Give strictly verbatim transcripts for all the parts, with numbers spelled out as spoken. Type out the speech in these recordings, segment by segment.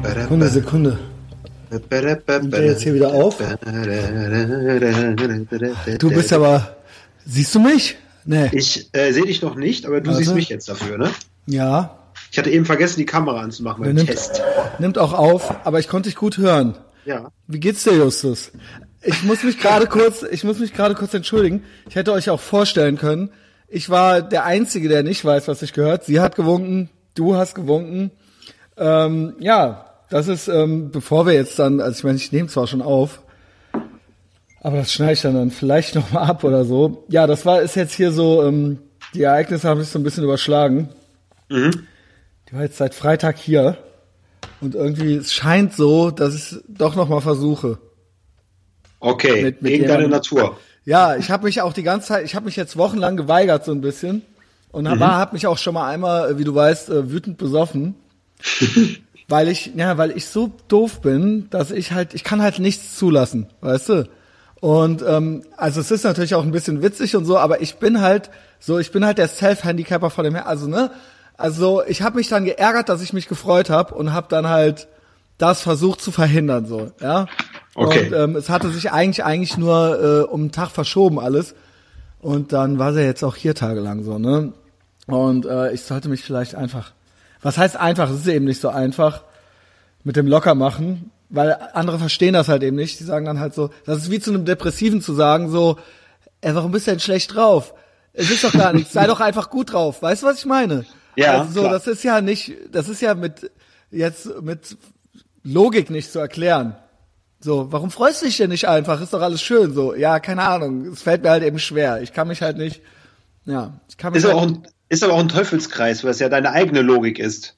Sekunde, Sekunde. Nimmt der jetzt hier wieder auf? Du bist aber... Siehst du mich? Nee. Ich äh, sehe dich noch nicht, aber du also? siehst mich jetzt dafür, ne? Ja. Ich hatte eben vergessen, die Kamera anzumachen beim nimmt, Test. Nimmt auch auf, aber ich konnte dich gut hören. Ja. Wie geht's dir, Justus? Ich muss mich gerade kurz, ich muss mich gerade kurz entschuldigen. Ich hätte euch auch vorstellen können. Ich war der Einzige, der nicht weiß, was ich gehört. Sie hat gewunken, du hast gewunken. Ähm, ja, das ist, ähm, bevor wir jetzt dann, also ich meine, ich nehme zwar schon auf, aber das schneide ich dann, dann vielleicht nochmal ab oder so. Ja, das war, ist jetzt hier so, ähm, die Ereignisse haben sich so ein bisschen überschlagen. Mhm. Die war jetzt seit Freitag hier und irgendwie, es scheint so, dass ich es doch nochmal versuche. Okay, mit, mit gegen deine Natur. Ja, ich habe mich auch die ganze Zeit, ich habe mich jetzt wochenlang geweigert so ein bisschen und mhm. habe mich auch schon mal einmal, wie du weißt, wütend besoffen. Weil ich, ja, weil ich so doof bin, dass ich halt, ich kann halt nichts zulassen, weißt du? Und ähm, also es ist natürlich auch ein bisschen witzig und so, aber ich bin halt so, ich bin halt der Self-Handicapper von dem her, also ne, also ich habe mich dann geärgert, dass ich mich gefreut habe und habe dann halt das versucht zu verhindern, so, ja. Okay. Und ähm, es hatte sich eigentlich eigentlich nur äh, um einen Tag verschoben alles und dann war sie jetzt auch hier tagelang so, ne? Und äh, ich sollte mich vielleicht einfach Was heißt einfach? Es ist eben nicht so einfach mit dem Lockermachen, weil andere verstehen das halt eben nicht. Die sagen dann halt so, das ist wie zu einem Depressiven zu sagen, so, ey, warum bist du denn schlecht drauf? Es ist doch gar nichts, sei doch einfach gut drauf. Weißt du, was ich meine? Ja, also so, klar. das ist ja nicht, das ist ja mit, jetzt mit Logik nicht zu erklären. So, warum freust du dich denn nicht einfach? Ist doch alles schön, so. Ja, keine Ahnung, es fällt mir halt eben schwer. Ich kann mich halt nicht, ja, ich kann mich ist halt aber auch ein, ist aber auch ein Teufelskreis, weil es ja deine eigene Logik ist.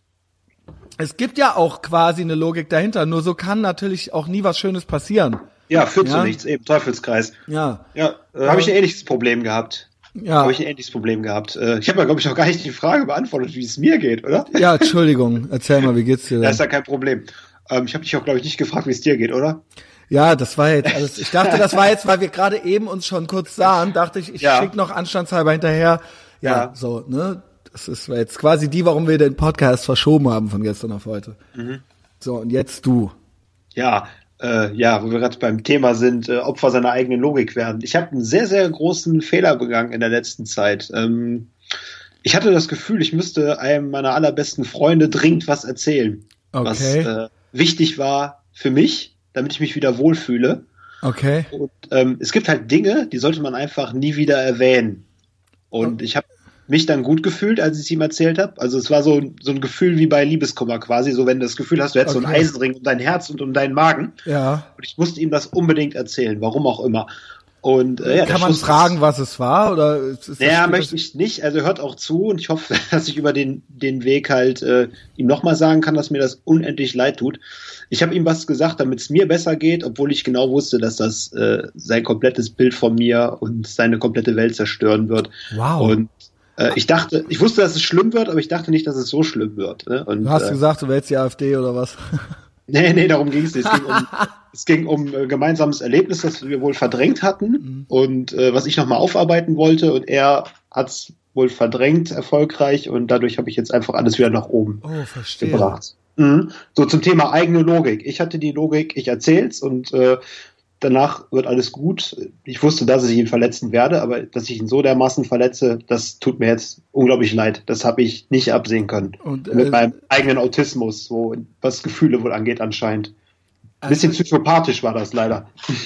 Es gibt ja auch quasi eine Logik dahinter, nur so kann natürlich auch nie was Schönes passieren. Ja, führt ja? zu nichts, eben Teufelskreis. Ja. Ja, äh, habe ich ein ähnliches Problem gehabt. Ja. Habe ich ein ähnliches Problem gehabt. Äh, ich habe ja, glaube ich, noch gar nicht die Frage beantwortet, wie es mir geht, oder? Ja, Entschuldigung. Erzähl mal, wie geht's dir denn? Das ist ja kein Problem. Ähm, ich habe dich auch, glaube ich, nicht gefragt, wie es dir geht, oder? Ja, das war jetzt alles. Ich dachte, das war jetzt, weil wir gerade eben uns schon kurz sahen, dachte ich, ich ja. schicke noch anstandshalber hinterher. Ja, ja, so, ne? Das ist jetzt quasi die, warum wir den Podcast verschoben haben von gestern auf heute. Mhm. So, und jetzt du. Ja, äh, ja, wo wir gerade beim Thema sind, äh, Opfer seiner eigenen Logik werden. Ich habe einen sehr, sehr großen Fehler begangen in der letzten Zeit. Ähm, ich hatte das Gefühl, ich müsste einem meiner allerbesten Freunde dringend was erzählen. Okay. Was äh, wichtig war für mich, damit ich mich wieder wohlfühle. Okay. Und ähm, es gibt halt Dinge, die sollte man einfach nie wieder erwähnen. Und ich habe mich dann gut gefühlt, als ich es ihm erzählt habe. Also es war so, so ein Gefühl wie bei Liebeskummer quasi, so wenn du das Gefühl hast, du hättest okay. so einen Eisenring um dein Herz und um deinen Magen. Ja. Und ich musste ihm das unbedingt erzählen, warum auch immer. Und äh, ja, kann man fragen, was es war, oder? Ist das naja, möchte ich nicht. Also hört auch zu und ich hoffe, dass ich über den den Weg halt äh, ihm nochmal sagen kann, dass mir das unendlich leid tut. Ich habe ihm was gesagt, damit es mir besser geht, obwohl ich genau wusste, dass das äh, sein komplettes Bild von mir und seine komplette Welt zerstören wird. Wow. Und äh, ich dachte, ich wusste, dass es schlimm wird, aber ich dachte nicht, dass es so schlimm wird. Ne? Und, du hast äh, gesagt, du wählst die AfD oder was? Nee, nee, darum ging es nicht. Es ging um, es ging um äh, gemeinsames Erlebnis, das wir wohl verdrängt hatten mhm. und äh, was ich nochmal aufarbeiten wollte, und er hat's wohl verdrängt erfolgreich und dadurch habe ich jetzt einfach alles wieder nach oben oh, verstehe. gebracht. Mhm. So zum Thema eigene Logik. Ich hatte die Logik, ich erzähl's und äh, danach wird alles gut. Ich wusste, dass ich ihn verletzen werde, aber dass ich ihn so dermaßen verletze, das tut mir jetzt unglaublich leid. Das habe ich nicht absehen können. Und, äh, mit meinem eigenen Autismus, so was Gefühle wohl angeht anscheinend. Ein bisschen also, psychopathisch war das leider.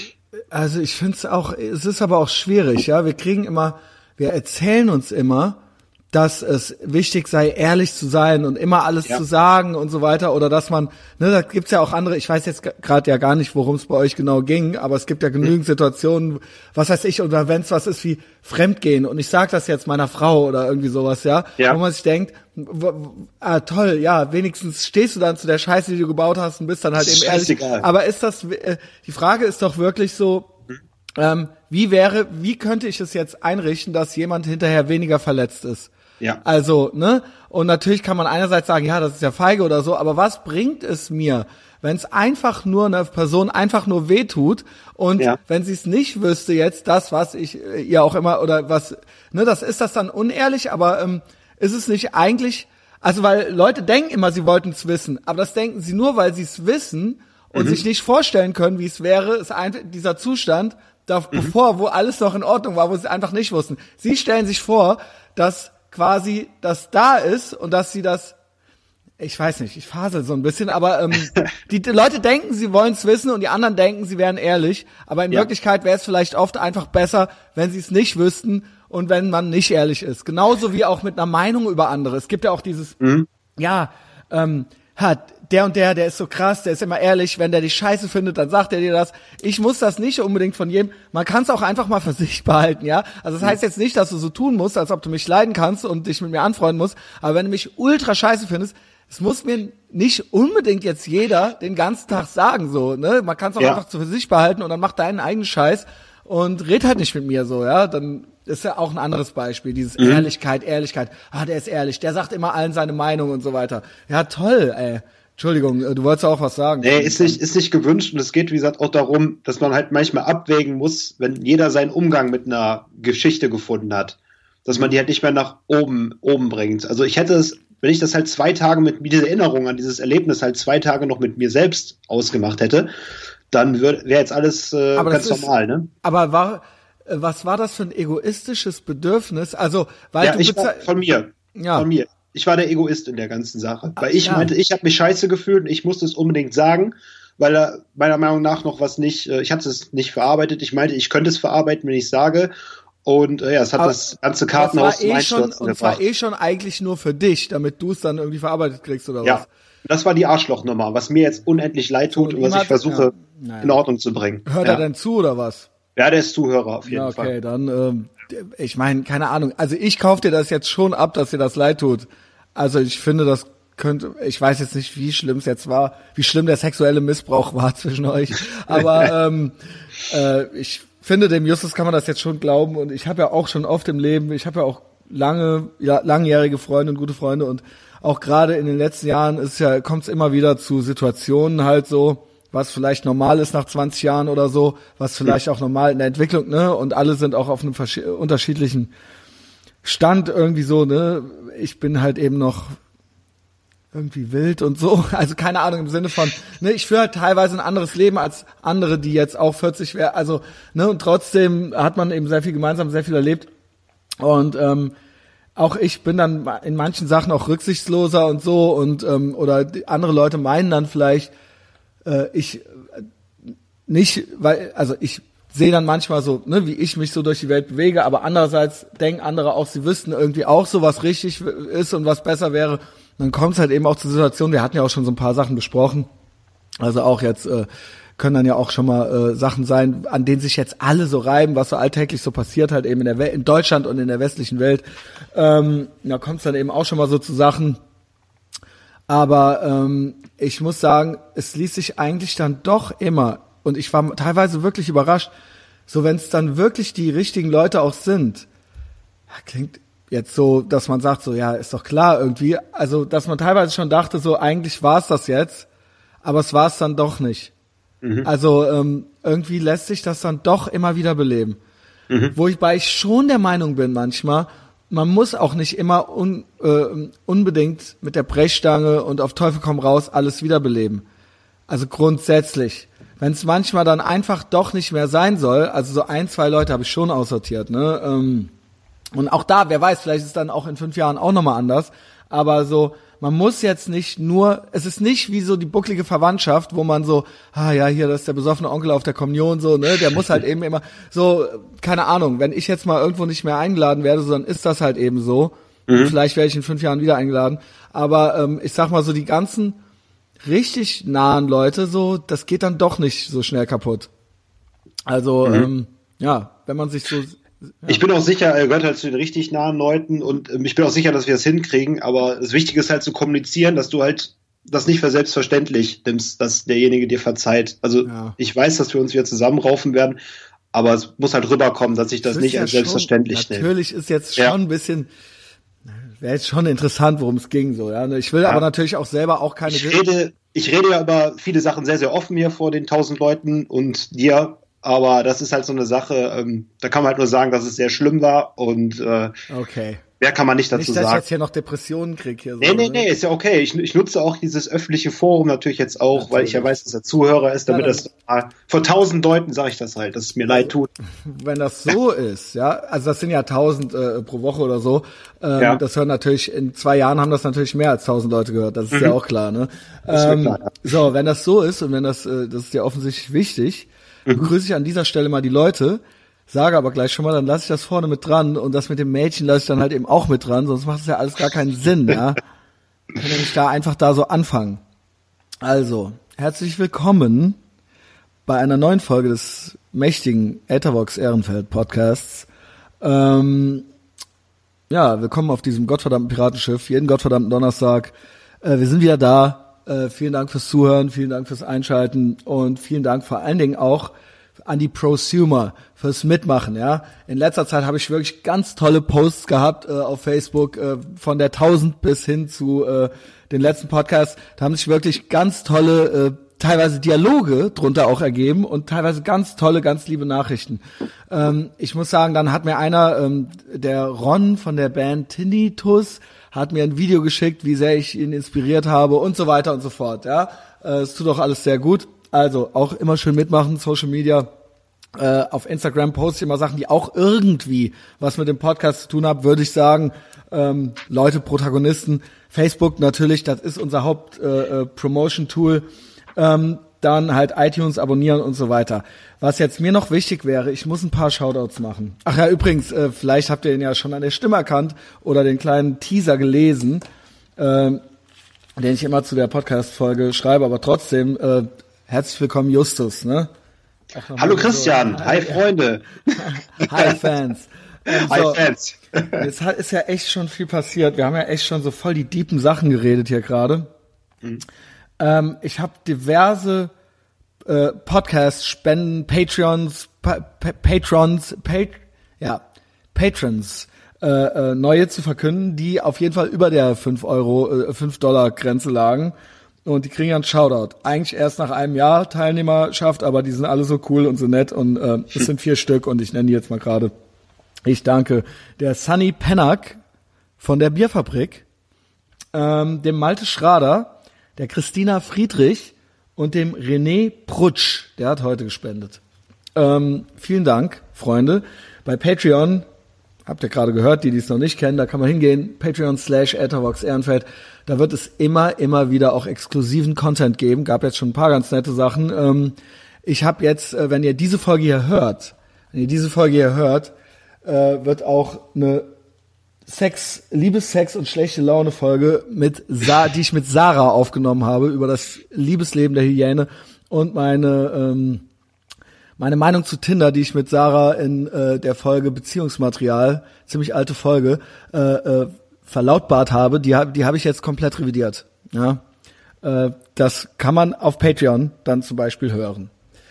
Also ich finde es auch, es ist aber auch schwierig, ja. Wir kriegen immer, wir erzählen uns immer, dass es wichtig sei, ehrlich zu sein und immer alles ja. zu sagen und so weiter, oder dass man, ne, da gibt's ja auch andere, ich weiß jetzt gerade ja gar nicht, worum es bei euch genau ging, aber es gibt ja genügend Situationen, was weiß ich, oder wenn es was ist wie Fremdgehen, und ich sag das jetzt meiner Frau oder irgendwie sowas, ja, ja. wo man sich denkt, w- w- ah toll, ja, wenigstens stehst du dann zu der Scheiße, die du gebaut hast, und bist dann halt das eben ehrlich. Egal. Aber ist das, äh, die Frage ist doch wirklich so, hm. ähm, wie wäre, wie könnte ich es jetzt einrichten, dass jemand hinterher weniger verletzt ist? Ja. Also, ne? Und natürlich kann man einerseits sagen, ja, das ist ja feige oder so, aber was bringt es mir, wenn es einfach nur einer Person einfach nur wehtut und ja. wenn sie es nicht wüsste jetzt, das, was ich äh, ihr auch immer, oder was, ne, das ist das dann unehrlich, aber ähm, ist es nicht eigentlich, Also weil Leute denken immer, sie wollten es wissen, aber das denken sie nur, weil sie es wissen und mhm. sich nicht vorstellen können, wie es wäre, ist einfach dieser Zustand, da, mhm. bevor, wo alles noch in Ordnung war, wo sie einfach nicht wussten. Sie stellen sich vor, dass quasi das da ist und dass sie das, ich weiß nicht, ich fasel so ein bisschen, aber ähm, die, die Leute denken, sie wollen es wissen und die anderen denken, sie wären ehrlich, aber in ja. Wirklichkeit wäre es vielleicht oft einfach besser, wenn sie es nicht wüssten und wenn man nicht ehrlich ist. Genauso wie auch mit einer Meinung über andere. Es gibt ja auch dieses, mhm. ja, ähm, hat der und der, der ist so krass, der ist immer ehrlich, wenn der dich scheiße findet, dann sagt er dir das. Ich muss das nicht unbedingt von jedem, man kann es auch einfach mal für sich behalten, ja. Also das heißt jetzt nicht, dass du so tun musst, als ob du mich leiden kannst und dich mit mir anfreunden musst, aber wenn du mich ultra scheiße findest, es muss mir nicht unbedingt jetzt jeder den ganzen Tag sagen, so, ne. Man kann es auch ja. einfach für sich behalten und dann mach deinen eigenen Scheiß und red halt nicht mit mir so, ja. Dann ist ja auch ein anderes Beispiel, dieses mhm. Ehrlichkeit, Ehrlichkeit. Ah, der ist ehrlich, der sagt immer allen seine Meinung und so weiter. Ja, toll, ey. Entschuldigung, du wolltest auch was sagen. Nee, ist nicht, ist nicht gewünscht und es geht, wie gesagt, auch darum, dass man halt manchmal abwägen muss, wenn jeder seinen Umgang mit einer Geschichte gefunden hat, dass man die halt nicht mehr nach oben, oben bringt. Also ich hätte es, wenn ich das halt zwei Tage mit, diese Erinnerung an dieses Erlebnis halt zwei Tage noch mit mir selbst ausgemacht hätte, dann wäre jetzt alles äh, ganz normal, ist, ne? Aber war, was war das für ein egoistisches Bedürfnis? Also, weil ja, du ich war, von mir, ja. von mir. Ich war der Egoist in der ganzen Sache. Weil ich ja. meinte, ich habe mich scheiße gefühlt und ich musste es unbedingt sagen, weil er meiner Meinung nach noch was nicht, ich hatte es nicht verarbeitet. Ich meinte, ich könnte es verarbeiten, wenn ich sage. Und äh, ja, es hat aber das ganze Kartenhaus zum eh Einstürzen schon, Und zwar eh schon eigentlich nur für dich, damit du es dann irgendwie verarbeitet kriegst oder ja. was? Das war die Arschlochnummer, was mir jetzt unendlich leid tut und, und was ich versuche ja. naja. in Ordnung zu bringen. Hört ja. er denn zu oder was? Ja, der ist Zuhörer auf jeden ja, okay, Fall. Okay, dann, ähm, ich meine, keine Ahnung. Also ich kaufe dir das jetzt schon ab, dass dir das leid tut. Also ich finde, das könnte, ich weiß jetzt nicht, wie schlimm es jetzt war, wie schlimm der sexuelle Missbrauch war zwischen euch, aber ähm, äh, ich finde, dem Justus kann man das jetzt schon glauben und ich habe ja auch schon oft im Leben, ich habe ja auch lange, ja, langjährige Freunde und gute Freunde und auch gerade in den letzten Jahren ist ja, kommt es immer wieder zu Situationen halt so, was vielleicht normal ist nach zwanzig Jahren oder so, was vielleicht ja. auch normal in der Entwicklung, ne, und alle sind auch auf einem verschi- unterschiedlichen Stand irgendwie so, ne, ich bin halt eben noch irgendwie wild und so, also keine Ahnung im Sinne von, ne, ich führe halt teilweise ein anderes Leben als andere, die jetzt auch vierzig wären, also, ne, und trotzdem hat man eben sehr viel gemeinsam, sehr viel erlebt und ähm, auch ich bin dann in manchen Sachen auch rücksichtsloser und so und ähm, oder andere Leute meinen dann vielleicht, äh, ich äh, nicht, weil, also ich sehe dann manchmal so, ne, wie ich mich so durch die Welt bewege, aber andererseits denken andere auch, sie wüssten irgendwie auch so, was richtig ist und was besser wäre. Und dann kommt es halt eben auch zur Situation, wir hatten ja auch schon so ein paar Sachen besprochen, also auch jetzt äh, können dann ja auch schon mal äh, Sachen sein, an denen sich jetzt alle so reiben, was so alltäglich so passiert halt eben in der Welt, in Deutschland und in der westlichen Welt. Ähm, da kommt es dann eben auch schon mal so zu Sachen. Aber ähm, ich muss sagen, es ließ sich eigentlich dann doch immer, und ich war teilweise wirklich überrascht, so wenn es dann wirklich die richtigen Leute auch sind, klingt jetzt so, dass man sagt so, ja, ist doch klar irgendwie, also dass man teilweise schon dachte so, eigentlich war es das jetzt, aber es war es dann doch nicht. Mhm. Also ähm, irgendwie lässt sich das dann doch immer wieder beleben. Mhm. Wobei ich schon der Meinung bin manchmal, man muss auch nicht immer un, äh, unbedingt mit der Brechstange und auf Teufel komm raus alles wiederbeleben. Also grundsätzlich. Wenn es manchmal dann einfach doch nicht mehr sein soll, also so ein, zwei Leute habe ich schon aussortiert, ne? Ähm, und auch da, wer weiß, vielleicht ist es dann auch in fünf Jahren auch nochmal anders. Aber so, man muss jetzt nicht nur, es ist nicht wie so die bucklige Verwandtschaft, wo man so, ah ja, hier, das ist der besoffene Onkel auf der Kommunion, so, ne, der muss halt eben immer, so, keine Ahnung, wenn ich jetzt mal irgendwo nicht mehr eingeladen werde, so, dann ist das halt eben so. Mhm. Vielleicht werde ich in fünf Jahren wieder eingeladen. Aber ähm, ich sag mal so, die ganzen richtig nahen Leute, so, das geht dann doch nicht so schnell kaputt. Also, mhm. ähm, ja, wenn man sich so... Ja. Ich bin auch sicher, er gehört halt zu den richtig nahen Leuten und ähm, ich bin auch sicher, dass wir das hinkriegen, aber das Wichtige ist halt zu kommunizieren, dass du halt das nicht für selbstverständlich nimmst, dass derjenige dir verzeiht. Also ja. Ich weiß, dass wir uns wieder zusammenraufen werden, aber es muss halt rüberkommen, dass ich das, das nicht ja als schon, selbstverständlich nehme. Natürlich ist jetzt schon ja. ein bisschen, wäre jetzt schon interessant, worum es ging, so, ja. Ich will ja. aber natürlich auch selber auch keine... Ich rede, ich rede ja über viele Sachen sehr, sehr offen hier vor den tausend Leuten und dir. Aber das ist halt so eine Sache, ähm, da kann man halt nur sagen, dass es sehr schlimm war und äh, okay. Mehr kann man nicht dazu nicht, dass sagen. Ich jetzt hier noch Depressionen krieg hier. So, nee, nee, ne? nee, ist ja okay. Ich, ich nutze auch dieses öffentliche Forum natürlich jetzt auch, natürlich. Weil ich ja weiß, dass er Zuhörer ist, damit ja, das mal, vor tausend Leuten sage ich das halt, dass es mir leid tut. Wenn das so ist, ja, also das sind ja tausend äh, pro Woche oder so, ähm, ja. Das hören natürlich, in zwei Jahren haben das natürlich mehr als tausend Leute gehört, das ist mhm. ja auch klar, ne? Ähm, klar, ja. So, wenn das so ist und wenn das, äh, das ist ja offensichtlich wichtig, mhm. begrüße ich an dieser Stelle mal die Leute, sage aber gleich schon mal, dann lasse ich das vorne mit dran und das mit dem Mädchen lasse ich dann halt eben auch mit dran, sonst macht es ja alles gar keinen Sinn, ja. Ich kann nämlich da einfach da so anfangen. Also, herzlich willkommen bei einer neuen Folge des mächtigen Ethervox Ehrenfeld Podcasts. Ähm, ja, willkommen auf diesem gottverdammten Piratenschiff, jeden gottverdammten Donnerstag. Äh, wir sind wieder da. Äh, vielen Dank fürs Zuhören, vielen Dank fürs Einschalten und vielen Dank vor allen Dingen auch an die Prosumer fürs Mitmachen, ja. In letzter Zeit habe ich wirklich ganz tolle Posts gehabt äh, auf Facebook, äh, von der tausend bis hin zu äh, den letzten Podcast. Da haben sich wirklich ganz tolle, äh, teilweise Dialoge drunter auch ergeben und teilweise ganz tolle, ganz liebe Nachrichten. Ähm, ich muss sagen, dann hat mir einer, ähm, der Ron von der Band Tinnitus, hat mir ein Video geschickt, wie sehr ich ihn inspiriert habe und so weiter und so fort, ja. Äh, es tut auch alles sehr gut. Also auch immer schön mitmachen, Social Media. Äh, auf Instagram poste ich immer Sachen, die auch irgendwie was mit dem Podcast zu tun haben, würde ich sagen. Ähm, Leute, Protagonisten. Facebook natürlich, das ist unser Haupt-Promotion-Tool. Äh, äh, ähm, dann halt iTunes abonnieren und so weiter. Was jetzt mir noch wichtig wäre, ich muss ein paar Shoutouts machen. Ach ja, übrigens, äh, vielleicht habt ihr ihn ja schon an der Stimme erkannt oder den kleinen Teaser gelesen, äh, den ich immer zu der Podcast-Folge schreibe, aber trotzdem... Äh, Herzlich willkommen, Justus, ne? Hallo Christian, so. Hi Freunde. Hi Fans. Ähm, Hi so, Fans. Jetzt hat, ist ja echt schon viel passiert. Wir haben ja echt schon so voll die deepen Sachen geredet hier gerade. Mhm. Ähm, ich habe diverse äh, Podcasts, Spenden, Patreons, pa pa Patrons, pa ja, Patrons, äh, äh, neue zu verkünden, die auf jeden Fall über der fünf Euro, äh, fünf Dollar Grenze lagen. Und die kriegen ja einen Shoutout. Eigentlich erst nach einem Jahr Teilnehmerschaft, aber die sind alle so cool und so nett und äh, es sind vier Stück und ich nenne die jetzt mal gerade. Ich danke der Sunny Pennack von der Bierfabrik, ähm, dem Malte Schrader, der Christina Friedrich und dem René Prutsch. Der hat heute gespendet. Ähm, vielen Dank, Freunde. Bei Patreon, habt ihr gerade gehört, die, die es noch nicht kennen, da kann man hingehen, Patreon slash Ethervox Ehrenfeld. Da wird es immer, immer wieder auch exklusiven Content geben. Gab jetzt schon ein paar ganz nette Sachen. Ähm, ich habe jetzt, äh, wenn ihr diese Folge hier hört, wenn ihr diese Folge hier hört, äh, wird auch eine Sex, Liebessex und schlechte Laune Folge mit Sa die ich mit Sarah aufgenommen habe über das Liebesleben der Hyäne und meine ähm, meine Meinung zu Tinder, die ich mit Sarah in äh, der Folge Beziehungsmaterial, ziemlich alte Folge, äh, äh, verlautbart habe, die, die habe ich jetzt komplett revidiert. Ja, äh, das kann man auf Patreon dann zum Beispiel hören.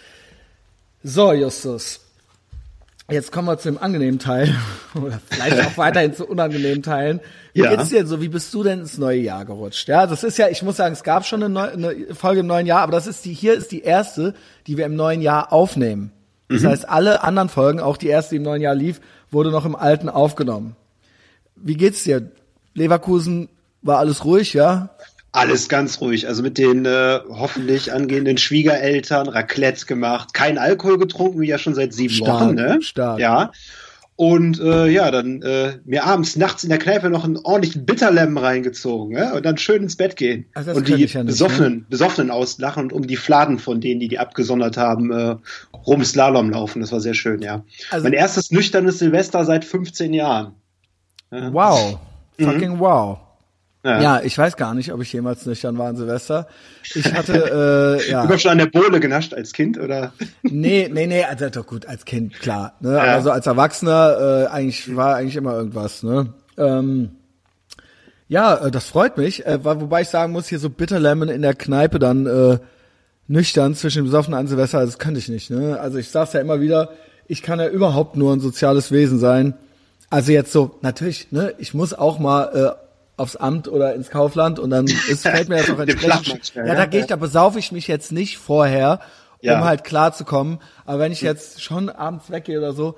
So, Justus. Jetzt kommen wir zu dem angenehmen Teil oder vielleicht auch weiterhin zu unangenehmen Teilen. Wie ja. geht's dir denn so? Wie bist du denn ins neue Jahr gerutscht? Ja, das ist ja, ich muss sagen, es gab schon eine, neue, eine Folge im neuen Jahr, aber das ist die, hier ist die erste, die wir im neuen Jahr aufnehmen. Das mhm. heißt, alle anderen Folgen, auch die erste, die im neuen Jahr lief, wurde noch im alten aufgenommen. Wie geht's dir? Leverkusen war alles ruhig, ja? Alles ganz ruhig. Also mit den äh, hoffentlich angehenden Schwiegereltern Raclette gemacht, kein Alkohol getrunken, wie ja schon seit sieben stark, Wochen, ne? Stark. Ja. Und äh, ja, dann äh, mir abends, nachts in der Kneipe noch einen ordentlichen Bitterlemon reingezogen, ne? Und dann schön ins Bett gehen. Also und die ja nicht, Besoffenen, ne? Besoffenen auslachen und um die Fladen von denen, die die abgesondert haben, äh, rum Slalom laufen. Das war sehr schön, ja. Also, mein erstes nüchternes Silvester seit fünfzehn Jahren. Ja. Wow. Fucking mhm. wow. Ja. ja, ich weiß gar nicht, ob ich jemals nüchtern war an Silvester. Ich hatte, äh, ja. Du hast schon an der Bohle genascht als Kind, oder? Nee, nee, nee, also doch gut, als Kind, klar. Ne? Ja. Also als Erwachsener, äh, eigentlich war eigentlich immer irgendwas, ne? Ähm, ja, äh, das freut mich, äh, wobei ich sagen muss, hier so Bitterlemon in der Kneipe dann äh, nüchtern zwischen dem Besoffenen an Silvester, das könnte ich nicht, ne? Also ich sag's ja immer wieder, ich kann ja überhaupt nur ein soziales Wesen sein. Also jetzt so, natürlich, ne, ich muss auch mal äh, aufs Amt oder ins Kaufland und dann ist, fällt mir das auch entsprechend. Ja, ja, da gehe ich, da besaufe ich mich jetzt nicht vorher, um ja. halt klar zu kommen. Aber wenn ich jetzt schon abends weggehe oder so,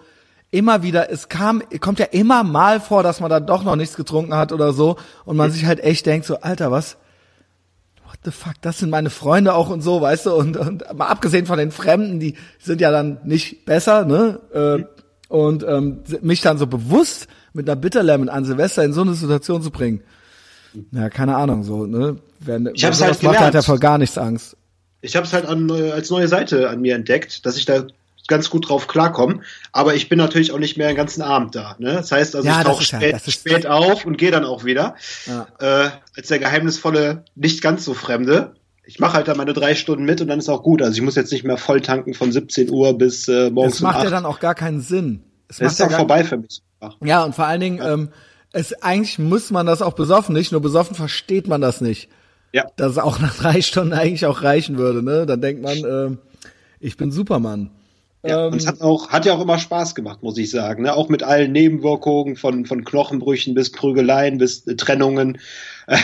immer wieder, es kam, kommt ja immer mal vor, dass man dann doch noch nichts getrunken hat oder so und man mhm. sich halt echt denkt so, Alter, was, what the fuck, das sind meine Freunde auch und so, weißt du, und, und mal abgesehen von den Fremden, die sind ja dann nicht besser, ne, äh, mhm. und ähm, mich dann so bewusst mit einer Bitterlemon an Silvester in so eine Situation zu bringen, ja, keine Ahnung, so, ne, wer, ich hab's halt macht, hat ja vor gar nichts Angst. Ich habe es halt an, als neue Seite an mir entdeckt, dass ich da ganz gut drauf klarkomme, aber ich bin natürlich auch nicht mehr den ganzen Abend da. Ne? Das heißt, also ja, ich tauche spät, ja, spät auf und gehe dann auch wieder. Ja. Äh, als der geheimnisvolle, nicht ganz so Fremde. Ich mache halt da meine drei Stunden mit und dann ist auch gut. Also ich muss jetzt nicht mehr voll tanken von siebzehn Uhr bis äh, morgens um acht. Das macht ja dann auch gar keinen Sinn. Es das ist ja auch vorbei für mich. Ja, und vor allen Dingen, ja. ähm, es eigentlich muss man das auch besoffen nicht, nur besoffen versteht man das nicht. Ja. Dass es auch nach drei Stunden eigentlich auch reichen würde. Ne? Dann denkt man, äh, ich bin Superman. Ja, und es hat auch, hat ja auch immer Spaß gemacht, muss ich sagen. Ne? Auch mit allen Nebenwirkungen von, von Knochenbrüchen bis Prügeleien bis äh, Trennungen. ähm,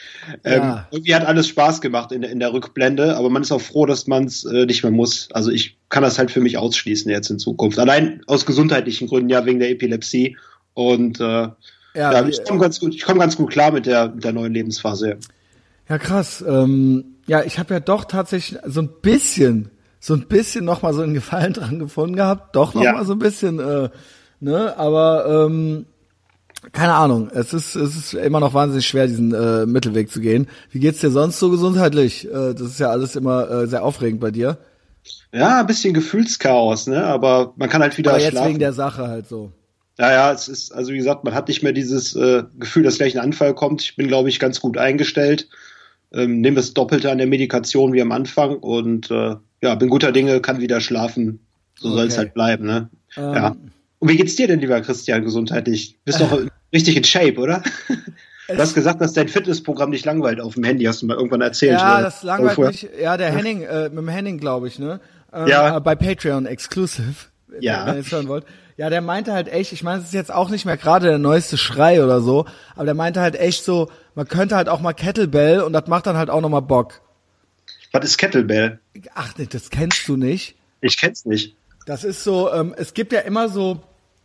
ja. Irgendwie hat alles Spaß gemacht in, in der Rückblende, aber man ist auch froh, dass man es äh, nicht mehr muss. Also ich kann das halt für mich ausschließen jetzt in Zukunft. Allein aus gesundheitlichen Gründen, ja, wegen der Epilepsie. Und äh, ja, ja, ich komme ganz gut, ich komme ganz gut klar mit der, mit der neuen Lebensphase. Ja, krass. Ähm, ja, ich habe ja doch tatsächlich so ein bisschen so ein bisschen noch mal so einen Gefallen dran gefunden gehabt, doch noch ja. mal so ein bisschen, äh, ne, aber ähm, keine Ahnung, es ist es ist immer noch wahnsinnig schwer, diesen äh, Mittelweg zu gehen. Wie geht's dir sonst so gesundheitlich? Äh, das ist ja alles immer äh, sehr aufregend bei dir. Ja, ein bisschen Gefühlschaos, ne, aber man kann halt wieder aber schlafen. jetzt wegen der Sache halt so. Ja, ja, es ist, also wie gesagt, man hat nicht mehr dieses äh, Gefühl, dass gleich ein Anfall kommt. Ich bin, glaube ich, ganz gut eingestellt. Ähm, nehme das Doppelte an der Medikation wie am Anfang und äh, ja, bin guter Dinge, kann wieder schlafen. So okay. soll es halt bleiben, ne? Ähm, ja. Und wie geht's dir denn, lieber Christian, gesundheitlich? Bist äh, doch richtig in Shape, oder? Du hast gesagt, dass dein Fitnessprogramm dich langweilt auf dem Handy, hast du mal irgendwann erzählt. Ja, oder? das langweilt mich. Ja, der Henning, äh, mit dem Henning, glaube ich, ne? Ähm, ja. Äh, bei Patreon exclusive, ja. wenn ihr es hören wollt. Ja, der meinte halt echt, ich meine, es ist jetzt auch nicht mehr gerade der neueste Schrei oder so, aber der meinte halt echt so, man könnte halt auch mal Kettlebell und das macht dann halt auch nochmal Bock. Was ist Kettlebell? Ach, nee, das kennst du nicht. Ich kenn's nicht. Das ist so, ähm, es gibt ja immer so,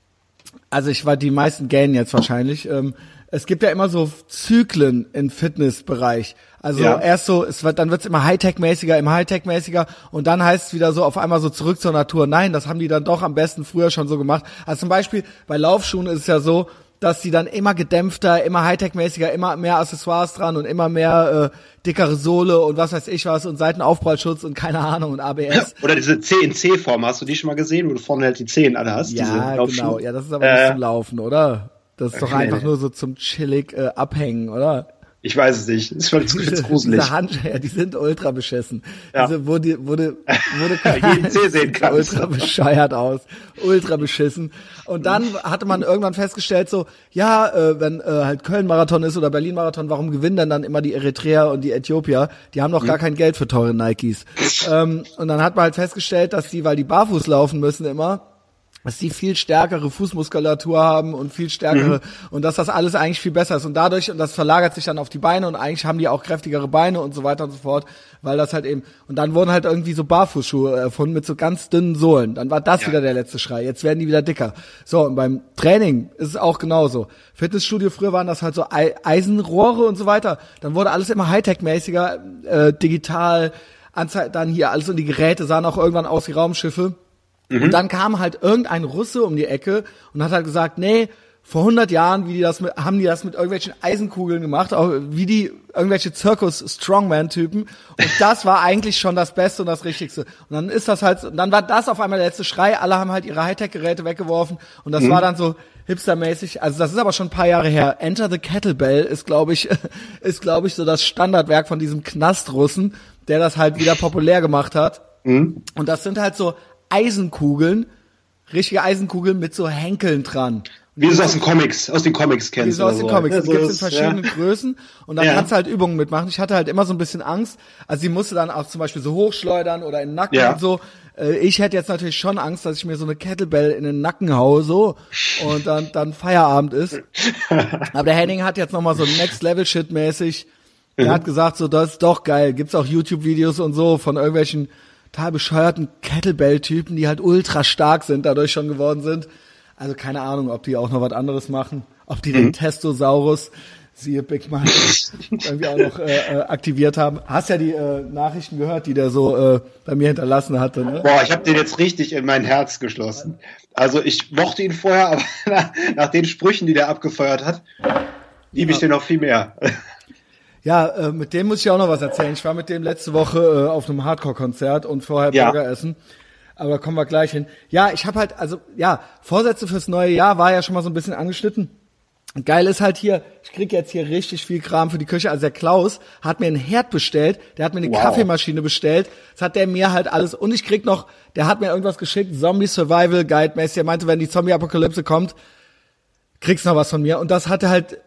also ich war die meisten gähnen jetzt wahrscheinlich, ähm, es gibt ja immer so Zyklen im Fitnessbereich. Also ja. erst so, es wird, dann wird's immer Hightech-mäßiger, immer Hightech-mäßiger und dann heißt es wieder so auf einmal so zurück zur Natur. Nein, das haben die dann doch am besten früher schon so gemacht. Also zum Beispiel bei Laufschuhen ist es ja so, dass die dann immer gedämpfter, immer Hightech-mäßiger, immer mehr Accessoires dran und immer mehr äh, dickere Sohle und was weiß ich was und Seitenaufprallschutz und keine Ahnung und A B S. Oder diese C in C-Form, hast du die schon mal gesehen, wo du vorne halt die Zehen alle hast? Ja, genau. Ja, das ist aber äh, nicht zum Laufen, oder? Das ist doch okay. einfach nur so zum chillig äh, abhängen, oder? Ich weiß es nicht. Das ist völlig diese, gruselig. Diese Handschuhe, ja, die sind ultra beschissen. Ja. Diese, wo die, wo die, wo du jeden Zeh sehen kannst. Ultra bescheuert aus. Ultra beschissen. Und dann hatte man irgendwann festgestellt so, ja, äh, wenn äh, halt Köln-Marathon ist oder Berlin-Marathon, warum gewinnen denn dann immer die Eritreer und die Äthiopier? Die haben doch mhm. gar kein Geld für teure Nikes. ähm, und dann hat man halt festgestellt, dass die, weil die barfuß laufen müssen immer, dass die viel stärkere Fußmuskulatur haben und viel stärkere mhm. und dass das alles eigentlich viel besser ist und dadurch, und das verlagert sich dann auf die Beine und eigentlich haben die auch kräftigere Beine und so weiter und so fort, weil das halt eben, und dann wurden halt irgendwie so Barfußschuhe erfunden mit so ganz dünnen Sohlen, dann war das ja. wieder der letzte Schrei, jetzt werden die wieder dicker. So, und beim Training ist es auch genauso. Fitnessstudio, früher waren das halt so Eisenrohre und so weiter, dann wurde alles immer Hightech-mäßiger, äh, digital, Anze- dann hier alles und die Geräte sahen auch irgendwann aus wie Raumschiffe. Mhm. Und dann kam halt irgendein Russe um die Ecke und hat halt gesagt, nee, vor hundert Jahren, wie die das mit, haben die das mit irgendwelchen Eisenkugeln gemacht, auch wie die irgendwelche Zirkus-Strongman-Typen. Und das war eigentlich schon das Beste und das Richtigste. Und dann ist das halt, und dann war das auf einmal der letzte Schrei. Alle haben halt ihre Hightech-Geräte weggeworfen und das mhm. war dann so hipstermäßig. Also das ist aber schon ein paar Jahre her. Enter the Kettlebell ist, glaube ich, ist, glaube ich, so das Standardwerk von diesem Knastrussen, der das halt wieder populär gemacht hat. Mhm. Und das sind halt so Eisenkugeln, richtige Eisenkugeln mit so Henkeln dran. Wie du es aus den Comics, aus den Comics kennst. Wie du es aus den so. Comics. Ja, die so gibt's in ist, verschiedenen ja. Größen und dann ja. kannst du halt Übungen mitmachen. Ich hatte halt immer so ein bisschen Angst. Also sie musste dann auch zum Beispiel so hochschleudern oder in den Nacken ja. und so. Ich hätte jetzt natürlich schon Angst, dass ich mir so eine Kettlebell in den Nacken haue so und dann dann Feierabend ist. Aber der Henning hat jetzt nochmal so Next-Level-Shit mäßig. Der mhm. hat gesagt, so das ist doch geil. Gibt's auch YouTube-Videos und so von irgendwelchen total bescheuerten Kettlebell-Typen, die halt ultra stark sind, dadurch schon geworden sind. Also keine Ahnung, ob die auch noch was anderes machen, ob die den mhm. Testosaurus, siehe Big Mike, irgendwie auch noch äh, aktiviert haben. Hast ja die äh, Nachrichten gehört, die der so äh, bei mir hinterlassen hatte, ne? Boah, ich habe den jetzt richtig in mein Herz geschlossen. Also ich mochte ihn vorher, aber nach, nach den Sprüchen, die der abgefeuert hat, liebe ich ja. den noch viel mehr. Ja, äh, mit dem muss ich auch noch was erzählen. Ich war mit dem letzte Woche äh, auf einem Hardcore-Konzert und vorher ja. Burger essen. Aber da kommen wir gleich hin. Ja, ich habe halt, also ja, Vorsätze fürs neue Jahr war ja schon mal so ein bisschen angeschnitten. Geil ist halt hier, ich krieg jetzt hier richtig viel Kram für die Küche. Also der Klaus hat mir einen Herd bestellt, der hat mir eine wow. Kaffeemaschine bestellt. Das hat der mir halt alles. Und ich krieg noch, der hat mir irgendwas geschickt, Zombie Survival Guide mäßig. Er meinte, wenn die Zombie-Apokalypse kommt, kriegst noch was von mir. Und das hatte halt,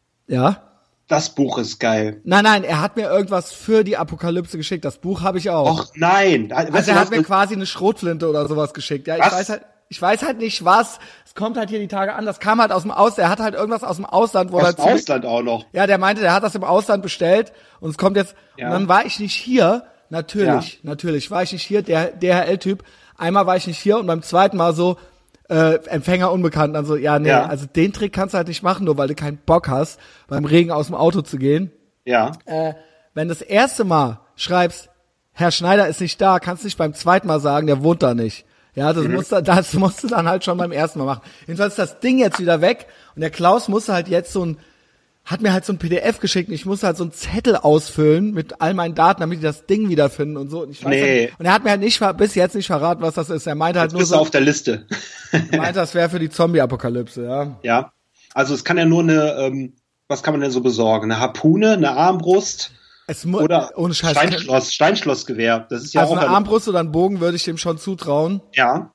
ja. Das Buch ist geil. Nein, nein, er hat mir irgendwas für die Apokalypse geschickt. Das Buch habe ich auch. Och nein. Also er hat mir quasi eine Schrotflinte oder sowas geschickt. Ja, ich was? weiß halt, ich weiß halt nicht was. Es kommt halt hier die Tage an. Das kam halt aus dem Ausland. Er hat halt irgendwas aus dem Ausland. Wo aus dem Ausland auch noch. Ja, der meinte, der hat das im Ausland bestellt und es kommt jetzt. Ja. Und dann war ich nicht hier. Natürlich, ja. natürlich war ich nicht hier. Der D H L-Typ. Einmal war ich nicht hier und beim zweiten Mal so äh, Empfänger unbekannt. Dann so, ja, nee, ja. also den Trick kannst du halt nicht machen, nur weil du keinen Bock hast, beim Regen aus dem Auto zu gehen. Ja. Äh, wenn du das erste Mal schreibst, Herr Schneider ist nicht da, kannst du nicht beim zweiten Mal sagen, der wohnt da nicht. Ja, das, mhm. musst du, das musst du dann halt schon beim ersten Mal machen. Jedenfalls ist das Ding jetzt wieder weg und der Klaus musste halt jetzt so ein, hat mir halt so ein P D F geschickt und ich musste halt so einen Zettel ausfüllen mit all meinen Daten, damit die das Ding wiederfinden und so. Und ich weiß nee. halt, und er hat mir halt nicht, bis jetzt nicht verraten, was das ist. Er meinte halt jetzt nur bist so. Du auf der Liste. Er meinte, das wäre für die Zombie-Apokalypse, ja. Ja. Also es kann ja nur eine, ähm, was kann man denn so besorgen? Eine Harpune, eine Armbrust? Es mu- oder ohne Scheiß. Steinschloss, Steinschlossgewehr. Das ist ja also auch eine Armbrust oder ein Bogen würde ich dem schon zutrauen. Ja.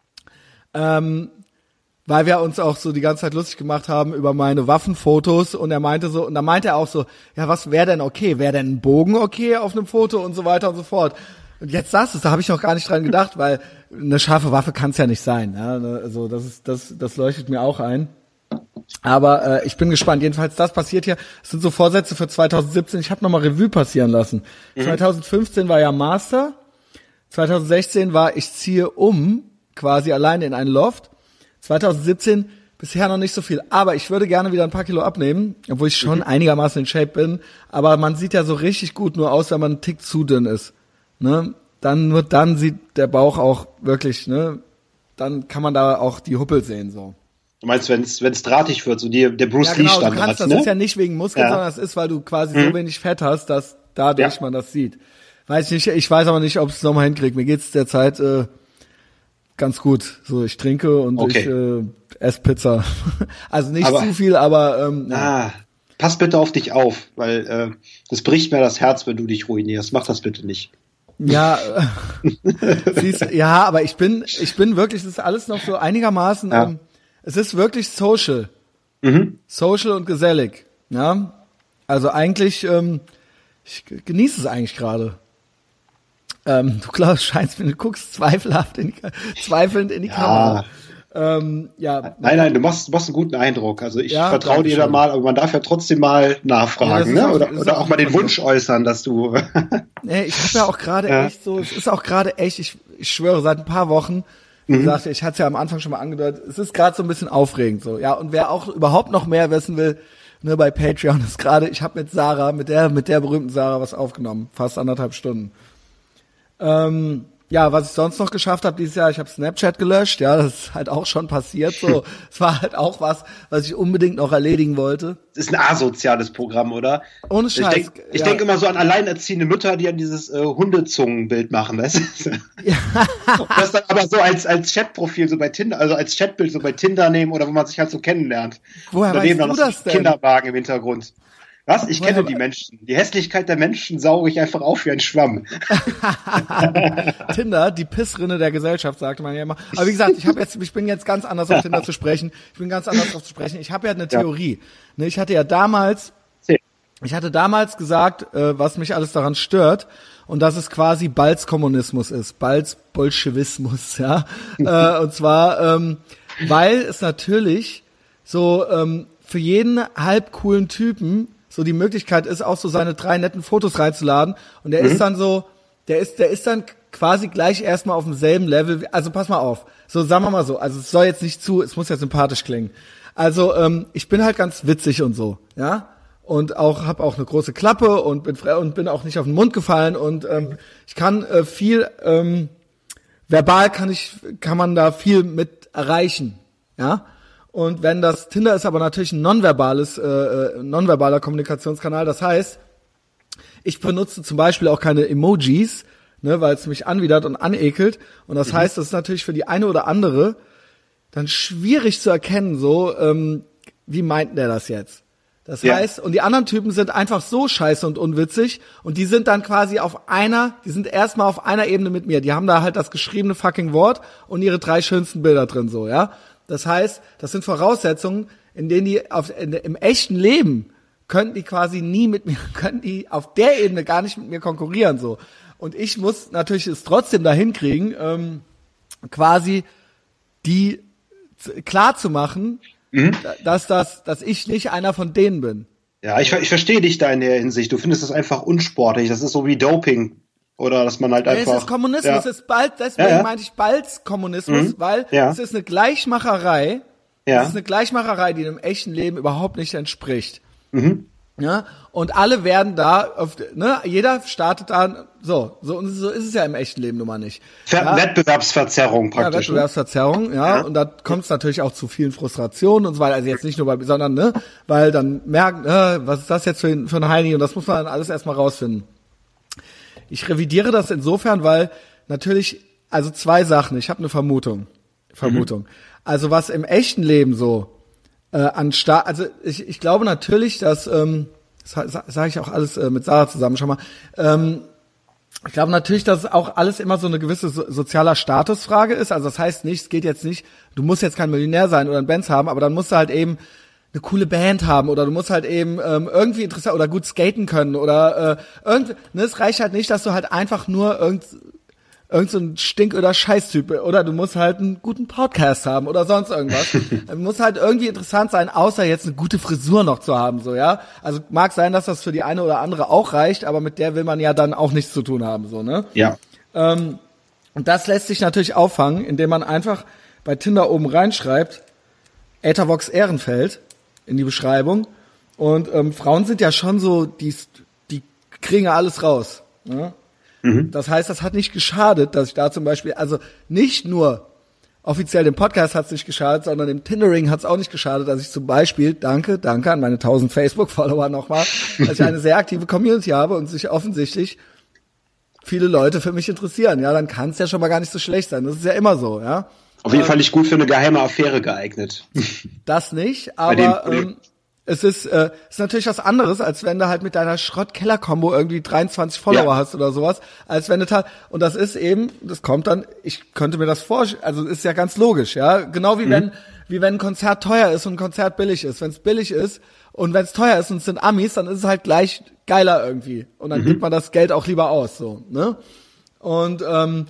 Ähm, weil wir uns auch so die ganze Zeit lustig gemacht haben über meine Waffenfotos und er meinte so, und da meinte er auch so, ja, was wäre denn okay? Wäre denn ein Bogen okay auf einem Foto und so weiter und so fort. Und jetzt sagst du es, da habe ich noch gar nicht dran gedacht, weil eine scharfe Waffe kann es ja nicht sein. Ja? Also das ist, das, das leuchtet mir auch ein. Aber äh, ich bin gespannt. Jedenfalls, das passiert hier. Es sind so Vorsätze für zwanzig siebzehn. Ich habe nochmal Revue passieren lassen. Mhm. zwanzig fünfzehn war ja Master. zwanzig sechzehn war ich ziehe um, quasi alleine in ein Loft. zwanzig siebzehn bisher noch nicht so viel. Aber ich würde gerne wieder ein paar Kilo abnehmen, obwohl ich schon mhm. einigermaßen in Shape bin. Aber man sieht ja so richtig gut nur aus, wenn man einen Tick zu dünn ist. Ne? Dann, nur dann sieht der Bauch auch wirklich, ne? Dann kann man da auch die Huppel sehen, so. Du meinst, wenn es wenn es drahtig wird, so die, der Bruce ja, genau, Lee Standard, du kannst, das ne? ist ja nicht wegen Muskeln, ja. sondern das ist, weil du quasi mhm. so wenig Fett hast, dass dadurch ja. man das sieht. Weiß ich nicht, ich weiß aber nicht, ob es nochmal hinkriegt. Mir geht's derzeit äh, ganz gut. So, ich trinke und okay. ich äh, esse Pizza. Also nicht aber, zu viel, aber ähm, ja. ah, pass bitte auf dich auf, weil äh, das bricht mir das Herz, wenn du dich ruinierst. Mach das bitte nicht. Ja, äh, siehst, ja, aber ich bin, ich bin wirklich, das ist alles noch so einigermaßen. Ja. Ähm, es ist wirklich social, mhm. social und gesellig. Ja, also eigentlich, ähm, ich genieße es eigentlich gerade. Ähm, du Klaus scheinst mir, du guckst zweifelhaft in die, zweifelnd in die ja. Kamera. Ähm, ja. Nein, nein, du machst, du machst einen guten Eindruck. Also ich ja, vertraue dir da mal, aber man darf ja trotzdem mal nachfragen, ja, ne? Auch, oder oder auch, auch mal den Wunsch so. äußern, dass du. Nee, ich habe ja auch gerade ja. echt so, es ist auch gerade echt, ich, ich schwöre, seit ein paar Wochen, wie mhm. gesagt, ich hatte es ja am Anfang schon mal angedeutet, es ist gerade so ein bisschen aufregend so. Ja, und wer auch überhaupt noch mehr wissen will, ne, bei Patreon ist gerade, ich habe mit Sarah, mit der, mit der berühmten Sarah was aufgenommen, fast anderthalb Stunden. Ähm, ja, was ich sonst noch geschafft habe dieses Jahr, ich habe Snapchat gelöscht, ja, das ist halt auch schon passiert, so. Es war halt auch was, was ich unbedingt noch erledigen wollte. Das ist ein asoziales Programm, oder? Ohne Scheiß. Ich denke ja. denk immer so an alleinerziehende Mütter, die an dieses äh, Hundezungenbild machen, weißt du? Ja. Das dann aber so als als Chatprofil so bei Tinder, also als Chatbild so bei Tinder nehmen oder wo man sich halt so kennenlernt. Woher weißt du das denn? Kinderwagen im Hintergrund. Was? Ich Woher kenne die Menschen. Die Hässlichkeit der Menschen sauge ich einfach auf wie ein Schwamm. Tinder, die Pissrinne der Gesellschaft, sagte man ja immer. Aber wie gesagt, ich habe jetzt, ich bin jetzt ganz anders auf Tinder zu sprechen. Ich bin ganz anders auf zu sprechen. Ich habe ja eine Theorie. Ja. Ich hatte ja damals, ich hatte damals gesagt, äh, was mich alles daran stört und dass es quasi Balzkommunismus ist, Balzbolschewismus, ja. äh, und zwar, ähm, weil es natürlich so ähm, für jeden halb coolen Typen so die Möglichkeit ist, auch so seine drei netten Fotos reinzuladen und der mhm. ist dann so, der ist, der ist dann quasi gleich erstmal auf demselben Level, also pass mal auf, so sagen wir mal so, also es soll jetzt nicht zu, es muss ja sympathisch klingen. Also ähm, ich bin halt ganz witzig und so, ja, und auch habe auch eine große Klappe und bin und bin auch nicht auf den Mund gefallen und ähm, ich kann äh, viel ähm, verbal kann ich kann man da viel mit erreichen, ja. Und wenn das Tinder ist aber natürlich ein nonverbales äh, nonverbaler Kommunikationskanal, das heißt, ich benutze zum Beispiel auch keine Emojis, ne, weil es mich anwidert und anekelt. Und das mhm. heißt, das ist natürlich für die eine oder andere dann schwierig zu erkennen, so, ähm, wie meint der das jetzt? Das ja. heißt, und die anderen Typen sind einfach so scheiße und unwitzig und die sind dann quasi auf einer, die sind erstmal auf einer Ebene mit mir. Die haben da halt das geschriebene fucking Wort und ihre drei schönsten Bilder drin, so, ja. Das heißt, das sind Voraussetzungen, in denen die auf, in, im echten Leben könnten die quasi nie mit mir, könnten die auf der Ebene gar nicht mit mir konkurrieren, so. Und ich muss natürlich es trotzdem dahin kriegen, ähm, quasi die klar zu machen, mhm. dass das, dass ich nicht einer von denen bin. Ja, ich, ich verstehe dich da in der Hinsicht. Du findest das einfach unsportlich. Das ist so wie Doping. Oder dass man halt einfach... Ja, es ist Kommunismus. Ja. Es ist bald, deswegen ja, ja. meinte ich bald Kommunismus, mhm. weil ja. es ist eine Gleichmacherei. Ja. Es ist eine Gleichmacherei, die dem echten Leben überhaupt nicht entspricht. Mhm. Ja, und alle werden da, auf, ne, jeder startet da, so, so, und so ist es ja im echten Leben nun mal nicht. Ver- ja. Wettbewerbsverzerrung praktisch. Ja, Wettbewerbsverzerrung, ja, ja, und da kommt es natürlich auch zu vielen Frustrationen und so weiter, also jetzt nicht nur bei, sondern, ne, weil dann merken, äh, was ist das jetzt für ein, für ein Heini, und das muss man dann alles erstmal rausfinden. Ich revidiere das insofern, weil natürlich, also zwei Sachen, ich habe eine Vermutung, Vermutung. Mhm. Also was im echten Leben so, Äh, an Sta- also ich, ich glaube natürlich, dass, ähm, das sa- sage ich auch alles äh, mit Sarah zusammen schon mal, ähm, ich glaube natürlich, dass auch alles immer so eine gewisse so- sozialer Statusfrage ist, also das heißt nicht, es geht jetzt nicht, du musst jetzt kein Millionär sein oder ein Benz haben, aber dann musst du halt eben eine coole Band haben oder du musst halt eben ähm, irgendwie interessant oder gut skaten können oder äh, irgendwie, ne, es reicht halt nicht, dass du halt einfach nur irgend irgend so ein Stink- oder Scheißtyp, oder du musst halt einen guten Podcast haben oder sonst irgendwas. Muss halt irgendwie interessant sein, außer jetzt eine gute Frisur noch zu haben, so, ja. Also mag sein, dass das für die eine oder andere auch reicht, aber mit der will man ja dann auch nichts zu tun haben, so, ne? Ja. Ähm, und das lässt sich natürlich auffangen, indem man einfach bei Tinder oben reinschreibt, Ethervox Ehrenfeld in die Beschreibung. Und ähm, Frauen sind ja schon so, die, die kriegen ja alles raus, ne? Das heißt, das hat nicht geschadet, dass ich da zum Beispiel, also nicht nur offiziell dem Podcast hat es nicht geschadet, sondern dem Tindering hat es auch nicht geschadet, dass ich zum Beispiel, danke, danke an meine tausend Facebook-Follower nochmal, dass ich eine sehr aktive Community habe und sich offensichtlich viele Leute für mich interessieren. Ja, dann kann es ja schon mal gar nicht so schlecht sein. Das ist ja immer so, ja. Auf jeden ähm, Fall nicht gut für eine geheime Affäre geeignet. Das nicht, aber ähm, es ist, äh, ist natürlich was anderes, als wenn du halt mit deiner Schrott-Keller-Kombo irgendwie dreiundzwanzig Follower ja. hast oder sowas, als wenn du ta- und das ist eben, das kommt dann, ich könnte mir das vorstellen, also ist ja ganz logisch, ja, genau wie mhm. wenn, wie wenn ein Konzert teuer ist und ein Konzert billig ist. Wenn es billig ist und wenn es teuer ist und es sind Amis, dann ist es halt gleich geiler irgendwie und dann mhm. gibt man das Geld auch lieber aus, so, ne? Und ähm,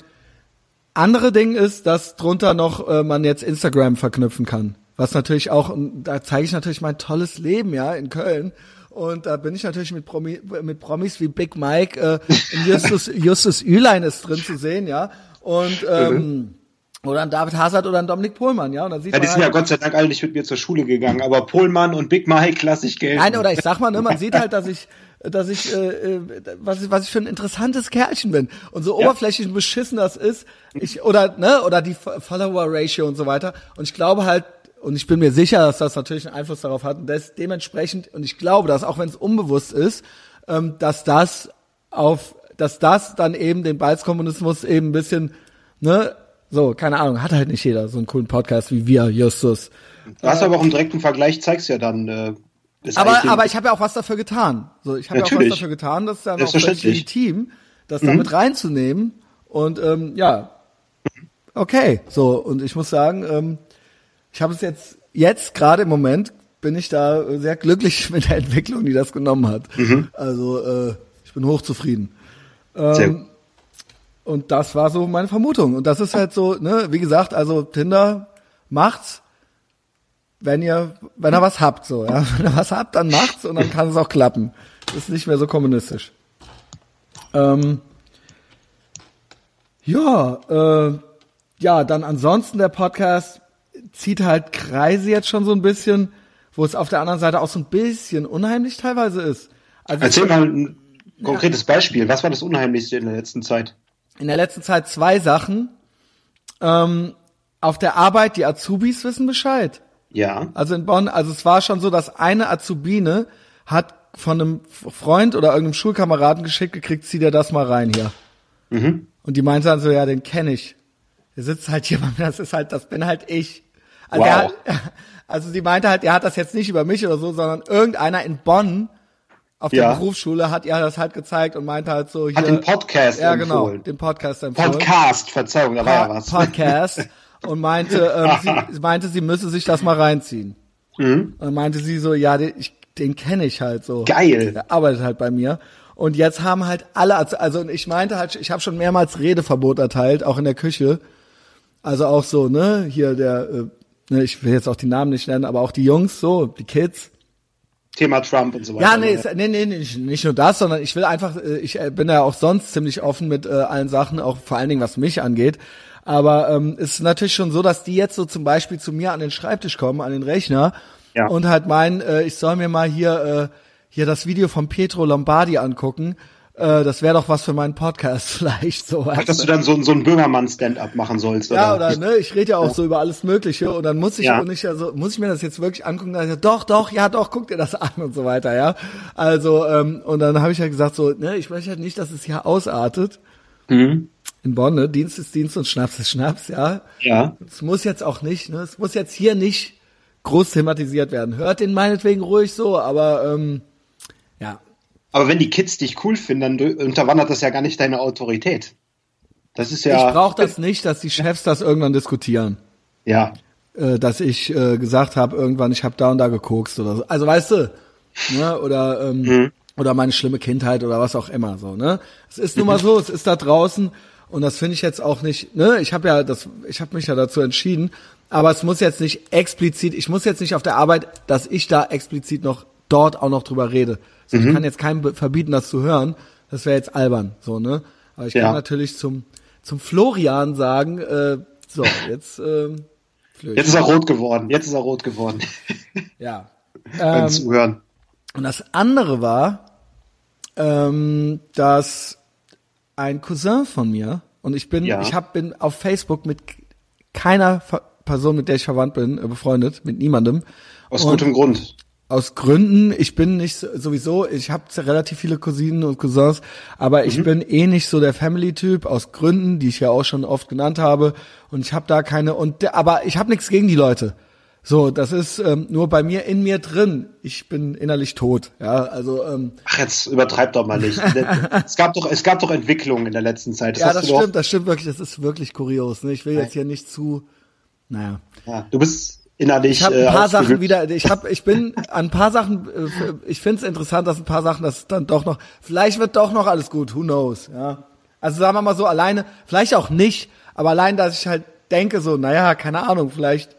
andere Ding ist, dass drunter noch äh, man jetzt Instagram verknüpfen kann. Was natürlich auch, und da zeige ich natürlich mein tolles Leben, ja, in Köln. Und da bin ich natürlich mit, Promi, mit Promis wie Big Mike, äh, Justus, Justus Ülein ist drin zu sehen, ja. Und, ähm, mhm. oder ein David Hazard oder ein Dominik Pohlmann, ja. Und dann sieht ja, die man sind halt, ja Gott sei Dank alle nicht mit mir zur Schule gegangen, aber Pohlmann und Big Mike lasse ich gelten. Nein, oder ich sag mal, ne, man sieht halt, dass ich, dass ich, äh, was ich, was ich für ein interessantes Kerlchen bin. Und so ja. oberflächlich und beschissen das ist, ich, oder, ne, oder die Follower-Ratio und so weiter. Und ich glaube halt, und ich bin mir sicher, dass das natürlich einen Einfluss darauf hat. Und das dementsprechend, und ich glaube, dass auch wenn es unbewusst ist, ähm, dass das auf, dass das dann eben den Balzkommunismus eben ein bisschen, ne, so, keine Ahnung, hat halt nicht jeder so einen coolen Podcast wie wir, Justus. Du hast äh, aber auch im direkten Vergleich, zeigst ja dann, äh, aber, aber ich habe ja auch was dafür getan. So, ich habe ja auch was dafür getan, das ist dann auch völlig legitim, das mhm. damit reinzunehmen. Und ähm, ja, okay, so, und ich muss sagen, ähm, ich habe es jetzt, jetzt gerade im Moment bin ich da sehr glücklich mit der Entwicklung, die das genommen hat. Mhm. Also äh, ich bin hochzufrieden. Ähm, und das war so meine Vermutung. Und das ist halt so, ne, wie gesagt, also Tinder macht's, wenn ihr, wenn ihr was habt, so, ja. Wenn ihr was habt, dann macht's und dann kann es auch klappen. Das ist nicht mehr so kommunistisch. Ähm, Ja, äh, ja, dann ansonsten der Podcast zieht halt Kreise jetzt schon so ein bisschen, wo es auf der anderen Seite auch so ein bisschen unheimlich teilweise ist. Also Erzähl mal ein konkretes ja. Beispiel. Was war das Unheimlichste in der letzten Zeit? In der letzten Zeit zwei Sachen. Ähm, auf der Arbeit, die Azubis wissen Bescheid. Ja. Also in Bonn, also es war schon so, dass eine Azubine hat von einem Freund oder irgendeinem Schulkameraden geschickt gekriegt, zieh dir das mal rein hier. Mhm. Und die meinte dann so, ja, den kenne ich. Der sitzt halt hier, das ist halt, das bin halt ich. Also, wow. der hat, also sie meinte halt, er hat das jetzt nicht über mich oder so, sondern irgendeiner in Bonn auf der ja. Berufsschule hat ihr das halt gezeigt und meinte halt so hier. Hat den Podcast ja, empfohlen. Ja, genau, den Podcast empfohlen. Podcast, Verzeihung, da war ja was. Podcast. Und meinte, ähm, sie meinte, sie müsse sich das mal reinziehen. Mhm. Und meinte sie so, ja, den, ich, den kenne ich halt so. Geil. Der arbeitet halt bei mir. Und jetzt haben halt alle, also ich meinte halt, ich habe schon mehrmals Redeverbot erteilt, auch in der Küche. Also auch so, ne, hier der, äh, ne, ich will jetzt auch die Namen nicht nennen, aber auch die Jungs, so, die Kids. Thema Trump und so weiter. Ja, nee, ist, nee, nee, nicht, nicht nur das, sondern ich will einfach, ich bin ja auch sonst ziemlich offen mit äh, allen Sachen, auch vor allen Dingen, was mich angeht. Aber ähm, ist natürlich schon so, dass die jetzt so zum Beispiel zu mir an den Schreibtisch kommen, an den Rechner ja. und halt meinen, äh, ich soll mir mal hier äh, hier das Video von Pietro Lombardi angucken. Äh, das wäre doch was für meinen Podcast vielleicht so. Ach, dass du dann so, so ein Böhmermann-Stand-up machen sollst, oder? Ja, oder ne, ich rede ja auch ja. so über alles Mögliche und dann muss ich ja. und ich ja so, muss ich mir das jetzt wirklich angucken, dann ich, doch, doch, ja, doch, guck dir das an und so weiter, ja. Also ähm, und dann habe ich halt gesagt so, ne, ich möchte halt nicht, dass es hier ausartet. Mhm. In Bonn, ne? Dienst ist Dienst und Schnaps ist Schnaps, ja. Ja. Es muss jetzt auch nicht, ne? Es muss jetzt hier nicht groß thematisiert werden. Hört den meinetwegen ruhig so, aber ähm, ja. Aber wenn die Kids dich cool finden, dann unterwandert das ja gar nicht deine Autorität. Das ist ja. Ich brauche das nicht, dass die Chefs das irgendwann diskutieren. Ja. Äh, dass ich äh, gesagt habe, irgendwann, ich habe da und da gekokst oder so. Also weißt du, ne? Oder ähm, mhm. oder meine schlimme Kindheit oder was auch immer so, ne? Es ist nun mal so, es ist da draußen. Und das finde ich jetzt auch nicht, ne, ich habe ja das, ich habe mich ja dazu entschieden, aber es muss jetzt nicht explizit, ich muss jetzt nicht auf der Arbeit, dass ich da explizit noch dort auch noch drüber rede. Also mhm. Ich kann jetzt keinem verbieten, das zu hören, das wäre jetzt albern, so, ne. Aber ich ja. kann natürlich zum zum Florian sagen, äh, so, jetzt äh, Jetzt ist er rot geworden, jetzt ist er rot geworden. Ja. Beim ähm, Zuhören. Und das andere war, ähm, dass ein Cousin von mir und ich bin, ja. ich hab, bin auf Facebook mit keiner Person, mit der ich verwandt bin, befreundet, mit niemandem. Aus und gutem Grund. Aus Gründen, ich bin nicht sowieso, ich habe relativ viele Cousinen und Cousins, aber ich mhm. bin eh nicht so der Family-Typ, aus Gründen, die ich ja auch schon oft genannt habe. Und ich habe da keine, und aber ich habe nichts gegen die Leute. So, das ist ähm, nur bei mir in mir drin. Ich bin innerlich tot. Ja, also. Ähm, Ach, jetzt übertreib doch mal nicht. es gab doch, es gab doch Entwicklungen in der letzten Zeit. Das ja, hast das du stimmt, doch... das stimmt wirklich. Das ist wirklich kurios. Ne? Ich will Nein. jetzt hier nicht zu. Naja. Ja, du bist innerlich. Ich habe ein paar äh, Sachen wieder. Ich habe, ich bin an ein paar Sachen. Äh, ich finde es interessant, dass ein paar Sachen, das dann doch noch. Vielleicht wird doch noch alles gut. Who knows? Ja. Also sagen wir mal so alleine. Vielleicht auch nicht. Aber allein, dass ich halt denke so, naja, keine Ahnung, vielleicht.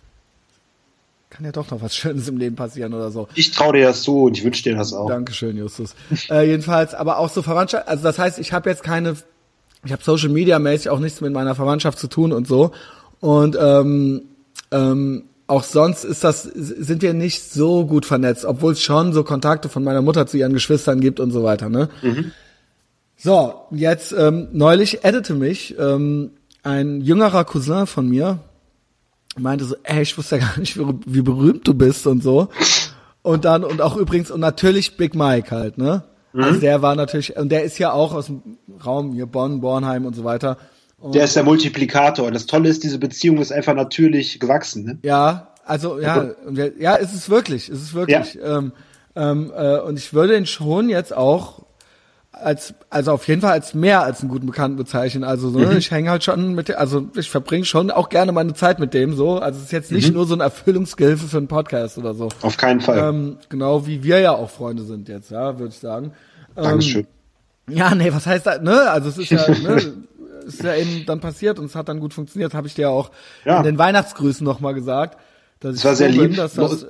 Kann ja doch noch was Schönes im Leben passieren oder so. Ich traue dir das zu und ich wünsche dir das auch. Dankeschön, Justus. äh, jedenfalls, aber auch so Verwandtschaft, also das heißt, ich habe jetzt keine, ich habe Social Media mäßig auch nichts mit meiner Verwandtschaft zu tun und so. Und ähm, ähm, auch sonst ist das, sind wir nicht so gut vernetzt, obwohl es schon so Kontakte von meiner Mutter zu ihren Geschwistern gibt und so weiter. Ne? Mhm. So, jetzt ähm, neulich addete mich ähm, ein jüngerer Cousin von mir, meinte so, ey, ich wusste ja gar nicht, wie, wie berühmt du bist und so. Und dann, und auch übrigens, und natürlich Big Mike halt, ne? Mhm. Also der war natürlich, und der ist ja auch aus dem Raum hier Bonn, Bornheim und so weiter. Und der ist der Multiplikator. Das Tolle ist, diese Beziehung ist einfach natürlich gewachsen, ne? Ja, also, ja, und wir, ja, es ist wirklich, es ist wirklich. Ja. Ähm, ähm, äh, und ich würde ihn schon jetzt auch als, also auf jeden Fall als mehr als einen guten Bekannten bezeichnen. Also so, mhm. ich hänge halt schon mit, also ich verbringe schon auch gerne meine Zeit mit dem so. Also es ist jetzt nicht mhm. nur so ein Erfüllungsgehilfe für einen Podcast oder so. Auf keinen Fall. Ähm, genau wie wir ja auch Freunde sind jetzt, ja, würde ich sagen. Ähm, Dankeschön. Ja, nee, was heißt das, ne? Also es ist ja, ne, ist ja eben dann passiert und es hat dann gut funktioniert, habe ich dir auch ja. in den Weihnachtsgrüßen nochmal gesagt. Dass das ich war sehr bin, lieb. dass das,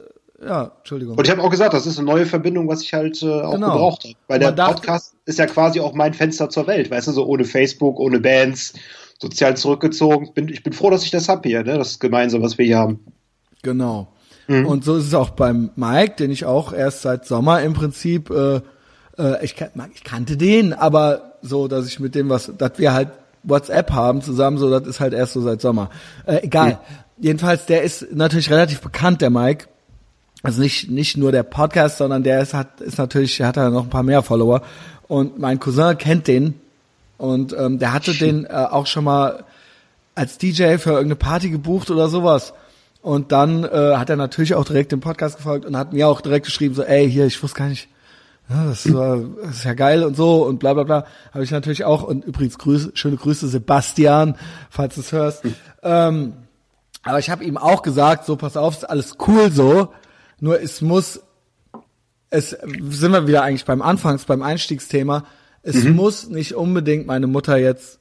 ja, Entschuldigung. Und ich habe auch gesagt, das ist eine neue Verbindung, was ich halt äh, auch Genau. gebraucht habe. Weil der dachte, Podcast ist ja quasi auch mein Fenster zur Welt, weißt du, so ohne Facebook, ohne Bands, sozial zurückgezogen. Bin, ich bin froh, dass ich das hab hier, ne? Das Gemeinsame, was wir hier haben. Genau. Mhm. Und so ist es auch beim Mike, den ich auch erst seit Sommer im Prinzip, äh, äh, ich, ich kannte den, aber so, dass ich mit dem was, dass wir halt WhatsApp haben zusammen, so, das ist halt erst so seit Sommer. Äh, egal. Mhm. Jedenfalls, der ist natürlich relativ bekannt, der Mike. Also nicht nicht nur der Podcast, sondern der ist hat ist natürlich, hat er noch ein paar mehr Follower. Und mein Cousin kennt den und ähm, der hatte den äh, auch schon mal als D J für irgendeine Party gebucht oder sowas. Und dann äh, hat er natürlich auch direkt den Podcast gefolgt und hat mir auch direkt geschrieben, so, ey, hier, ich wusste gar nicht, ja, das, war, das ist ja geil und so und bla bla bla. Habe ich natürlich auch, und übrigens Grüße, schöne Grüße, Sebastian, falls du es hörst. Mhm. Ähm, aber ich habe ihm auch gesagt, so, pass auf, ist alles cool so, nur es muss, es sind wir wieder eigentlich beim Anfangs, beim Einstiegsthema, es mhm. muss nicht unbedingt meine Mutter jetzt...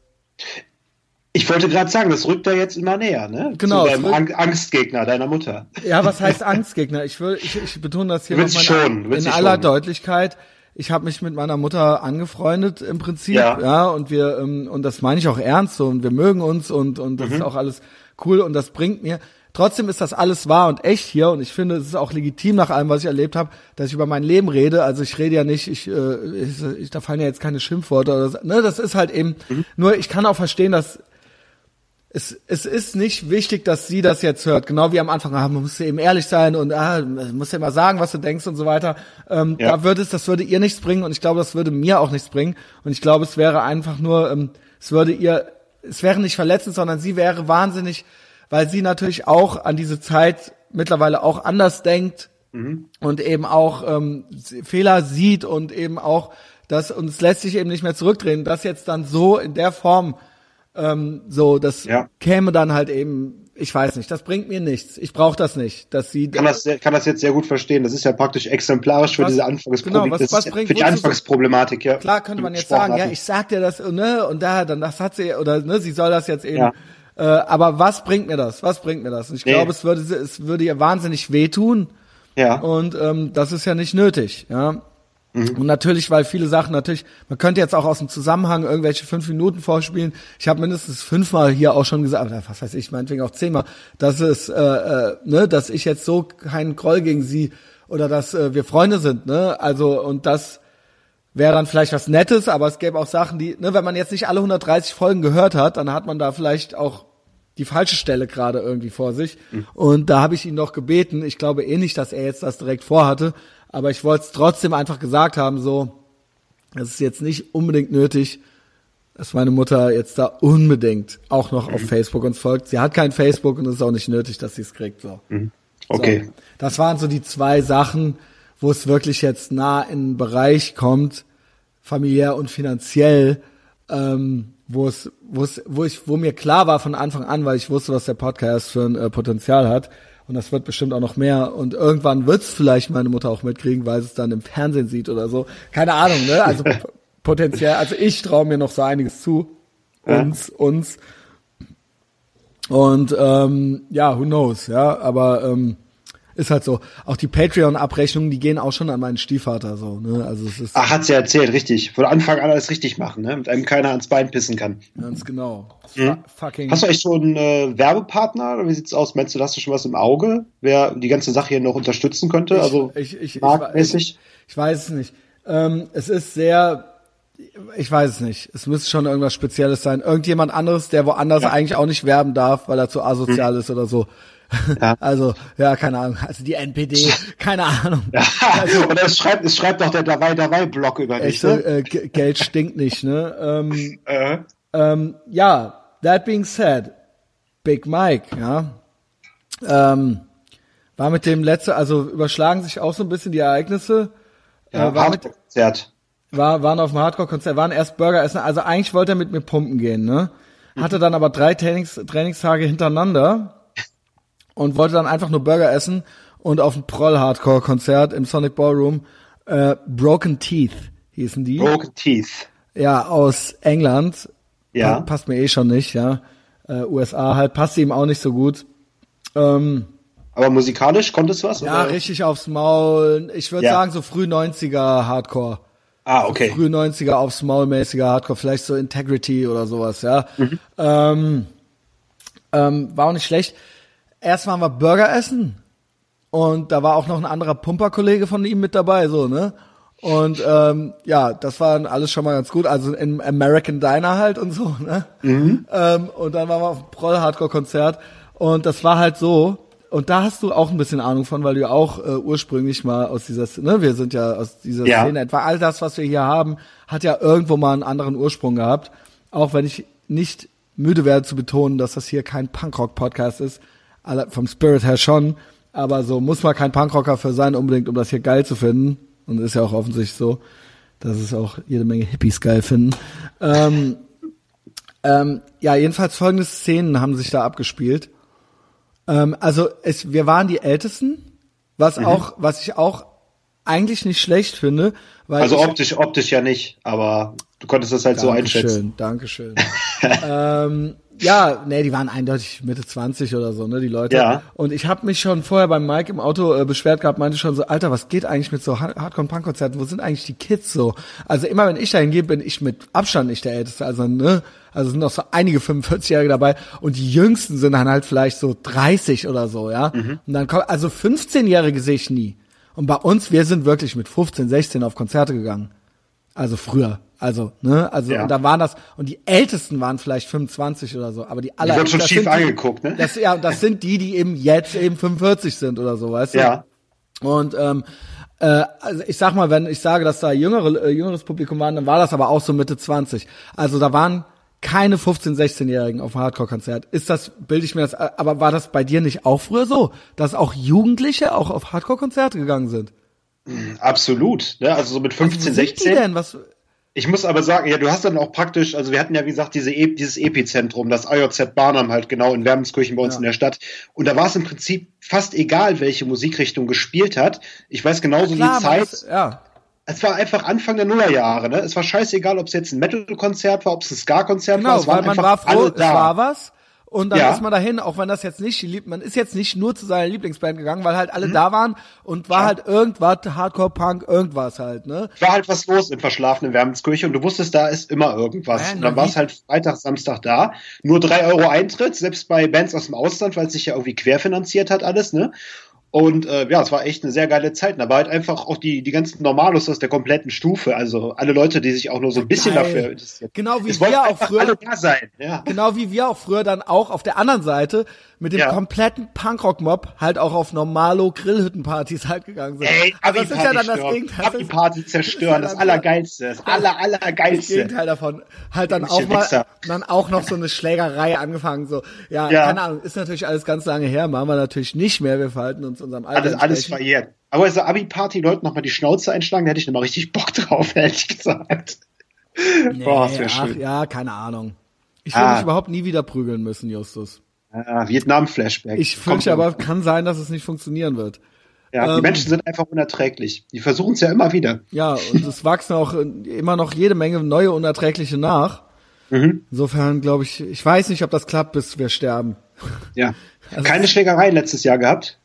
Ich wollte gerade sagen, das rückt da jetzt immer näher, ne? Genau. Zu deinem Ang- Angstgegner, deiner Mutter. Ja, was heißt Angstgegner? Ich will, ich, ich betone das hier nochmal schon, in aller schon. Deutlichkeit. Ich habe mich mit meiner Mutter angefreundet im Prinzip, ja, ja und wir ähm, und das meine ich auch ernst so, und wir mögen uns und und das mhm. ist auch alles cool und das bringt mir. Trotzdem ist das alles wahr und echt hier und ich finde, es ist auch legitim nach allem, was ich erlebt habe, dass ich über mein Leben rede. Also ich rede ja nicht, ich, äh, ich, ich da fallen ja jetzt keine Schimpfworte oder so. Ne, das ist halt eben. Mhm. Nur ich kann auch verstehen, dass Es, es ist nicht wichtig, dass sie das jetzt hört. Genau wie am Anfang, ah, man muss ja eben ehrlich sein und ah, man muss ja immer sagen, was du denkst und so weiter. Ähm, ja. Da würde es, das würde ihr nichts bringen und ich glaube, das würde mir auch nichts bringen. Und ich glaube, es wäre einfach nur, ähm, es würde ihr, es wäre nicht verletzend, sondern sie wäre wahnsinnig, weil sie natürlich auch an diese Zeit mittlerweile auch anders denkt mhm. und eben auch ähm, Fehler sieht und eben auch das, und es lässt sich eben nicht mehr zurückdrehen. Das jetzt dann so in der Form Ähm, so, das ja. käme dann halt eben, ich weiß nicht, das bringt mir nichts. Ich brauche das nicht, dass sie kann das kann das jetzt sehr gut verstehen. Das ist ja praktisch exemplarisch für was, diese Anfangsproblematik. Genau, was, was bringt, für die Anfangsproblematik, ja. Klar könnte man jetzt sagen, ja, ich sag dir das, ne, und da, dann das hat sie oder ne, sie soll das jetzt eben. Ja. Äh, aber was bringt mir das? Was bringt mir das? Und ich nee. glaube, es würde es würde ihr wahnsinnig wehtun. Ja. Und ähm, das ist ja nicht nötig, ja. Mhm. Und natürlich, weil viele Sachen natürlich, man könnte jetzt auch aus dem Zusammenhang irgendwelche fünf Minuten vorspielen. Ich habe mindestens fünfmal hier auch schon gesagt, was weiß ich, meinetwegen auch zehnmal, dass es, äh, äh, ne, dass ich jetzt so keinen Groll gegen sie oder dass äh, wir Freunde sind, ne, also und das wäre dann vielleicht was Nettes, aber es gäbe auch Sachen, die, ne, wenn man jetzt nicht alle hundertdreißig Folgen gehört hat, dann hat man da vielleicht auch die falsche Stelle gerade irgendwie vor sich. Mhm. Und da habe ich ihn noch gebeten. Ich glaube eh nicht, dass er jetzt das direkt vorhatte. Aber ich wollte es trotzdem einfach gesagt haben, so, es ist jetzt nicht unbedingt nötig, dass meine Mutter jetzt da unbedingt auch noch mhm. auf Facebook uns folgt. Sie hat kein Facebook und es ist auch nicht nötig, dass sie es kriegt. So. Mhm. Okay. So, das waren so die zwei Sachen, wo es wirklich jetzt nah in den Bereich kommt, familiär und finanziell, ähm, wo es, wo es, wo ich, wo mir klar war von Anfang an, weil ich wusste, was der Podcast für ein äh, Potenzial hat. Und das wird bestimmt auch noch mehr. Und irgendwann wird's vielleicht meine Mutter auch mitkriegen, weil sie es dann im Fernsehen sieht oder so. Keine Ahnung, ne? Also p- potenziell, also ich traue mir noch so einiges zu. Uns, ja. uns. Und ähm, ja, who knows, ja. Aber ähm, ist halt so. Auch die Patreon-Abrechnungen, die gehen auch schon an meinen Stiefvater so, ne? Also es ist. Ach, hat sie ja erzählt, richtig. Von Anfang an alles richtig machen, ne? Mit einem keiner ans Bein pissen kann. Ganz genau. Mhm. Fucking. Hast du eigentlich schon einen äh, Werbepartner oder wie sieht's aus? Meinst du, hast du schon was im Auge, wer die ganze Sache hier noch unterstützen könnte? Ich, also ich, ich, marktmäßig? Ich, ich weiß es nicht. Ähm, es ist sehr, ich weiß es nicht. Es müsste schon irgendwas Spezielles sein. Irgendjemand anderes, der woanders ja. eigentlich auch nicht werben darf, weil er zu asozial mhm. ist oder so. Ja. Also, ja, keine Ahnung. Also die N P D, keine Ahnung. Ja. Also, und es schreibt, es schreibt doch der Dabei-Dabei-Blog über dich. Echt, ne? äh, G- Geld stinkt nicht, ne? Ähm, äh. ähm, ja, that being said, Big Mike, ja, ähm, war mit dem letzte, also überschlagen sich auch so ein bisschen die Ereignisse. Ja, äh, war mit, Konzert. War, waren auf dem Hardcore-Konzert, waren erst Burger essen. Also eigentlich wollte er mit mir pumpen gehen, ne? Hatte dann aber drei Trainings, Trainingstage hintereinander. Und wollte dann einfach nur Burger essen und auf ein Proll-Hardcore-Konzert im Sonic Ballroom. Äh, Broken Teeth hießen die. Broken Teeth. Ja, aus England. Ja. Passt mir eh schon nicht, ja. Äh, U S A halt, passt ihm auch nicht so gut. Ähm, Aber musikalisch konntest du was? Ja, oder? richtig aufs Maul. Ich würde Ja. sagen so früh neunziger Hardcore. Ah, okay. So früh neunziger aufs Maul mäßiger Hardcore, vielleicht so Integrity oder sowas, ja. Mhm. Ähm, ähm, war auch nicht schlecht. Erst waren wir Burger essen und da war auch noch ein anderer Pumperkollege von ihm mit dabei, so, ne? Und ähm, ja, das war dann alles schon mal ganz gut. Also im American Diner halt und so, ne? Mhm. Ähm, und dann waren wir auf einem Proll-Hardcore-Konzert und das war halt so, und da hast du auch ein bisschen Ahnung von, weil du ja auch äh, ursprünglich mal aus dieser, ne, wir sind ja aus dieser ja. Szene, etwa all das, was wir hier haben, hat ja irgendwo mal einen anderen Ursprung gehabt. Auch wenn ich nicht müde werde zu betonen, dass das hier kein Punkrock-Podcast ist, alle, vom Spirit her schon, aber so muss man kein Punkrocker für sein unbedingt, um das hier geil zu finden. Und ist ja auch offensichtlich so, dass es auch jede Menge Hippies geil finden. Ähm, ähm, ja, jedenfalls folgende Szenen haben sich da abgespielt. Ähm, also es, wir waren die Ältesten, was mhm. auch, was ich auch eigentlich nicht schlecht finde. Weil also ich, optisch, optisch ja nicht, aber du konntest das halt so einschätzen. Dankeschön, Dankeschön. ähm, ja, nee, die waren eindeutig Mitte zwanzig oder so, ne, die Leute. Ja. Und ich habe mich schon vorher beim Mike im Auto äh, beschwert gehabt, meinte schon so, Alter, was geht eigentlich mit so Hardcore-Punk-Konzerten? Wo sind eigentlich die Kids so? Also immer, wenn ich dahin gehe, bin ich mit Abstand nicht der Älteste. Also, ne, also sind noch so einige fünfundvierzigjährige dabei und die Jüngsten sind dann halt vielleicht so dreißig oder so, ja. Mhm. Und dann kommt, also fünfzehnjährige sehe ich nie. Und bei uns, wir sind wirklich mit fünfzehn, sechzehn auf Konzerte gegangen. Also früher. Also, ne, also, ja. Und da waren das, und die Ältesten waren vielleicht fünfundzwanzig oder so, aber die aller, die wird schon schief angeguckt, ne? Das, ja, das sind die, die eben jetzt eben fünfundvierzig sind oder so, weißt du? Ja. Und, ähm, äh, also ich sag mal, wenn ich sage, dass da jüngere, äh, jüngeres Publikum waren, dann war das aber auch so Mitte zwanzig. Also da waren keine fünfzehn-, sechzehnjährigen auf dem Hardcore-Konzert. Ist das, bilde ich mir das, aber war das bei dir nicht auch früher so, dass auch Jugendliche auch auf Hardcore-Konzerte gegangen sind? Absolut, ne? Also so mit fünfzehn, also, wo sechzehn. sind die denn? Was? Ich muss aber sagen, ja, du hast dann auch praktisch, also wir hatten ja, wie gesagt, diese e- dieses Epizentrum, das I J Z Barnum halt genau in Wermelskirchen bei uns ja. in der Stadt. Und da war es im Prinzip fast egal, welche Musikrichtung gespielt hat. Ich weiß genauso ja, klar, die Zeit. Das, ja. Es war einfach Anfang der Nullerjahre, ne? Es war scheißegal, ob es jetzt ein Metal-Konzert war, ob es ein Ska-Konzert genau, war. Es weil man war froh, es war was. Und dann ja. ist man dahin, auch wenn das jetzt nicht, man ist jetzt nicht nur zu seiner Lieblingsband gegangen, weil halt alle mhm. da waren und war ja. halt irgendwas, Hardcore-Punk, irgendwas halt, ne? War halt was los in verschlafenen Wermelskirche und du wusstest, da ist immer irgendwas. Ja, und dann war es halt Freitag, Samstag da. Nur drei Euro Eintritt, selbst bei Bands aus dem Ausland, weil es sich ja irgendwie querfinanziert hat alles, ne? Und äh, ja, es war echt eine sehr geile Zeit. Da war halt einfach auch die die ganzen Normalos aus der kompletten Stufe, also alle Leute, die sich auch nur so ein bisschen Geil. dafür interessieren. Genau wie es wir auch früher alle da sein. Ja. Genau wie wir auch früher dann auch auf der anderen Seite mit dem ja. kompletten Punkrock-Mob halt auch auf Normalo Grillhüttenpartys halt gegangen sind. Ey, also das ist ja dann das Gegenteil. Abi-Party zerstören, das, das Allergeilste, das aller, Allergeilste. Das Gegenteil davon. Halt dann auch mal, Wichser. dann auch noch so eine Schlägerei angefangen, so. Ja, ja, keine Ahnung, ist natürlich alles ganz lange her, machen wir natürlich nicht mehr, wir verhalten uns unserem Alter. Alles, alles verjährt. Aber so Abi-Party, Leuten nochmal die Schnauze einschlagen, da hätte ich nochmal richtig Bock drauf, ehrlich gesagt. Nee, Boah, das wäre schön. Ja, keine Ahnung. Ich will ah. mich überhaupt nie wieder prügeln müssen, Justus. Ah, Vietnam-Flashback. Ich fürchte aber, kann sein, dass es nicht funktionieren wird. Ja, ähm, die Menschen sind einfach unerträglich. Die versuchen es ja immer wieder. Ja, und es wachsen auch immer noch jede Menge neue Unerträgliche nach. Mhm. Insofern glaube ich, ich weiß nicht, ob das klappt, bis wir sterben. Ja. Also keine Schlägerei letztes Jahr gehabt?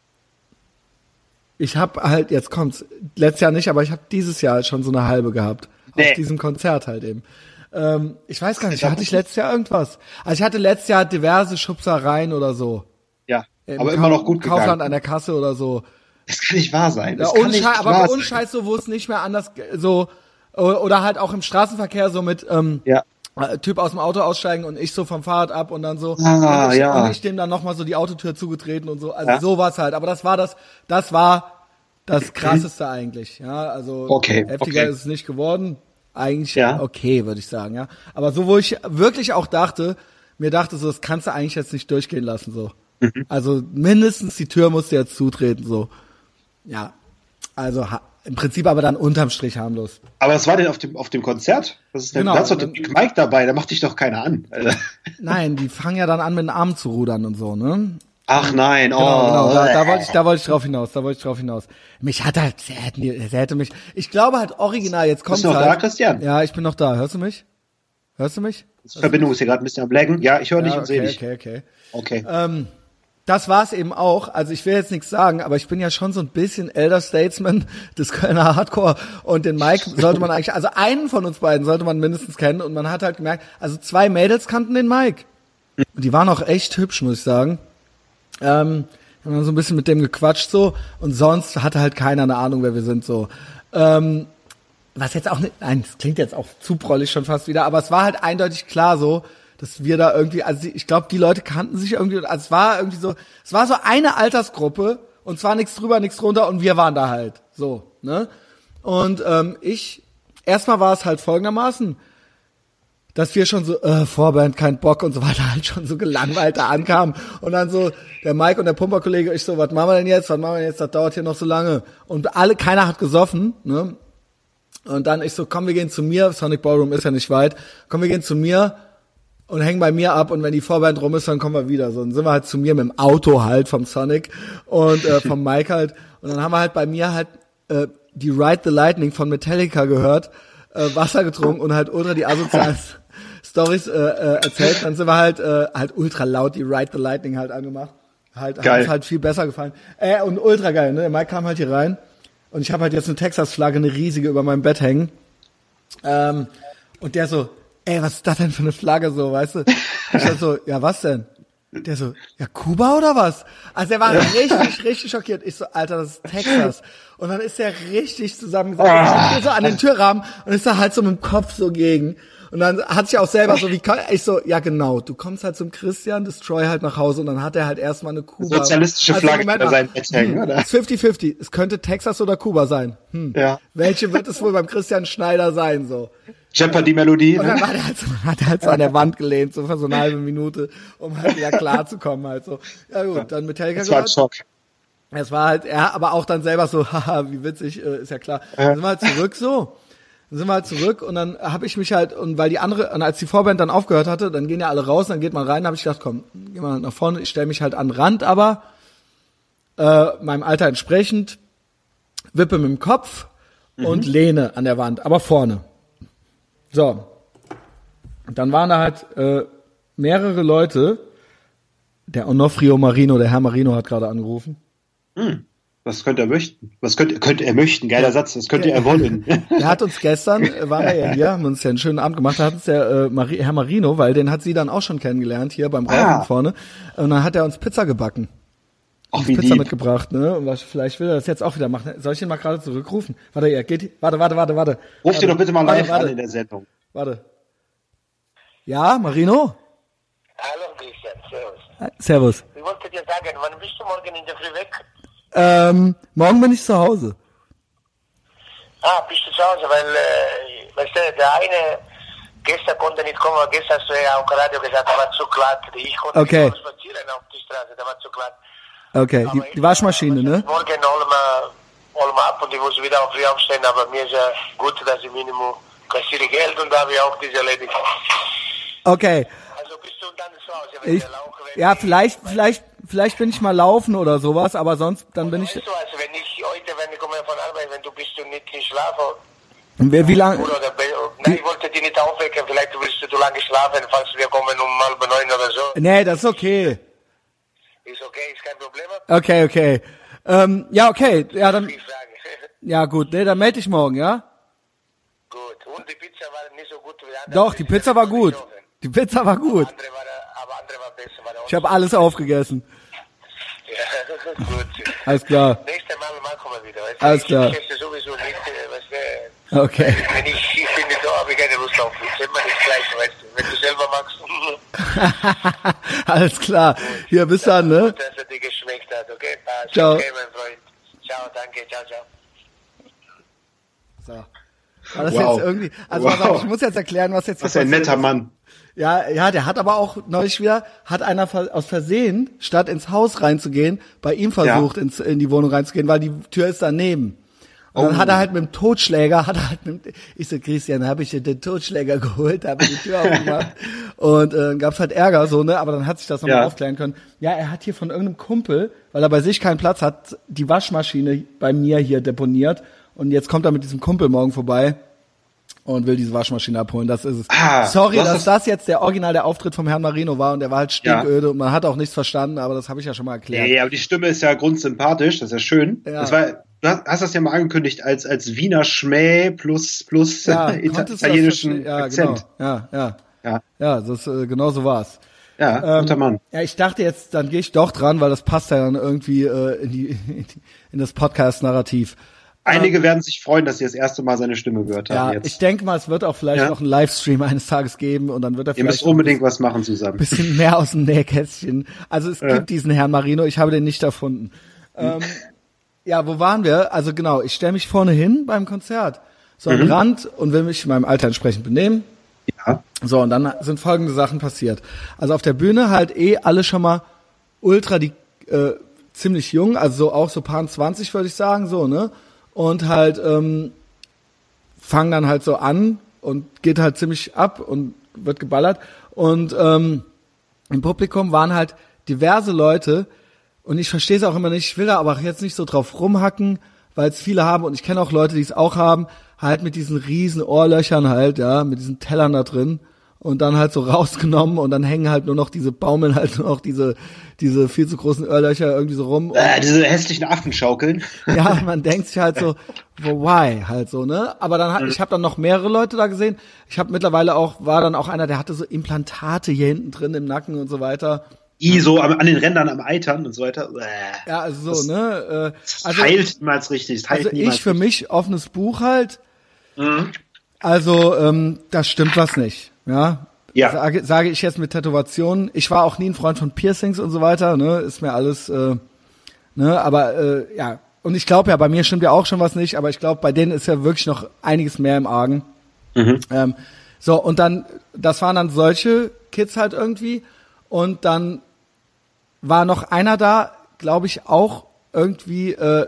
Ich habe halt, jetzt kommt's, letztes Jahr nicht, aber ich habe dieses Jahr schon so eine halbe gehabt. Nee. Auf diesem Konzert halt eben. Ähm, ich weiß gar nicht, hatte ich letztes Jahr irgendwas? Also ich hatte letztes Jahr diverse Schubsereien oder so. Ja, Im aber Ka- immer noch gut gegangen. Kaufland an der Kasse oder so. Das kann nicht wahr sein. Das ja, kann unschei- nicht aber wahr unscheiß so, wo es nicht mehr anders so, oder halt auch im Straßenverkehr so mit ähm, ja. Typ aus dem Auto aussteigen und ich so vom Fahrrad ab und dann so ah, und, ich, ja. und ich dem dann nochmal so die Autotür zugetreten und so. Also ja. sowas halt. Aber das war das, das war das Krasseste eigentlich. Ja, also okay, heftiger okay. ist es nicht geworden. Eigentlich ja. okay, würde ich sagen, ja. Aber so, wo ich wirklich auch dachte, mir dachte so, das kannst du eigentlich jetzt nicht durchgehen lassen, so. Mhm. Also mindestens die Tür musst du jetzt zutreten, so. Ja, also ha- im Prinzip aber dann unterm Strich harmlos. Aber was war denn auf dem auf dem Konzert? Was ist denn? Genau, Da ist doch der Big Mike dabei, da macht dich doch keiner an. Nein, die fangen ja dann an, mit den Armen zu rudern und so, ne? Ach nein, oh. Genau, genau, da, da wollte ich, da wollte ich drauf hinaus, da wollte ich drauf hinaus. Mich hat halt, er hätte, er hätte mich, ich glaube halt original, jetzt kommt Bist du noch halt, da, Christian? Ja, ich bin noch da, hörst du mich? Hörst du mich? Die Verbindung ist hier gerade ein bisschen am Laggen. Ja, ich höre dich ja, und sehe okay, dich. okay, okay. Okay. Ähm, das war's eben auch. Also ich will jetzt nichts sagen, aber ich bin ja schon so ein bisschen Elder Statesman des Kölner Hardcore und den Mike sollte man eigentlich, also einen von uns beiden sollte man mindestens kennen und man hat halt gemerkt, also zwei Mädels kannten den Mike. Und die waren auch echt hübsch, muss ich sagen. Ähm, wir haben so ein bisschen mit dem gequatscht so und sonst hatte halt keiner eine Ahnung, wer wir sind so. Ähm, was jetzt auch nicht, nein, das klingt jetzt auch zu prollig schon fast wieder, aber es war halt eindeutig klar so, dass wir da irgendwie, also ich glaube, die Leute kannten sich irgendwie, also es war irgendwie so, es war so eine Altersgruppe und zwar nichts drüber, nichts drunter und wir waren da halt so, ne? Und ähm, ich, erstmal war es halt folgendermaßen, dass wir schon so, äh, Vorband, kein Bock und so weiter, halt schon so gelangweilt da ankamen und dann so, der Mike und der Pumperkollege, ich so, was machen wir denn jetzt, was machen wir denn jetzt, das dauert hier noch so lange und alle, keiner hat gesoffen, ne? Und dann ich so, komm, wir gehen zu mir, Sonic Ballroom ist ja nicht weit, komm, wir gehen zu mir und hängen bei mir ab und wenn die Vorband rum ist, dann kommen wir wieder. So, dann sind wir halt zu mir mit dem Auto halt vom Sonic und äh, vom Mike halt und dann haben wir halt bei mir halt äh, die Ride the Lightning von Metallica gehört, äh, Wasser getrunken und halt ultra die asozialen Storys äh, äh, erzählt. Dann sind wir halt äh, halt ultra laut die Ride the Lightning halt angemacht. Halt, hat uns halt viel besser gefallen. Äh, und ultra geil, ne? Der Mike kam halt hier rein. Und ich habe halt jetzt eine Texas-Flagge, eine riesige über meinem Bett hängen. Ähm, und der so, ey, was ist das denn für eine Flagge so, weißt du? Ich halt so, ja, was denn? Der so, ja, Kuba oder was? Also er war richtig, richtig schockiert. Ich so, Alter, das ist Texas. Und dann ist er richtig zusammengesagt. Ich bin so an den Türrahmen und ist da halt so mit dem Kopf so gegen. Und dann hat sich auch selber so wie, ich so, ja genau, du kommst halt zum Christian Destroy halt nach Hause und dann hat er halt erstmal eine Kuba. Sozialistische also, Flagge über sein Bett hängen, oder? fünfzig fünfzig. Es könnte Texas oder Kuba sein. Hm. Ja. Welche wird es wohl beim Christian Schneider sein, so? Jeopardy-Melodie. Und dann war der halt so, hat er halt so an der Wand gelehnt, so für so eine halbe Minute, um halt wieder klarzukommen halt so. Ja gut, dann Metallica gehört. Das war ein Schock. Es war halt, ja, aber auch dann selber so, haha, wie witzig, äh, ist ja klar. Dann sind wir halt zurück so. Dann sind wir halt zurück und dann habe ich mich halt, und weil die andere, und als die Vorband dann aufgehört hatte, dann gehen ja alle raus, dann geht man rein, habe ich gedacht, komm, geh mal nach vorne, ich stelle mich halt an den Rand, aber äh, meinem Alter entsprechend, wippe mit dem Kopf mhm. und lehne an der Wand, aber vorne. So. Und dann waren da halt äh, mehrere Leute, der Onofrio Marino, der Herr Marino hat gerade angerufen. Mhm. Was könnte er möchten? Was könnte, könnte er möchten? Geiler Satz, das könnte er wollen. Er hat uns gestern, äh, waren wir ja hier, haben uns ja einen schönen Abend gemacht, da hat uns der äh, Mari- Herr Marino, weil den hat sie dann auch schon kennengelernt, hier beim Rauchen ah. vorne, und dann hat er uns Pizza gebacken. Ach, wie Pizza lieb. mitgebracht, ne? Und was, vielleicht will er das jetzt auch wieder machen. Soll ich ihn mal gerade zurückrufen? Warte, ja, geht, warte, warte, warte, warte. Ruf dir doch bitte mal live warte, an in der Sendung. Warte. Ja, Marino? Hallo Christian, servus. Servus. Ich wollte dir sagen, wann bist du morgen in der Früh weg? Ähm, morgen bin ich zu Hause. Ah, bist du zu Hause, weil, äh, weißt du, der eine, gestern konnte nicht kommen, aber gestern hast du ja auch Radio gesagt, der war zu glatt. Ich konnte okay. nicht spazieren auf die Straße, der war zu glatt. Okay, die, die Waschmaschine, ne? Morgen holen wir, holen wir ab und ich muss wieder früh aufstehen, aber mir ist ja gut, dass ich Minimum kassiere Geld und da habe ich auch diese erledigt. Okay. Also bist du dann zu Hause, wenn ich, der Lauch, wenn ja, vielleicht, vielleicht, vielleicht bin ich mal laufen oder sowas, aber sonst, dann bin ich... Weißt du, also wenn ich heute, wenn ich komme von Arbeit, wenn du bist und nicht in Schlafen... Wie, wie lange... Oder, oder, nein, ich wollte dich nicht aufwecken, vielleicht willst du zu lange schlafen, falls wir kommen um halb neun oder so. Nee, das ist okay. Ist okay, ist kein Problem. Okay, okay. Ähm, ja, okay, ja, dann... Ja, gut, nee, dann melde ich morgen, ja? Gut, und die Pizza war nicht so gut wie die andere. Doch, die Pizza war gut. Die Pizza war gut. Aber andere war, aber andere war besser. War ich habe alles aufgegessen. Ja, gut. Alles klar. Nächstes Mal machen wir wieder. Weißt du? Alles klar. Ich esse sowieso nicht, weißt du. Okay. Wenn ich, ich bin nicht so, habe ich keine Lust auf Pizza. Immer das Gleiche, weißt du. Wenn du selber magst. Alles klar. Hier, bis dann, ne? Gut, dass er dir geschmeckt hat, okay? Passt. Ciao. Okay, mein Freund. Ciao, danke. Ciao, ciao. So. War das wow. jetzt irgendwie, also wow. also ich muss jetzt erklären, was jetzt was ein netter ist. Mann. Ja, ja, der hat aber auch neulich wieder, hat einer aus Versehen, statt ins Haus reinzugehen, bei ihm versucht, ja. ins, in die Wohnung reinzugehen, weil die Tür ist daneben. Und oh. dann hat er halt mit dem Totschläger, hat er halt mit, ich so, Christian, habe ich dir den Totschläger geholt, habe die Tür aufgemacht und äh, gab's halt Ärger, so, ne, aber dann hat sich das nochmal ja. aufklären können. Ja, er hat hier von irgendeinem Kumpel, weil er bei sich keinen Platz hat, die Waschmaschine bei mir hier deponiert und jetzt kommt er mit diesem Kumpel morgen vorbei und will diese Waschmaschine abholen. Das ist es. Ah, Sorry, dass das, das jetzt der Original der Auftritt vom Herrn Marino war und der war halt stinköde ja. und man hat auch nichts verstanden, aber das habe ich ja schon mal erklärt. Nee, aber die Stimme ist ja grundsympathisch, das ist ja schön. Ja. Das war, du hast das ja mal angekündigt als als Wiener Schmäh plus plus ja, Ita- italienischen ja, Akzent. Genau. Ja, ja. Ja, ja, das äh, genau so war's. ja, Ähm, guter Mann. Ja, ich dachte jetzt, dann gehe ich doch dran, weil das passt ja dann irgendwie äh, in die in, die, in das Podcast-Narrativ. Einige ähm, werden sich freuen, dass sie das erste Mal seine Stimme gehört haben Ja, jetzt. ich denke mal, es wird auch vielleicht Ja. noch einen Livestream eines Tages geben und dann wird er Ihr müsst vielleicht unbedingt was machen zusammen. ein bisschen mehr aus dem Nähkästchen. Also es Ja. gibt diesen Herrn Marino, ich habe den nicht erfunden. Ähm, ja, wo waren wir? Also genau, ich stelle mich vorne hin beim Konzert, so am Mhm. Rand und will mich meinem Alter entsprechend benehmen. Ja. So, und dann sind folgende Sachen passiert. Also auf der Bühne halt eh alle schon mal ultra die äh, ziemlich jung, also so auch so paar zwanzig würde ich sagen, so, ne? Und halt ähm, fangen dann halt so an und geht halt ziemlich ab und wird geballert. Und ähm, im Publikum waren halt diverse Leute und ich verstehe es auch immer nicht, ich will da aber jetzt nicht so drauf rumhacken, weil es viele haben und ich kenne auch Leute, die es auch haben, halt mit diesen riesen Ohrlöchern halt, ja, mit diesen Tellern da drin und dann halt so rausgenommen und dann hängen halt nur noch diese, baumeln halt nur noch diese, diese viel zu großen Ohrlöcher irgendwie so rum. Äh, diese hässlichen Affenschaukeln. Ja, man denkt sich halt so, why, halt so, ne? Aber dann hat, ich habe dann noch mehrere Leute da gesehen. Ich habe mittlerweile auch, war dann auch einer, der hatte so Implantate hier hinten drin im Nacken und so weiter. I, so am, an den Rändern am Eitern und so weiter. Bäh. Ja, also so, Das ne? Äh, also, heilt niemals richtig. Es heilt also niemals ich für mich, offenes Buch halt. Mhm. Also, ähm, da stimmt was nicht, ja. Ja. Sage, sage ich jetzt mit Tätowationen. Ich war auch nie ein Freund von Piercings und so weiter, ne? Ist mir alles, äh, ne? Aber, äh, ja. Und ich glaube ja, bei mir stimmt ja auch schon was nicht, aber ich glaube, bei denen ist ja wirklich noch einiges mehr im Argen. Mhm. Ähm, so, und dann, das waren dann solche Kids halt irgendwie. Und dann war noch einer da, glaube ich, auch irgendwie äh,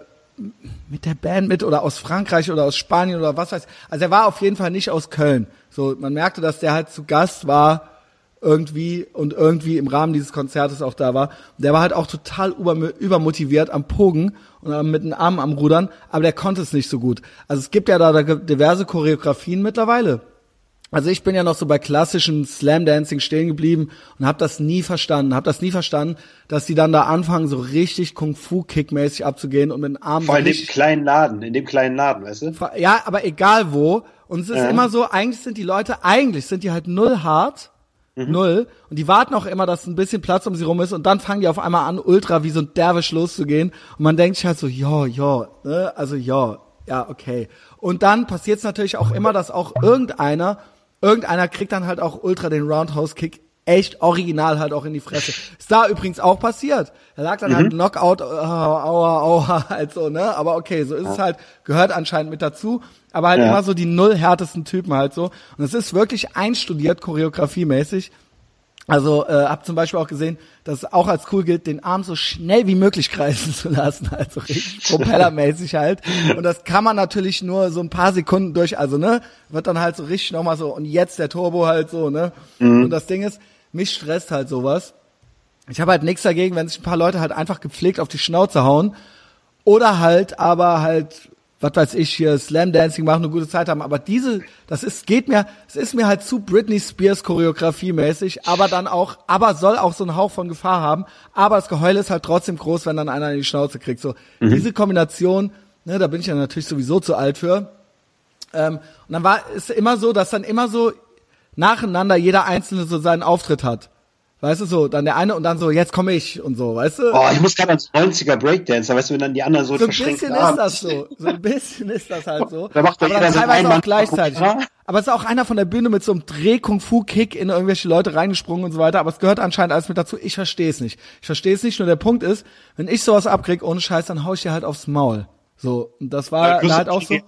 mit der Band mit oder aus Frankreich oder aus Spanien oder was weiß ich. Also er war auf jeden Fall nicht aus Köln. So, man merkte, dass der halt zu Gast war irgendwie und irgendwie im Rahmen dieses Konzertes auch da war. Und der war halt auch total über, übermotiviert am Pogen und mit den Armen am Rudern, aber der konnte es nicht so gut. Also es gibt ja da diverse Choreografien mittlerweile. Also ich bin ja noch so bei klassischen Slam-Dancing stehen geblieben und habe das nie verstanden. Habe das nie verstanden, dass die dann da anfangen, so richtig Kung-Fu-Kick-mäßig abzugehen und mit den Armen... Vor allem so in dem kleinen Laden, in dem kleinen Laden, weißt du? Ja, aber egal wo. Und es ist Ja. immer so, eigentlich sind die Leute, eigentlich sind die halt null hart, Mhm. null. Und die warten auch immer, dass ein bisschen Platz um sie rum ist und dann fangen die auf einmal an, ultra wie so ein Derwisch loszugehen. Und man denkt sich halt so, ja, ja, ne? Also ja, ja, okay. Und dann passiert es natürlich auch immer, dass auch irgendeiner... Irgendeiner kriegt dann halt auch ultra den Roundhouse-Kick echt original halt auch in die Fresse. Ist da übrigens auch passiert. Da lag dann Mhm. halt Knockout, aua, aua, aua, halt so, ne? Aber okay, so ist es halt, gehört anscheinend mit dazu. Aber halt Ja. immer so die null härtesten Typen halt so. Und es ist wirklich einstudiert, choreografiemäßig. Also äh, hab zum Beispiel auch gesehen, dass es auch als cool gilt, den Arm so schnell wie möglich kreisen zu lassen, also richtig propellermäßig halt. Und das kann man natürlich nur so ein paar Sekunden durch, also ne, wird dann halt so richtig nochmal so, und jetzt der Turbo halt so, ne. Mhm. Und das Ding ist, mich stresst halt sowas. Ich habe halt nichts dagegen, wenn sich ein paar Leute halt einfach gepflegt auf die Schnauze hauen oder halt aber halt, was weiß ich, hier Slam Dancing machen, eine gute Zeit haben, aber diese, das ist, geht mir, es ist mir halt zu Britney Spears Choreografie-mäßig, aber dann auch, aber soll auch so einen Hauch von Gefahr haben, aber das Geheul ist halt trotzdem groß, wenn dann einer in die Schnauze kriegt, so. Mhm. Diese Kombination, ne, da bin ich ja natürlich sowieso zu alt für, ähm, und dann war es immer so, dass dann immer so nacheinander jeder Einzelne so seinen Auftritt hat. Weißt du, so, dann der eine und dann so, jetzt komme ich und so, weißt du? Oh, ich muss gerade an so neunziger Breakdancer, weißt du, wenn dann die anderen so So ein bisschen ist das so. So ein bisschen ist das halt so. Da macht doch aber jeder dann so teilweise einen auch gleichzeitig. Ja? Aber es ist auch einer von der Bühne mit so einem Dreh-Kung-Fu-Kick in irgendwelche Leute reingesprungen und so weiter. Aber es gehört anscheinend alles mit dazu. Ich verstehe es nicht. Ich verstehe es nicht. Nur der Punkt ist, wenn ich sowas abkrieg, ohne Scheiß, dann hau ich dir halt aufs Maul. So. Und das war da halt auch so.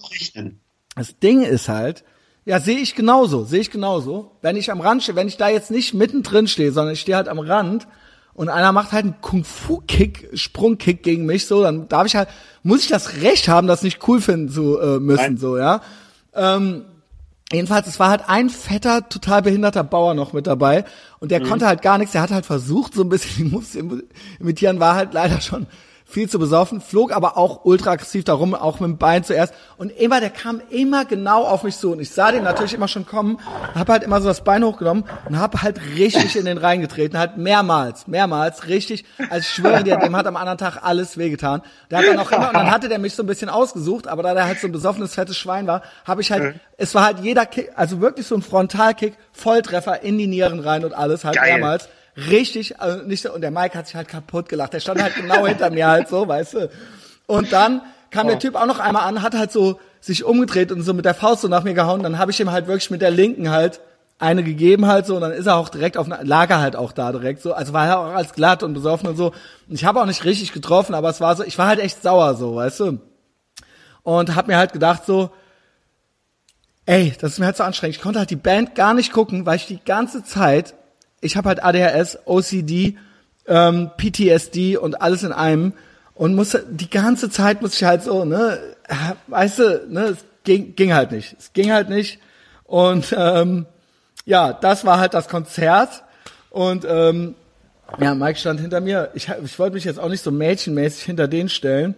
Das Ding ist halt, ja, sehe ich genauso, sehe ich genauso. Wenn ich am Rand stehe, wenn ich da jetzt nicht mittendrin stehe, sondern ich stehe halt am Rand und einer macht halt einen Kung-Fu-Kick, Sprungkick gegen mich, so, dann darf ich halt, muss ich das Recht haben, das nicht cool finden zu äh, müssen, Nein. so, ja. Ähm, jedenfalls, es war halt ein fetter, total behinderter Bauer noch mit dabei und der mhm. konnte halt gar nichts, der hat halt versucht, so ein bisschen die Moves zu imitieren, war halt leider schon viel zu besoffen, flog aber auch ultra aggressiv darum, auch mit dem Bein zuerst. Und immer, der kam immer genau auf mich zu. Und ich sah den natürlich immer schon kommen, hab halt immer so das Bein hochgenommen und hab halt richtig in den reingetreten, halt mehrmals, mehrmals, richtig. Also ich schwöre dir, dem hat am anderen Tag alles wehgetan. Der hat dann auch immer, und dann hatte der mich so ein bisschen ausgesucht, aber da der halt so ein besoffenes, fettes Schwein war, habe ich halt, mhm. es war halt jeder Kick, also wirklich so ein Frontalkick, Volltreffer in die Nieren rein und alles, halt Geil. mehrmals. Richtig, also nicht so, und der Mike hat sich halt kaputt gelacht. Der stand halt genau hinter mir halt so, weißt du. Und dann kam oh. der Typ auch noch einmal an, hat halt so sich umgedreht und so mit der Faust so nach mir gehauen. Dann habe ich ihm halt wirklich mit der linken halt eine gegeben halt so, und dann ist er auch direkt auf eine Lager halt auch da direkt so. Also war er auch als glatt und besoffen und so. Und ich habe auch nicht richtig getroffen, aber es war so, ich war halt echt sauer so, weißt du. Und hab mir halt gedacht so, ey, das ist mir halt so anstrengend. Ich konnte halt die Band gar nicht gucken, weil ich die ganze Zeit, ich habe halt A D H S, O C D, ähm, P T S D und alles in einem und musste, die ganze Zeit musste ich halt so, ne, weißt du, ne, es ging, ging halt nicht. Es ging halt nicht. Und ähm, ja, das war halt das Konzert. Und ähm, ja, Mike stand hinter mir. Ich, ich wollte mich jetzt auch nicht so mädchenmäßig hinter den stellen.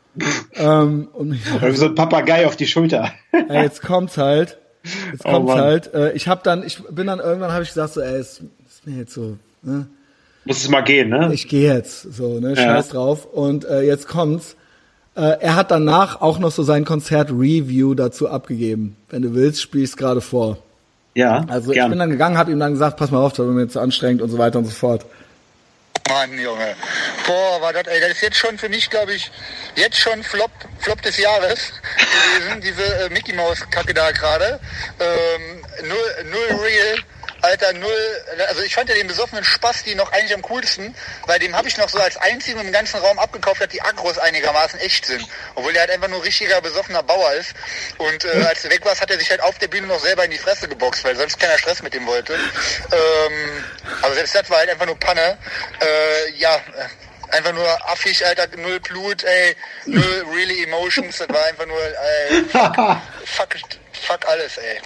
ähm, und mich, so ein Papagei auf die Schulter. Ja, jetzt kommt's halt. Jetzt kommt's oh halt. Äh, ich hab dann, ich bin dann irgendwann, habe ich gesagt so, ey, ist, ist mir jetzt so, ne? Muss es mal gehen, ne? Ich gehe jetzt, so, ne? Scheiß ja. drauf. Und äh, jetzt kommt's. Äh, er hat danach auch noch so sein Konzert-Review dazu abgegeben. Wenn du willst, spiel ich's gerade vor. Ja. Also gern. ich bin dann gegangen, habe ihm dann gesagt, pass mal auf, das wird mir jetzt zu anstrengend und so weiter und so fort. Mann, Junge. Boah, war das, ey, das ist jetzt schon für mich, glaube ich, jetzt schon Flop, Flop des Jahres gewesen, diese äh, Mickey Maus Kacke da gerade. Ähm, null, null real, Alter, null, also ich fand ja den besoffenen Spasti noch eigentlich am coolsten, weil dem habe ich noch so als einzigen im ganzen Raum abgekauft, dass die Agros einigermaßen echt sind. Obwohl der halt einfach nur richtiger besoffener Bauer ist. Und äh, als du weg warst, hat er sich halt auf der Bühne noch selber in die Fresse geboxt, weil sonst keiner Stress mit dem wollte. Ähm, aber selbst das war halt einfach nur Panne. Äh, ja, einfach nur affig, Alter, null Blut, ey, null really emotions, das war einfach nur, ey, fuck, fuck, fuck alles, ey.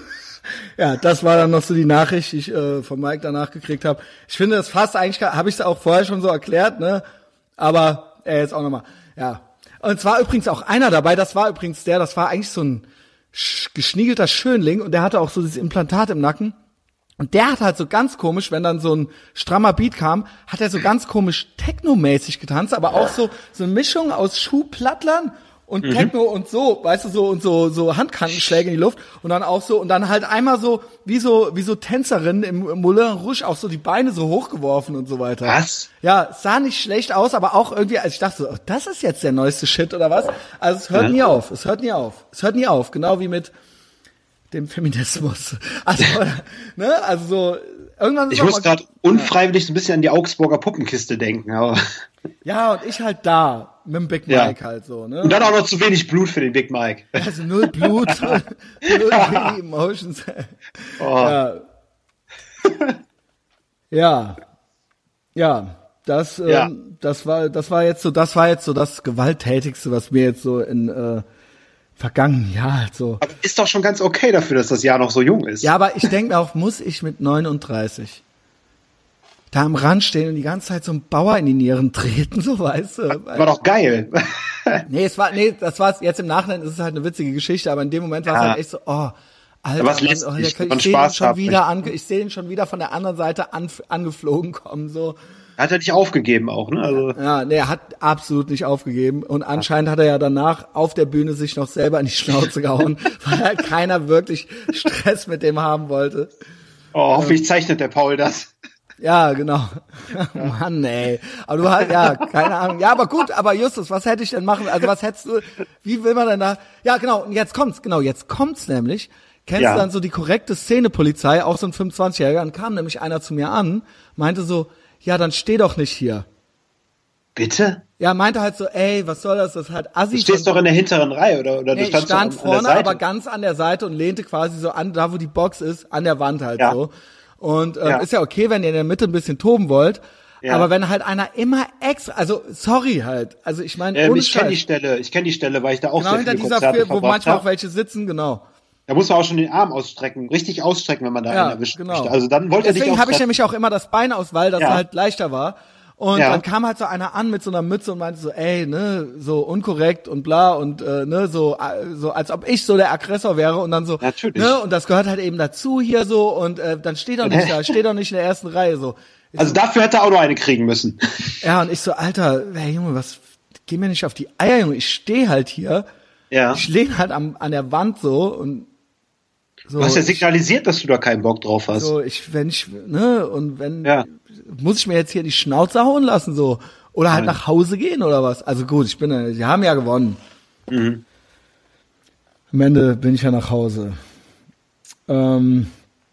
Ja, das war dann noch so die Nachricht, die ich äh, von Mike danach gekriegt habe. Ich finde, das fast eigentlich, habe ich es auch vorher schon so erklärt, ne? Aber äh, jetzt auch nochmal. Ja. Und zwar übrigens auch einer dabei, das war übrigens der, das war eigentlich so ein sch- geschniegelter Schönling und der hatte auch so dieses Implantat im Nacken. Und der hat halt so ganz komisch, wenn dann so ein strammer Beat kam, hat er so ganz komisch technomäßig getanzt, aber auch so so eine Mischung aus Schuhplattlern und mhm. Techno und so, weißt du, so und so so Handkantenschläge in die Luft und dann auch so und dann halt einmal so wie so wie so Tänzerinnen im Moulin Rouge auch so die Beine so hochgeworfen und so weiter. Was? Ja, sah nicht schlecht aus, aber auch irgendwie, als ich dachte so, oh, das ist jetzt der neueste Shit oder was? Also es hört ja. nie auf, es hört nie auf. Es hört nie auf, genau wie mit dem Feminismus. Also, ne, also so irgendwann ist ich muss gerade unfreiwillig so ein bisschen an die Augsburger Puppenkiste denken, aber ja, und ich halt da mit dem Big Mike ja. halt so, ne? Und dann auch noch zu wenig Blut für den Big Mike. Also null Blut, null Emotions. Oh. Ja. ja. Ja, das ja. Ähm, das war das war jetzt so, das war jetzt so das gewalttätigste, was mir jetzt so in äh, vergangenen Jahr halt so. Aber ist doch schon ganz okay dafür, dass das Jahr noch so jung ist. Ja, aber ich denke mir auch, muss ich mit neununddreißig da am Rand stehen und die ganze Zeit so einen Bauer in die Nieren treten, so, weißt du. War doch geil. nee, es war, nee, das war jetzt im Nachhinein, ist es halt eine witzige Geschichte, aber in dem Moment war es ja. halt echt so, oh, Alter, was lässt oh, der, ich, ich, ich sehe den schon wieder ange, ich sehe den schon wieder von der anderen Seite an, angeflogen kommen, so. Hat er nicht aufgegeben auch, ne? Also. Ja, nee, er hat absolut nicht aufgegeben und anscheinend hat er ja danach auf der Bühne sich noch selber in die Schnauze gehauen, weil halt keiner wirklich Stress mit dem haben wollte. Oh, hoffentlich ähm, zeichnet der Paul das. Ja, genau. Ja. Mann, ey. Aber du hast, ja, keine Ahnung. Ja, aber gut, aber Justus, was hätte ich denn machen? Also was hättest du, wie will man denn da? Ja, genau, und jetzt kommt's, genau, jetzt kommt's nämlich. Kennst ja. du dann so die korrekte Szenepolizei, auch so ein fünfundzwanzigjähriger, dann kam nämlich einer zu mir an, meinte so, ja, dann steh doch nicht hier. Bitte? Ja, meinte halt so, ey, was soll das? Das ist halt assi. Du stehst doch in der hinteren Reihe, oder? oder nee, du standst ich stand so an, vorne, an der Seite. aber ganz an der Seite und lehnte quasi so an, da wo die Box ist, an der Wand halt ja. so. Und ähm, ja. ist ja okay, wenn ihr in der Mitte ein bisschen toben wollt. Ja. Aber wenn halt einer immer extra, also sorry halt, also ich meine, ähm, ich kenne die Stelle, ich kenne die Stelle, weil ich da auch genau sehr hinter viele dieser Konzerte Fir- wo manchmal hab. auch welche sitzen, genau. Da muss man auch schon den Arm ausstrecken, richtig ausstrecken, wenn man da ja, einen erwischt genau. möchte. Also dann wollte er dich Deswegen auch habe ich nämlich auch immer das Bein aus, weil das ja. halt leichter war. Und Ja. dann kam halt so einer an mit so einer Mütze und meinte so, ey, ne, so unkorrekt und bla und äh, ne, so äh, so als ob ich so der Aggressor wäre und dann so, Natürlich. ne, und das gehört halt eben dazu hier so und äh, dann steht doch nicht da, steht doch nicht in der ersten Reihe so. Ich Also so, dafür hätte er auch noch eine kriegen müssen. ja, und ich so, Alter, hey Junge, was, geh mir nicht auf die Eier, Junge, ich stehe halt hier, Ja. ich lehne halt am, an der Wand so und so. Du hast ja ich- signalisiert, dass du da keinen Bock drauf hast. So, ich, wenn ich, ne, und wenn, Ja. muss ich mir jetzt hier die Schnauze hauen lassen, so. Oder halt Nein. nach Hause gehen oder was. Also gut, ich bin, ja- die haben ja gewonnen. Mhm. Am Ende bin ich ja nach Hause. Ähm,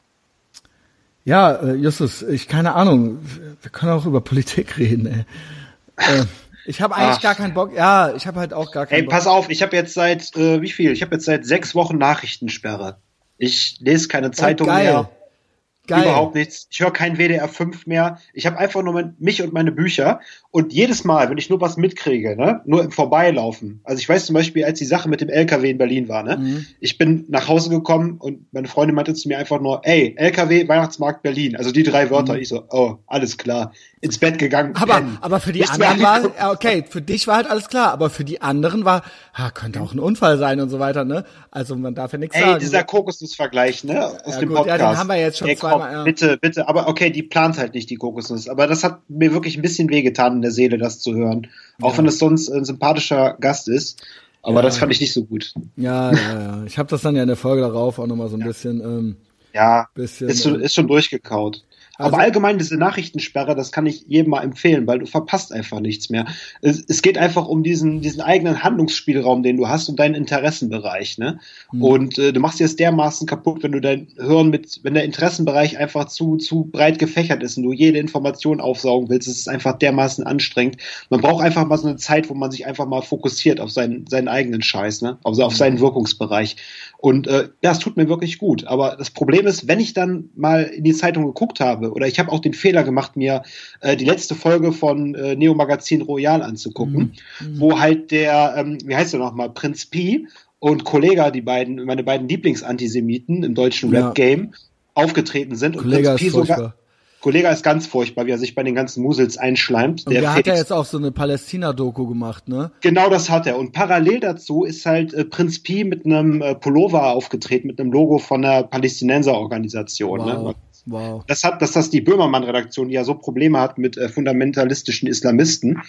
ja, äh, Justus, ich, keine Ahnung, wir können auch über Politik reden, ey. äh, ich habe eigentlich Ach. gar keinen Bock, ja, ich habe halt auch gar keinen Ey, Bock. pass auf, ich habe jetzt seit, äh, wie viel? Ich habe jetzt seit sechs Wochen Nachrichtensperre. Ich lese keine Zeitung geil. mehr. Geil. Überhaupt nichts. Ich höre kein W D R fünf mehr. Ich habe einfach nur mein, mich und meine Bücher. Und jedes Mal, wenn ich nur was mitkriege, ne, nur im Vorbeilaufen. Also ich weiß zum Beispiel, als die Sache mit dem L K W in Berlin war, ne, Mhm. ich bin nach Hause gekommen und meine Freundin meinte zu mir einfach nur, ey, L K W, Weihnachtsmarkt Berlin. Also die drei Wörter. Ich so, oh, alles klar. Ins Bett gegangen. Aber, pennen. aber für die Nichts mehr anderen war, angeguckt. ja, okay, für dich war halt alles klar, aber für die anderen war, ha, könnte auch ein Unfall sein und so weiter, ne? Also man darf ja nichts Ey, sagen. dieser Kokosnuss-Vergleich, ne, aus Ja, dem gut, ja, Podcast. den haben wir jetzt schon Ey, komm, zweimal, ja. Bitte, bitte, aber okay, die plant halt nicht die Kokosnuss. Aber das hat mir wirklich ein bisschen wehgetan in der Seele, das zu hören. Auch Ja. wenn es sonst ein sympathischer Gast ist. Aber Ja. das fand ich nicht so gut. Ja, ja, ja. Ich habe das dann ja in der Folge darauf auch nochmal so ein bisschen, ähm, Ja, bisschen. ist schon, ähm, ist schon durchgekaut. Also- Aber allgemein diese Nachrichtensperre, das kann ich jedem mal empfehlen, weil du verpasst einfach nichts mehr. Es, es geht einfach um diesen, diesen eigenen Handlungsspielraum, den du hast und deinen Interessenbereich, ne? Hm. Und äh, du machst dir das dermaßen kaputt, wenn du dein Hirn mit, wenn der Interessenbereich einfach zu, zu breit gefächert ist und du jede Information aufsaugen willst, es ist einfach dermaßen anstrengend. Man braucht einfach mal so eine Zeit, wo man sich einfach mal fokussiert auf seinen, seinen eigenen Scheiß, ne? Also auf seinen Wirkungsbereich. Und äh, ja, es tut mir wirklich gut. Aber das Problem ist, wenn ich dann mal in die Zeitung geguckt habe, oder ich habe auch den Fehler gemacht, mir äh, die letzte Folge von äh, Neo Magazin Royal anzugucken, Mhm. wo halt der, ähm, wie heißt er nochmal, Prinz Pi und Kollega, die beiden, meine beiden Lieblingsantisemiten im deutschen Ja. Rap-Game, aufgetreten sind. Und Kollega Prinz Pi ist furchtbar. sogar, Kollega ist ganz furchtbar, wie er sich bei den ganzen Musels einschleimt. Und Der der hat ja Felix- jetzt auch so eine Palästina-Doku gemacht, ne? Genau das hat er. Und parallel dazu ist halt äh, Prinz Pi mit einem äh, Pullover aufgetreten, mit einem Logo von der Palästinenser-Organisation. Wow. Ne? Wow. Das hat, dass das die Böhmermann-Redaktion, die ja so Probleme hat mit äh, fundamentalistischen Islamisten.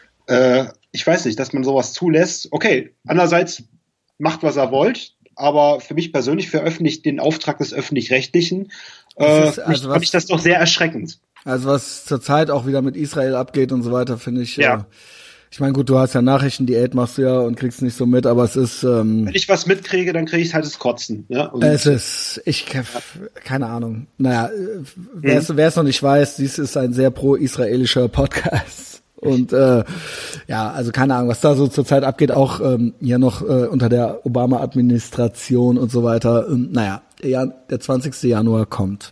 Äh, ich weiß nicht, dass man sowas zulässt. Okay, andererseits macht, was er wollt, aber für mich persönlich, für öffentlich, den Auftrag des Öffentlich-Rechtlichen, äh, Das ist also mich- was- fand ich das doch sehr erschreckend. Also was zurzeit auch wieder mit Israel abgeht und so weiter, finde ich. Ja. Äh, ich meine, gut, du hast ja Nachrichten-Diät, machst du ja und kriegst nicht so mit, aber es ist, ähm, Wenn ich was mitkriege, dann kriege ich halt das Kotzen. Ja? Und es ist, ich, keine Ahnung. Naja, wer es, wer es noch nicht weiß, dies ist ein sehr pro-israelischer Podcast. Und äh, ja, also keine Ahnung, was da so zurzeit abgeht, auch ähm, hier noch äh, unter der Obama-Administration und so weiter. Ähm, naja, ja, der zwanzigste Januar kommt.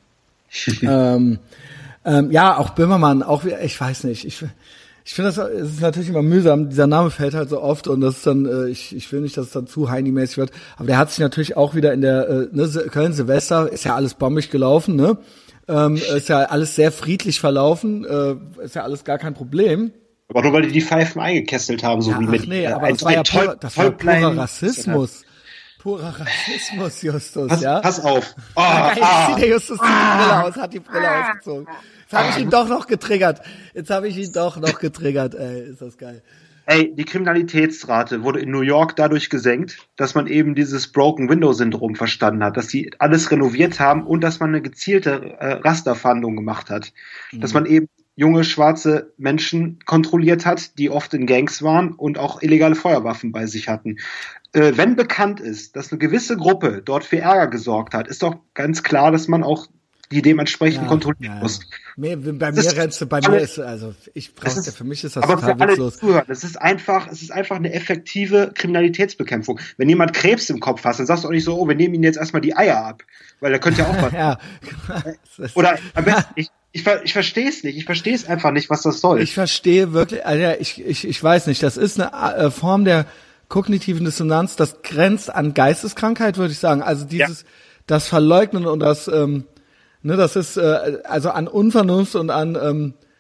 ähm, ähm, ja, auch Böhmermann, auch wieder, ich weiß nicht, ich ich finde das, es ist natürlich immer mühsam, dieser Name fällt halt so oft und das ist dann, äh, ich ich will nicht, dass es dann zu Heini-mäßig wird, aber der hat sich natürlich auch wieder in der, äh, ne, Köln-Silvester, ist ja alles bombig gelaufen, ne, ähm, ist ja alles sehr friedlich verlaufen, äh, ist ja alles gar kein Problem. aber nur weil die die Pfeifen eingekesselt haben, so Ja, wie ach mit nee, äh, aber ein- das war ja ein Toll- purer, das war purer Tollplein- Rassismus. Purer Rassismus, Justus, Pass, ja. pass auf. Oh, Geil, ah, jetzt zieht der Justus die Brille aus, hat die Brille ausgezogen. Jetzt habe ich ihn doch noch getriggert. Jetzt habe ich ihn doch noch getriggert, ey, ist das geil. ey, die Kriminalitätsrate wurde in New York dadurch gesenkt, dass man eben dieses Broken Window Syndrom verstanden hat, dass sie alles renoviert haben und dass man eine gezielte äh, Rasterfahndung gemacht hat. Mhm. Dass man eben junge schwarze Menschen kontrolliert hat, die oft in Gangs waren und auch illegale Feuerwaffen bei sich hatten. Äh, wenn bekannt ist, dass eine gewisse Gruppe dort für Ärger gesorgt hat, ist doch ganz klar, dass man auch die dementsprechend Ja, kontrollieren ja, ja. muss. Mir, bei Das mir ist rennst du, bei alle- mir ist, also ich brauche, Das ist- für mich ist das Aber total für alle, die witzlos. zuhören, es ist einfach, es ist einfach eine effektive Kriminalitätsbekämpfung. Wenn jemand Krebs im Kopf hat, dann sagst du auch nicht so, oh, wir nehmen ihm jetzt erstmal die Eier ab, weil da könnte ja auch was. Ja. Das ist- Oder am besten, ich, ich, ver- ich verstehe es nicht, ich verstehe es einfach nicht, was das soll. Ich verstehe wirklich, also ich, ich, ich weiß nicht, das ist eine äh, Form der kognitiven Dissonanz, das grenzt an Geisteskrankheit, würde ich sagen. Also dieses, ja. das Verleugnen und das, ähm, ne, das ist äh, also an Unvernunft und an, ähm,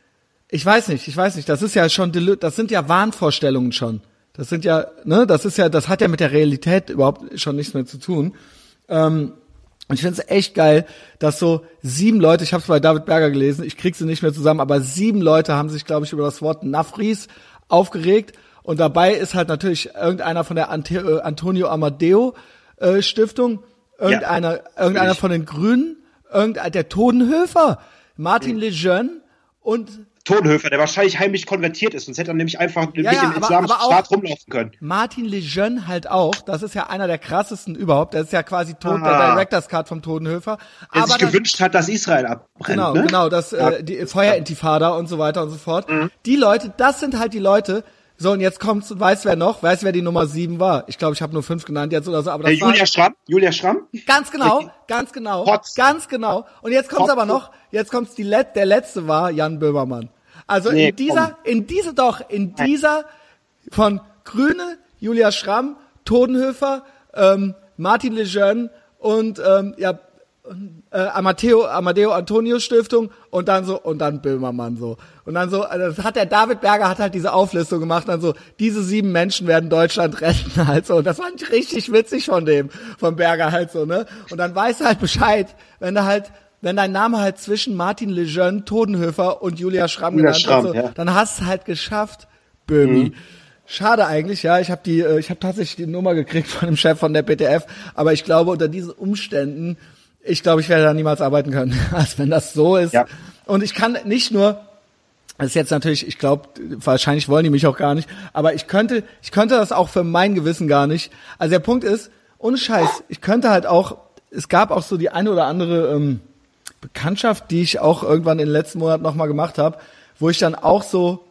Ich weiß nicht, ich weiß nicht, das ist ja schon, das sind ja Wahnvorstellungen schon. Das sind ja, ne, das ist ja, das hat ja mit der Realität überhaupt schon nichts mehr zu tun. Ähm, und ich finde es echt geil, dass so sieben Leute, ich habe es bei David Berger gelesen, ich krieg sie nicht mehr zusammen, aber sieben Leute haben sich, glaube ich, über das Wort Nafris aufgeregt. Und dabei ist halt natürlich irgendeiner von der Ante- äh, Antonio Amadeo äh, Stiftung, irgendeiner, ja, irgendeiner von den Grünen, irgendeiner der Todenhöfer, Martin mhm. Lejeune und Todenhöfer, der wahrscheinlich heimlich konvertiert ist, sonst hätte er nämlich einfach ja, mit ja, dem aber, islamischen aber Staat rumlaufen können. Martin Lejeune halt auch, das ist ja einer der krassesten überhaupt, der ist ja quasi tot, ah. der Director's Cut vom Todenhöfer. Der aber sich dann, gewünscht hat, dass Israel abbrennt. Genau, ne? genau, das ja. äh, die Feuerintifada und so weiter und so fort. Mhm. Die Leute, das sind halt die Leute. So, und jetzt kommt's, weißt wer noch? Weißt wer die Nummer sieben war? Ich glaube, ich habe nur fünf genannt jetzt oder so, aber das äh, Julia war Schramm, Julia Schramm? Ganz genau, ganz genau, Potz. ganz genau. Und jetzt kommt's Potz. aber noch, jetzt kommt's die Let der letzte war Jan Böhmermann. Also nee, in dieser, komm. in diese doch, in dieser von Grüne, Julia Schramm, Todenhöfer, ähm, Martin Lejeune und ähm, ja äh, Amadeo, Amadeo Antonio Stiftung und dann so und dann Böhmermann so und dann so, also das hat der David Berger hat halt diese Auflistung gemacht, dann so diese sieben Menschen werden Deutschland retten halt so und das fand ich richtig witzig von dem, von Berger halt so, ne, und dann weißt du halt Bescheid, wenn du halt wenn dein Name halt zwischen Martin Lejeune, Todenhöfer und Julia Schramm Julia genannt Schramm, also, ja. dann hast du halt geschafft, Böhmi. Mhm. Schade eigentlich, ja, ich habe die ich habe tatsächlich die Nummer gekriegt von dem Chef von der B T F, aber ich glaube unter diesen Umständen, ich glaube, ich werde da niemals arbeiten können, als wenn das so ist. Ja. Und ich kann nicht nur, das ist jetzt natürlich, ich glaube, wahrscheinlich wollen die mich auch gar nicht, aber ich könnte, ich könnte das auch für mein Gewissen gar nicht. Also der Punkt ist, ohne Scheiß, ich könnte halt auch, es gab auch so die eine oder andere ähm, Bekanntschaft, die ich auch irgendwann in den letzten Monaten nochmal gemacht habe, wo ich dann auch so,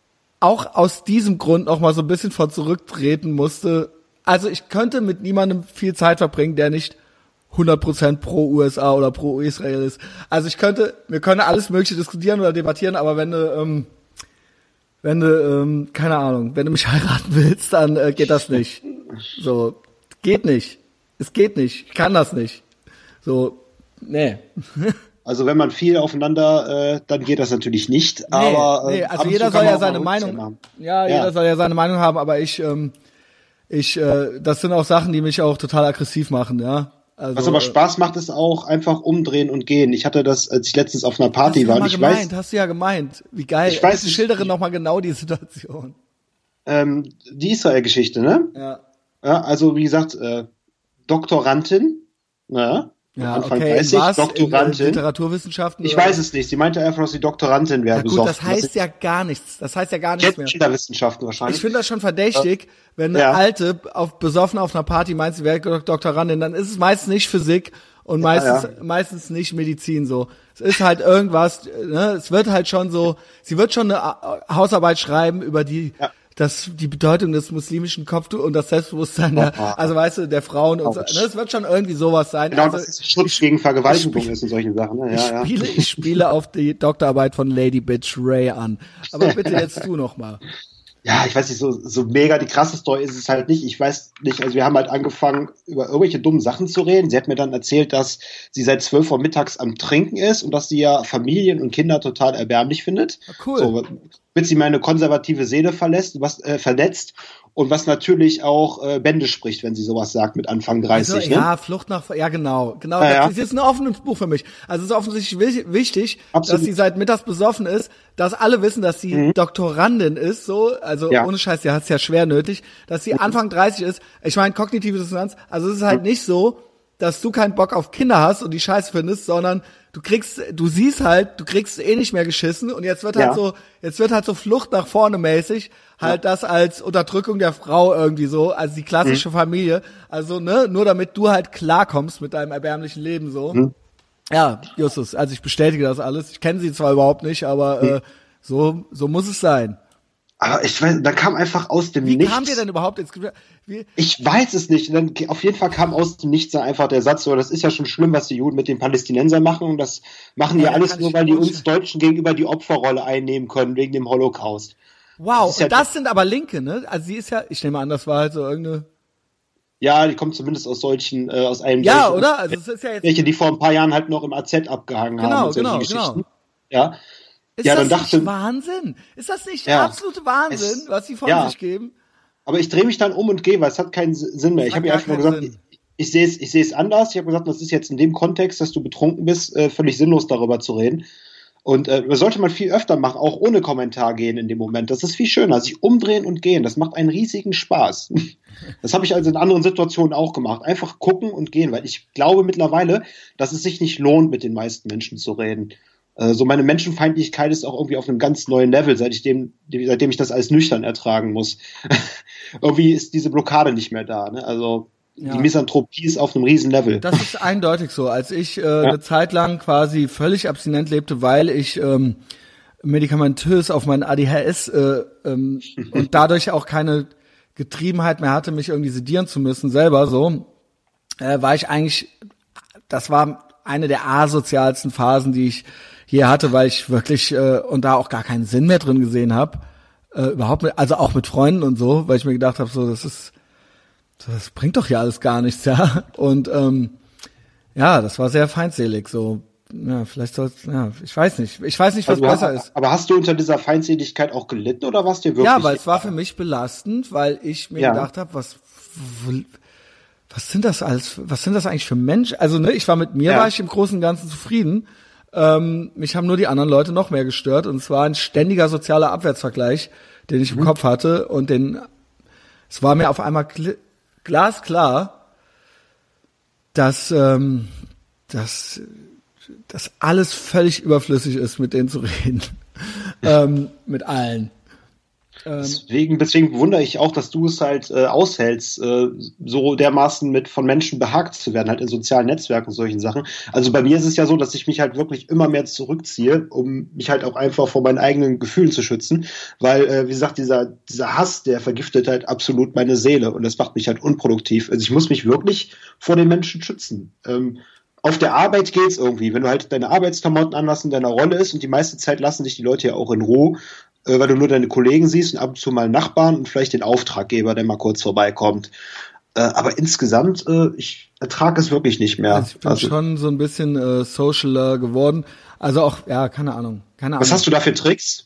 auch aus diesem Grund nochmal so ein bisschen von zurücktreten musste. Also ich könnte mit niemandem viel Zeit verbringen, der nicht hundert Prozent pro U S A oder pro Israel ist. Also ich könnte, wir können alles Mögliche diskutieren oder debattieren, aber wenn du, ähm, wenn du, ähm, keine Ahnung, wenn du mich heiraten willst, dann äh, geht das nicht. So, geht nicht. Es geht nicht. Ich kann das nicht. So, nee. Also wenn man viel aufeinander, äh, dann geht das natürlich nicht. Nee, aber äh, nee, also jeder soll ja seine Meinung, ja, ja, jeder soll ja seine Meinung haben, aber ich, ähm, ich, äh, das sind auch Sachen, die mich auch total aggressiv machen, ja. Also, was aber Spaß macht, ist auch einfach umdrehen und gehen. Ich hatte das, als ich letztens auf einer Party war. Hast du ja ich gemeint, weiß, hast du ja gemeint. Wie geil. Ich weiß, ich schildere nochmal genau die Situation. Ähm, die Israel-Geschichte, ne? Ja. Ja, also wie gesagt, äh, Doktorandin, ne? Ja, Anfang okay, dreißig, was? Doktorandin. In Literaturwissenschaften? Ich oder? weiß es nicht. Sie meinte einfach, dass sie Doktorandin wäre. Ja gut, besoffen. das heißt das ja gar nichts. Das heißt ja gar nichts mehr. Kinderwissenschaften wahrscheinlich. Ich finde das schon verdächtig, wenn eine ja. Alte auf besoffen auf einer Party meint, sie wäre Doktorandin, dann ist es meistens nicht Physik und meistens ja, ja. meistens nicht Medizin so. Es ist halt irgendwas, ne? Es wird halt schon so, sie wird schon eine Hausarbeit schreiben über die ja. das die Bedeutung des muslimischen Kopftuch und das Selbstbewusstsein der, oh, oh. also weißt du, der Frauen und so. Ne? Es wird schon irgendwie sowas sein. Genau, also, dass es Schutz gegen Vergewaltigung ist und solche Sachen. Ne? Ja, ich, ja. spiele, ich spiele auf die Doktorarbeit von Lady Bitch Ray an. Aber bitte jetzt du noch mal. Ja, ich weiß nicht, so, so mega die krasse Story ist es halt nicht. Ich weiß nicht, also wir haben halt angefangen, über irgendwelche dummen Sachen zu reden. Sie hat mir dann erzählt, dass sie seit zwölf Uhr mittags am Trinken ist und dass sie ja Familien und Kinder total erbärmlich findet. Cool. So, bis sie meine konservative Seele verlässt, was, äh, verletzt und was natürlich auch äh, Bände spricht, wenn sie sowas sagt mit Anfang dreißig. Also, ne? ja, Flucht nach, ja genau, genau. Ja, das ja. ist jetzt ein offenes Buch für mich. Also es ist offensichtlich wichtig, Absolut. dass sie seit mittags besoffen ist, dass alle wissen, dass sie mhm. Doktorandin ist, so, also ja. ohne Scheiß, sie hat es ja schwer nötig, dass sie Anfang dreißig ist. Ich meine, kognitive Dissonanz, also es ist halt mhm. nicht so, dass du keinen Bock auf Kinder hast und die Scheiße findest, sondern du kriegst, du siehst halt, du kriegst eh nicht mehr geschissen und jetzt wird halt ja. so, jetzt wird halt so Flucht nach vorne mäßig, halt ja. das als Unterdrückung der Frau irgendwie so, also die klassische mhm. Familie, also ne, nur damit du halt klarkommst mit deinem erbärmlichen Leben so. Mhm. Ja, Justus, also ich bestätige das alles. Ich kenne sie zwar überhaupt nicht, aber mhm. äh, so so muss es sein. Aber ich weiß, da kam einfach aus dem Wie Nichts. Wie kam dir denn überhaupt ins Gefühl? Wie? Ich weiß es nicht. Dann, auf jeden Fall kam aus dem Nichts einfach der Satz, so, das ist ja schon schlimm, was die Juden mit den Palästinensern machen. Und das machen die ja, alles nur, weil die uns Deutschen gegenüber die Opferrolle einnehmen können, wegen dem Holocaust. Wow, das und ja das sind aber Linke, ne? Also sie ist ja, ich nehme an, das war halt so irgendeine... Ja, die kommt zumindest aus solchen, äh, aus einem... Ja, solchen, oder? Also es ist ja jetzt... Welche, die vor ein paar Jahren halt noch im A Z abgehangen genau, haben. Und genau, solche genau. Geschichten. Ja. Ist ja, das dann nicht dachte, Wahnsinn? Ist das nicht ja, absolute Wahnsinn, es, was sie von ja. sich geben? Aber ich drehe mich dann um und gehe, weil es hat keinen Sinn mehr. Das Ich hat habe ihr gar einfach nur keinen gesagt, Sinn. ich, ich sehe es, ich sehe es anders. Ich habe gesagt, das ist jetzt in dem Kontext, dass du betrunken bist, äh, völlig sinnlos darüber zu reden. Und äh, das sollte man viel öfter machen, auch ohne Kommentar gehen in dem Moment. Das ist viel schöner, sich umdrehen und gehen. Das macht einen riesigen Spaß. Das habe ich also in anderen Situationen auch gemacht. Einfach gucken und gehen, weil ich glaube mittlerweile, dass es sich nicht lohnt, mit den meisten Menschen zu reden. Äh, so meine Menschenfeindlichkeit ist auch irgendwie auf einem ganz neuen Level, seit ich dem, seitdem ich das alles nüchtern ertragen muss. Irgendwie ist diese Blockade nicht mehr da. Ne? Also Ja. die Misanthropie ist auf einem riesen Level. Das ist eindeutig so. Als ich äh, ja. eine Zeit lang quasi völlig abstinent lebte, weil ich ähm, medikamentös auf mein A D H S äh, ähm, und dadurch auch keine Getriebenheit mehr hatte, mich irgendwie sedieren zu müssen selber, so, äh, war ich eigentlich, das war eine der asozialsten Phasen, die ich je hatte, weil ich wirklich äh, und da auch gar keinen Sinn mehr drin gesehen habe. Äh, überhaupt mit, also auch mit Freunden und so, weil ich mir gedacht habe, so, das ist das bringt doch hier alles gar nichts, ja. Und ähm, ja, das war sehr feindselig. So, ja, vielleicht soll ja, ich weiß nicht. Ich weiß nicht, was also, besser ist. Aber hast du unter dieser Feindseligkeit auch gelitten oder was dir wirklich? Ja, weil es war für mich belastend, weil ich mir ja. gedacht habe, was was sind das alles, was sind das eigentlich für Menschen? Also, ne, ich war mit mir, ja. war ich im Großen und Ganzen zufrieden. Ähm, mich haben nur die anderen Leute noch mehr gestört und es war ein ständiger sozialer Abwärtsvergleich, den ich mhm. im Kopf hatte und den es war mir auf einmal kli- glasklar, dass ähm, dass dass alles völlig überflüssig ist, mit denen zu reden, ähm, mit allen. Ähm, deswegen, deswegen wundere ich auch, dass du es halt äh, aushältst, äh, so dermaßen mit von Menschen behagt zu werden, halt in sozialen Netzwerken und solchen Sachen. Also bei mir ist es ja so, dass ich mich halt wirklich immer mehr zurückziehe, um mich halt auch einfach vor meinen eigenen Gefühlen zu schützen, weil, äh, wie gesagt, dieser dieser Hass, der vergiftet halt absolut meine Seele und das macht mich halt unproduktiv. Also ich muss mich wirklich vor den Menschen schützen. Ähm, Auf der Arbeit geht's irgendwie, wenn du halt deine Arbeitsklamotten anlassen, in deiner Rolle ist und die meiste Zeit lassen dich die Leute ja auch in Ruhe, äh, weil du nur deine Kollegen siehst und ab und zu mal Nachbarn und vielleicht den Auftraggeber, der mal kurz vorbeikommt. Äh, aber insgesamt, äh, ich ertrage es wirklich nicht mehr. Also ich bin also, schon so ein bisschen äh, socialer geworden. Also auch, ja, keine Ahnung. Keine Ahnung. Was hast du da für Tricks?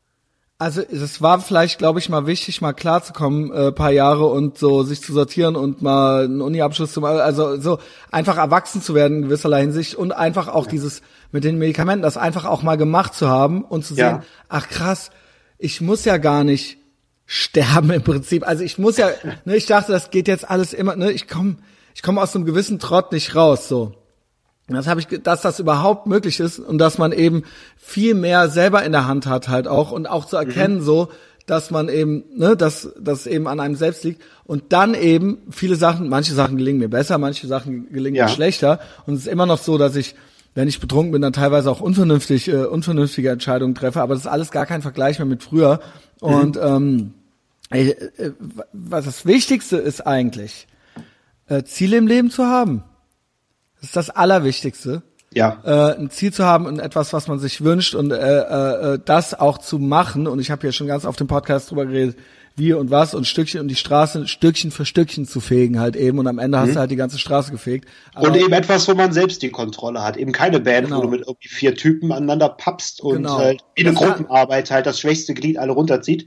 Also es war vielleicht, glaube ich, mal wichtig, mal klarzukommen, äh, paar Jahre und so sich zu sortieren und mal einen Uni-Abschluss zu machen, also so einfach erwachsen zu werden in gewisserlei Hinsicht und einfach auch ja. dieses mit den Medikamenten, das einfach auch mal gemacht zu haben und zu sehen, ja. ach krass, ich muss ja gar nicht sterben im Prinzip. Also ich muss ja, ne, ich dachte, das geht jetzt alles immer, ne, ich komme ich komme aus einem gewissen Trott nicht raus, so. Das habe ich, dass das überhaupt möglich ist und dass man eben viel mehr selber in der Hand hat halt auch und auch zu erkennen mhm. so, dass man eben, ne, dass das eben an einem selbst liegt und dann eben viele Sachen, manche Sachen gelingen mir besser, manche Sachen gelingen ja. mir schlechter und es ist immer noch so, dass ich, wenn ich betrunken bin, dann teilweise auch unvernünftig, äh, unvernünftige Entscheidungen treffe, aber das ist alles gar kein Vergleich mehr mit früher mhm. und ähm, äh, äh, was das Wichtigste ist eigentlich, äh, Ziele im Leben zu haben. Das ist das Allerwichtigste. Ja. Äh, ein Ziel zu haben und etwas, was man sich wünscht und äh, äh, das auch zu machen. Und ich habe ja schon ganz auf dem Podcast drüber geredet, wie und was und Stückchen und die Straße Stückchen für Stückchen zu fegen halt eben. Und am Ende mhm. hast du halt die ganze Straße gefegt. Aber und eben etwas, wo man selbst die Kontrolle hat. Eben keine Band, genau. wo du mit irgendwie vier Typen aneinander pappst und genau. halt wie eine Gruppenarbeit halt das schwächste Glied alle runterzieht.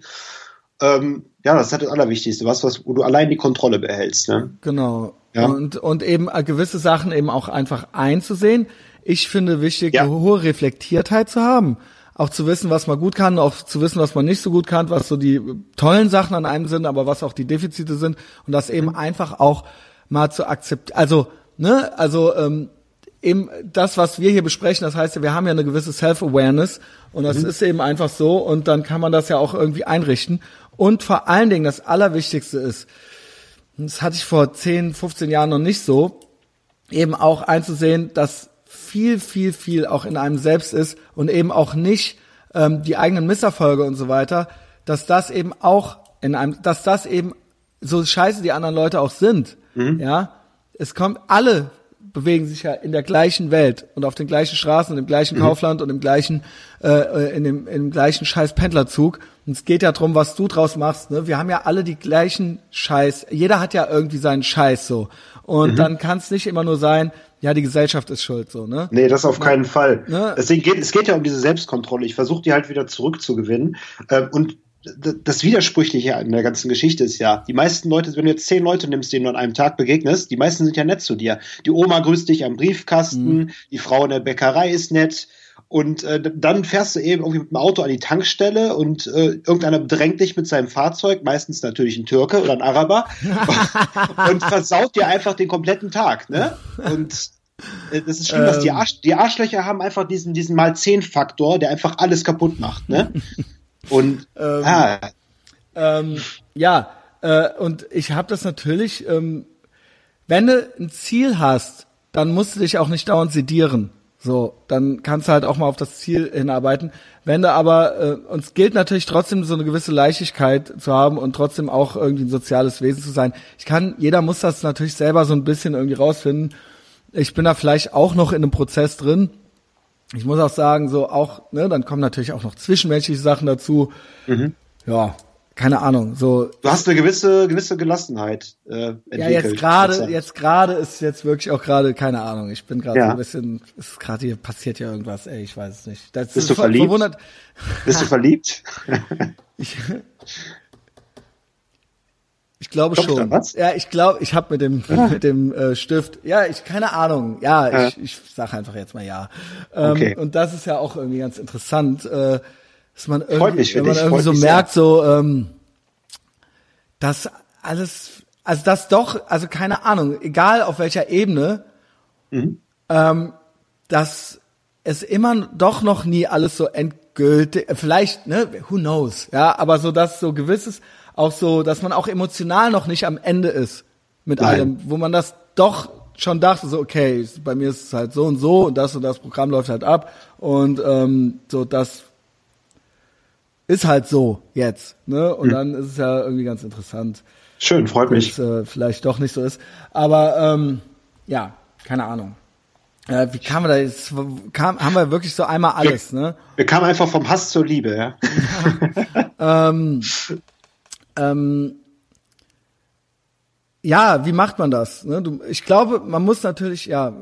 Ähm, ja, das ist halt das Allerwichtigste. Was, was, wo du allein die Kontrolle behältst. Ne? Genau. Ja. Und, und eben gewisse Sachen eben auch einfach einzusehen. Ich finde wichtig, ja. eine hohe Reflektiertheit zu haben. Auch zu wissen, was man gut kann, auch zu wissen, was man nicht so gut kann, was so die tollen Sachen an einem sind, aber was auch die Defizite sind. Und das eben mhm. einfach auch mal zu akzeptieren. Also, ne, also ähm, eben das, was wir hier besprechen, das heißt ja, wir haben ja eine gewisse Self-Awareness und das mhm. ist eben einfach so und dann kann man das ja auch irgendwie einrichten. Und vor allen Dingen das Allerwichtigste ist, das hatte ich vor zehn, fünfzehn Jahren noch nicht so, eben auch einzusehen, dass viel, viel, viel auch in einem selbst ist und eben auch nicht ähm, die eigenen Misserfolge und so weiter, dass das eben auch in einem, dass das eben so scheiße die anderen Leute auch sind, mhm. ja. Es kommt, alle bewegen sich ja in der gleichen Welt und auf den gleichen Straßen und im gleichen mhm. Kaufland und im gleichen, äh, in dem, in dem gleichen scheiß Pendlerzug. Und es geht ja drum, was du draus machst, ne? Wir haben ja alle die gleichen Scheiß. Jeder hat ja irgendwie seinen Scheiß so. Und mhm. dann kann es nicht immer nur sein, ja, die Gesellschaft ist schuld, so, ne? Nee, das auf keinen Fall. Ne? Deswegen geht, es geht ja um diese Selbstkontrolle. Ich versuche die halt wieder zurückzugewinnen. Ähm, und das Widersprüchliche an der ganzen Geschichte ist ja, die meisten Leute, wenn du jetzt zehn Leute nimmst, denen du an einem Tag begegnest, die meisten sind ja nett zu dir. Die Oma grüßt dich am Briefkasten, mhm. die Frau in der Bäckerei ist nett. Und äh, dann fährst du eben irgendwie mit dem Auto an die Tankstelle und äh, irgendeiner bedrängt dich mit seinem Fahrzeug, meistens natürlich ein Türke oder ein Araber, und versaut dir einfach den kompletten Tag, ne? Und äh, das ist schlimm, ähm. dass die, Arsch, die Arschlöcher haben einfach diesen, diesen Mal-zehn-Faktor, der einfach alles kaputt macht, ne? Und ähm, ah. ähm, ja, äh, und ich habe das natürlich, ähm, wenn du ein Ziel hast, dann musst du dich auch nicht dauernd sedieren. So, dann kannst du halt auch mal auf das Ziel hinarbeiten. Wenn du aber, äh, uns gilt natürlich trotzdem so eine gewisse Leichtigkeit zu haben und trotzdem auch irgendwie ein soziales Wesen zu sein. Ich kann, jeder muss das natürlich selber so ein bisschen irgendwie rausfinden. Ich bin da vielleicht auch noch in einem Prozess drin. Ich muss auch sagen, so auch, ne, dann kommen natürlich auch noch zwischenmenschliche Sachen dazu. Mhm. Ja, keine Ahnung, so. Du hast eine gewisse, gewisse Gelassenheit, äh, entwickelt. Ja, jetzt gerade, jetzt gerade ist jetzt wirklich auch gerade, keine Ahnung, ich bin gerade ja. so ein bisschen, ist gerade hier passiert ja irgendwas, ey, ich weiß es nicht. Das Bist du verliebt? Verwundert. Bist du verliebt? ich, ich glaube Kommt schon. Was? Ja, ich glaube, ich habe mit dem ja. mit dem äh, Stift, ja, ich keine Ahnung. Ja, ja. ich ich sag einfach jetzt mal ja. Ähm, okay. Und das ist ja auch irgendwie ganz interessant, äh, dass man Freut irgendwie, mich für wenn man dich, irgendwie so mich merkt, sehr. so ähm, dass alles, also das doch, also keine Ahnung, egal auf welcher Ebene, mhm. ähm, dass es immer doch noch nie alles so endgültig, vielleicht, ne, who knows, ja, aber so, dass so gewisses, auch so, dass man auch emotional noch nicht am Ende ist mit Nein. allem, wo man das doch schon dachte, so, okay, bei mir ist es halt so und so und das und das Programm läuft halt ab und ähm, so, das ist halt so jetzt, ne, und mhm. dann ist es ja irgendwie ganz interessant. Schön, freut mich. Dass es äh, vielleicht doch nicht so ist, aber ähm, ja, keine Ahnung. Äh, wie kam da jetzt, kam, haben wir wirklich so einmal alles, wir, ne? Wir kamen einfach vom Hass zur Liebe, ja. ähm, ähm, ja, wie macht man das? Ne? Du, ich glaube, man muss natürlich, ja,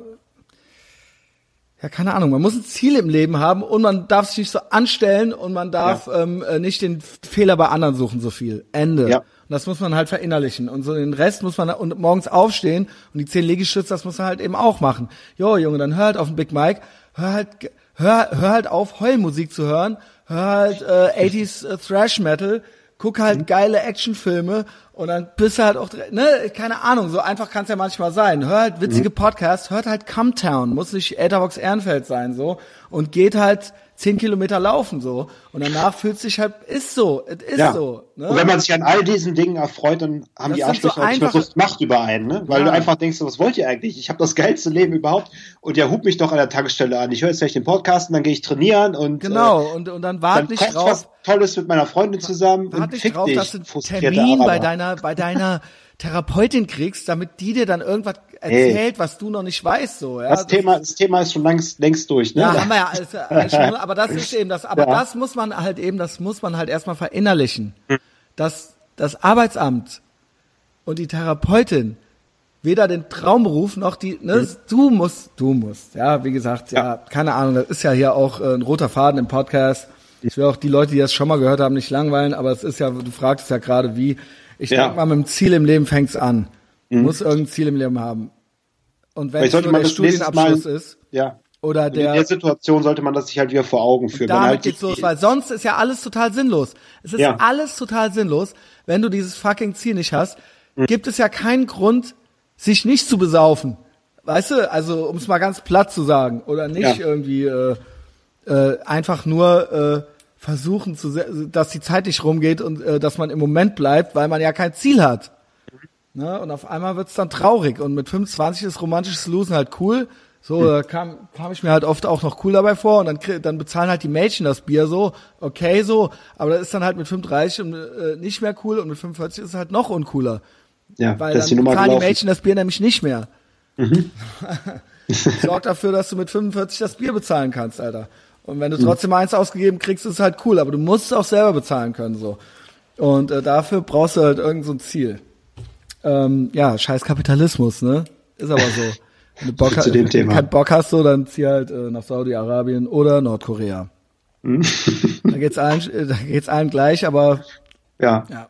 ja, keine Ahnung, man muss ein Ziel im Leben haben und man darf sich nicht so anstellen und man darf ja. ähm, nicht den Fehler bei anderen suchen so viel. Ende. Ja. Und das muss man halt verinnerlichen. Und so den Rest muss man und morgens aufstehen und die zehn Liegestütze, das muss man halt eben auch machen. Jo, Junge, dann hör halt auf den Big Mike, hör halt, hör, hör halt auf, Heulmusik zu hören, hör halt äh, achtziger äh, Thrash Metal, guck halt mhm. geile Actionfilme und dann bist du halt auch, ne, keine Ahnung, so einfach kann es ja manchmal sein. Hör halt witzige mhm. Podcasts, hört halt Come Town, muss nicht Etherbox Ehrenfeld sein, so, und geht halt zehn Kilometer laufen, so, und danach fühlt sich halt, ist so, es ist ja. so, ne? Und wenn man sich an all diesen Dingen erfreut, dann haben das die Arschlöcher so auch nicht mehr so Macht über einen, ne? Weil ja. du einfach denkst, was wollt ihr eigentlich? Ich habe das geilste Leben überhaupt und ja, hub mich doch an der Tankstelle an. Ich höre jetzt vielleicht den Podcast und dann gehe ich trainieren und genau, äh, und, und dann wart nicht drauf. Was Tolles mit meiner Freundin zusammen wart und nicht fick drauf, dich, dass du einen Termin bei deiner, bei deiner Therapeutin kriegst, damit die dir dann irgendwas erzählt, hey. was du noch nicht weißt, so, ja. Das, das Thema, das Thema ist schon längst, längst durch, ne? Ja, haben wir ja, alles, alles schon, aber das ist eben das, aber ja. das muss man halt eben, das muss man halt erstmal verinnerlichen, hm. dass das Arbeitsamt und die Therapeutin weder den Traumberuf noch die, ne, hm. du musst, du musst, ja, wie gesagt, ja, ja, keine Ahnung, das ist ja hier auch äh, ein roter Faden im Podcast. Ich will auch die Leute, die das schon mal gehört haben, nicht langweilen, aber es ist ja, du fragst ja gerade, wie. Ich ja. denke mal, mit dem Ziel im Leben fängt's an. Du mhm. musst irgendein Ziel im Leben haben. Und wenn es nur der Studienabschluss mal, ist, ja. oder der, in der Situation sollte man das sich halt wieder vor Augen führen. Damit halt geht's los, weil sonst ist ja alles total sinnlos. Es ist ja. alles total sinnlos, wenn du dieses fucking Ziel nicht hast. Mhm. Gibt es ja keinen Grund, sich nicht zu besaufen. Weißt du, also um es mal ganz platt zu sagen. Oder nicht ja. irgendwie äh, äh, einfach nur äh, versuchen, zu, dass die Zeit nicht rumgeht und äh, dass man im Moment bleibt, weil man ja kein Ziel hat. Mhm. Ne? Und auf einmal wird's dann traurig. Und mit fünfundzwanzig ist romantisches Losen halt cool. So, mhm. da kam, kam ich mir halt oft auch noch cool dabei vor. Und dann, dann bezahlen halt die Mädchen das Bier so. Okay, so. Aber das ist dann halt mit fünfunddreißig und, äh, nicht mehr cool. Und mit fünfundvierzig ist es halt noch uncooler. Ja, weil dann die bezahlen die Mädchen das Bier nämlich nicht mehr. Mhm. Sorgt dafür, dass du mit fünfundvierzig das Bier bezahlen kannst, Alter. Und wenn du trotzdem eins ausgegeben kriegst, ist es halt cool, aber du musst es auch selber bezahlen können, so. Und äh, dafür brauchst du halt irgend so ein Ziel. Ähm, ja, scheiß Kapitalismus, ne? Ist aber so. Wenn du Bock, zu dem Thema. keinen Bock hast, so, dann zieh halt äh, nach Saudi-Arabien oder Nordkorea. Hm? Da geht's allen, da geht's allen gleich, aber Ja. ja.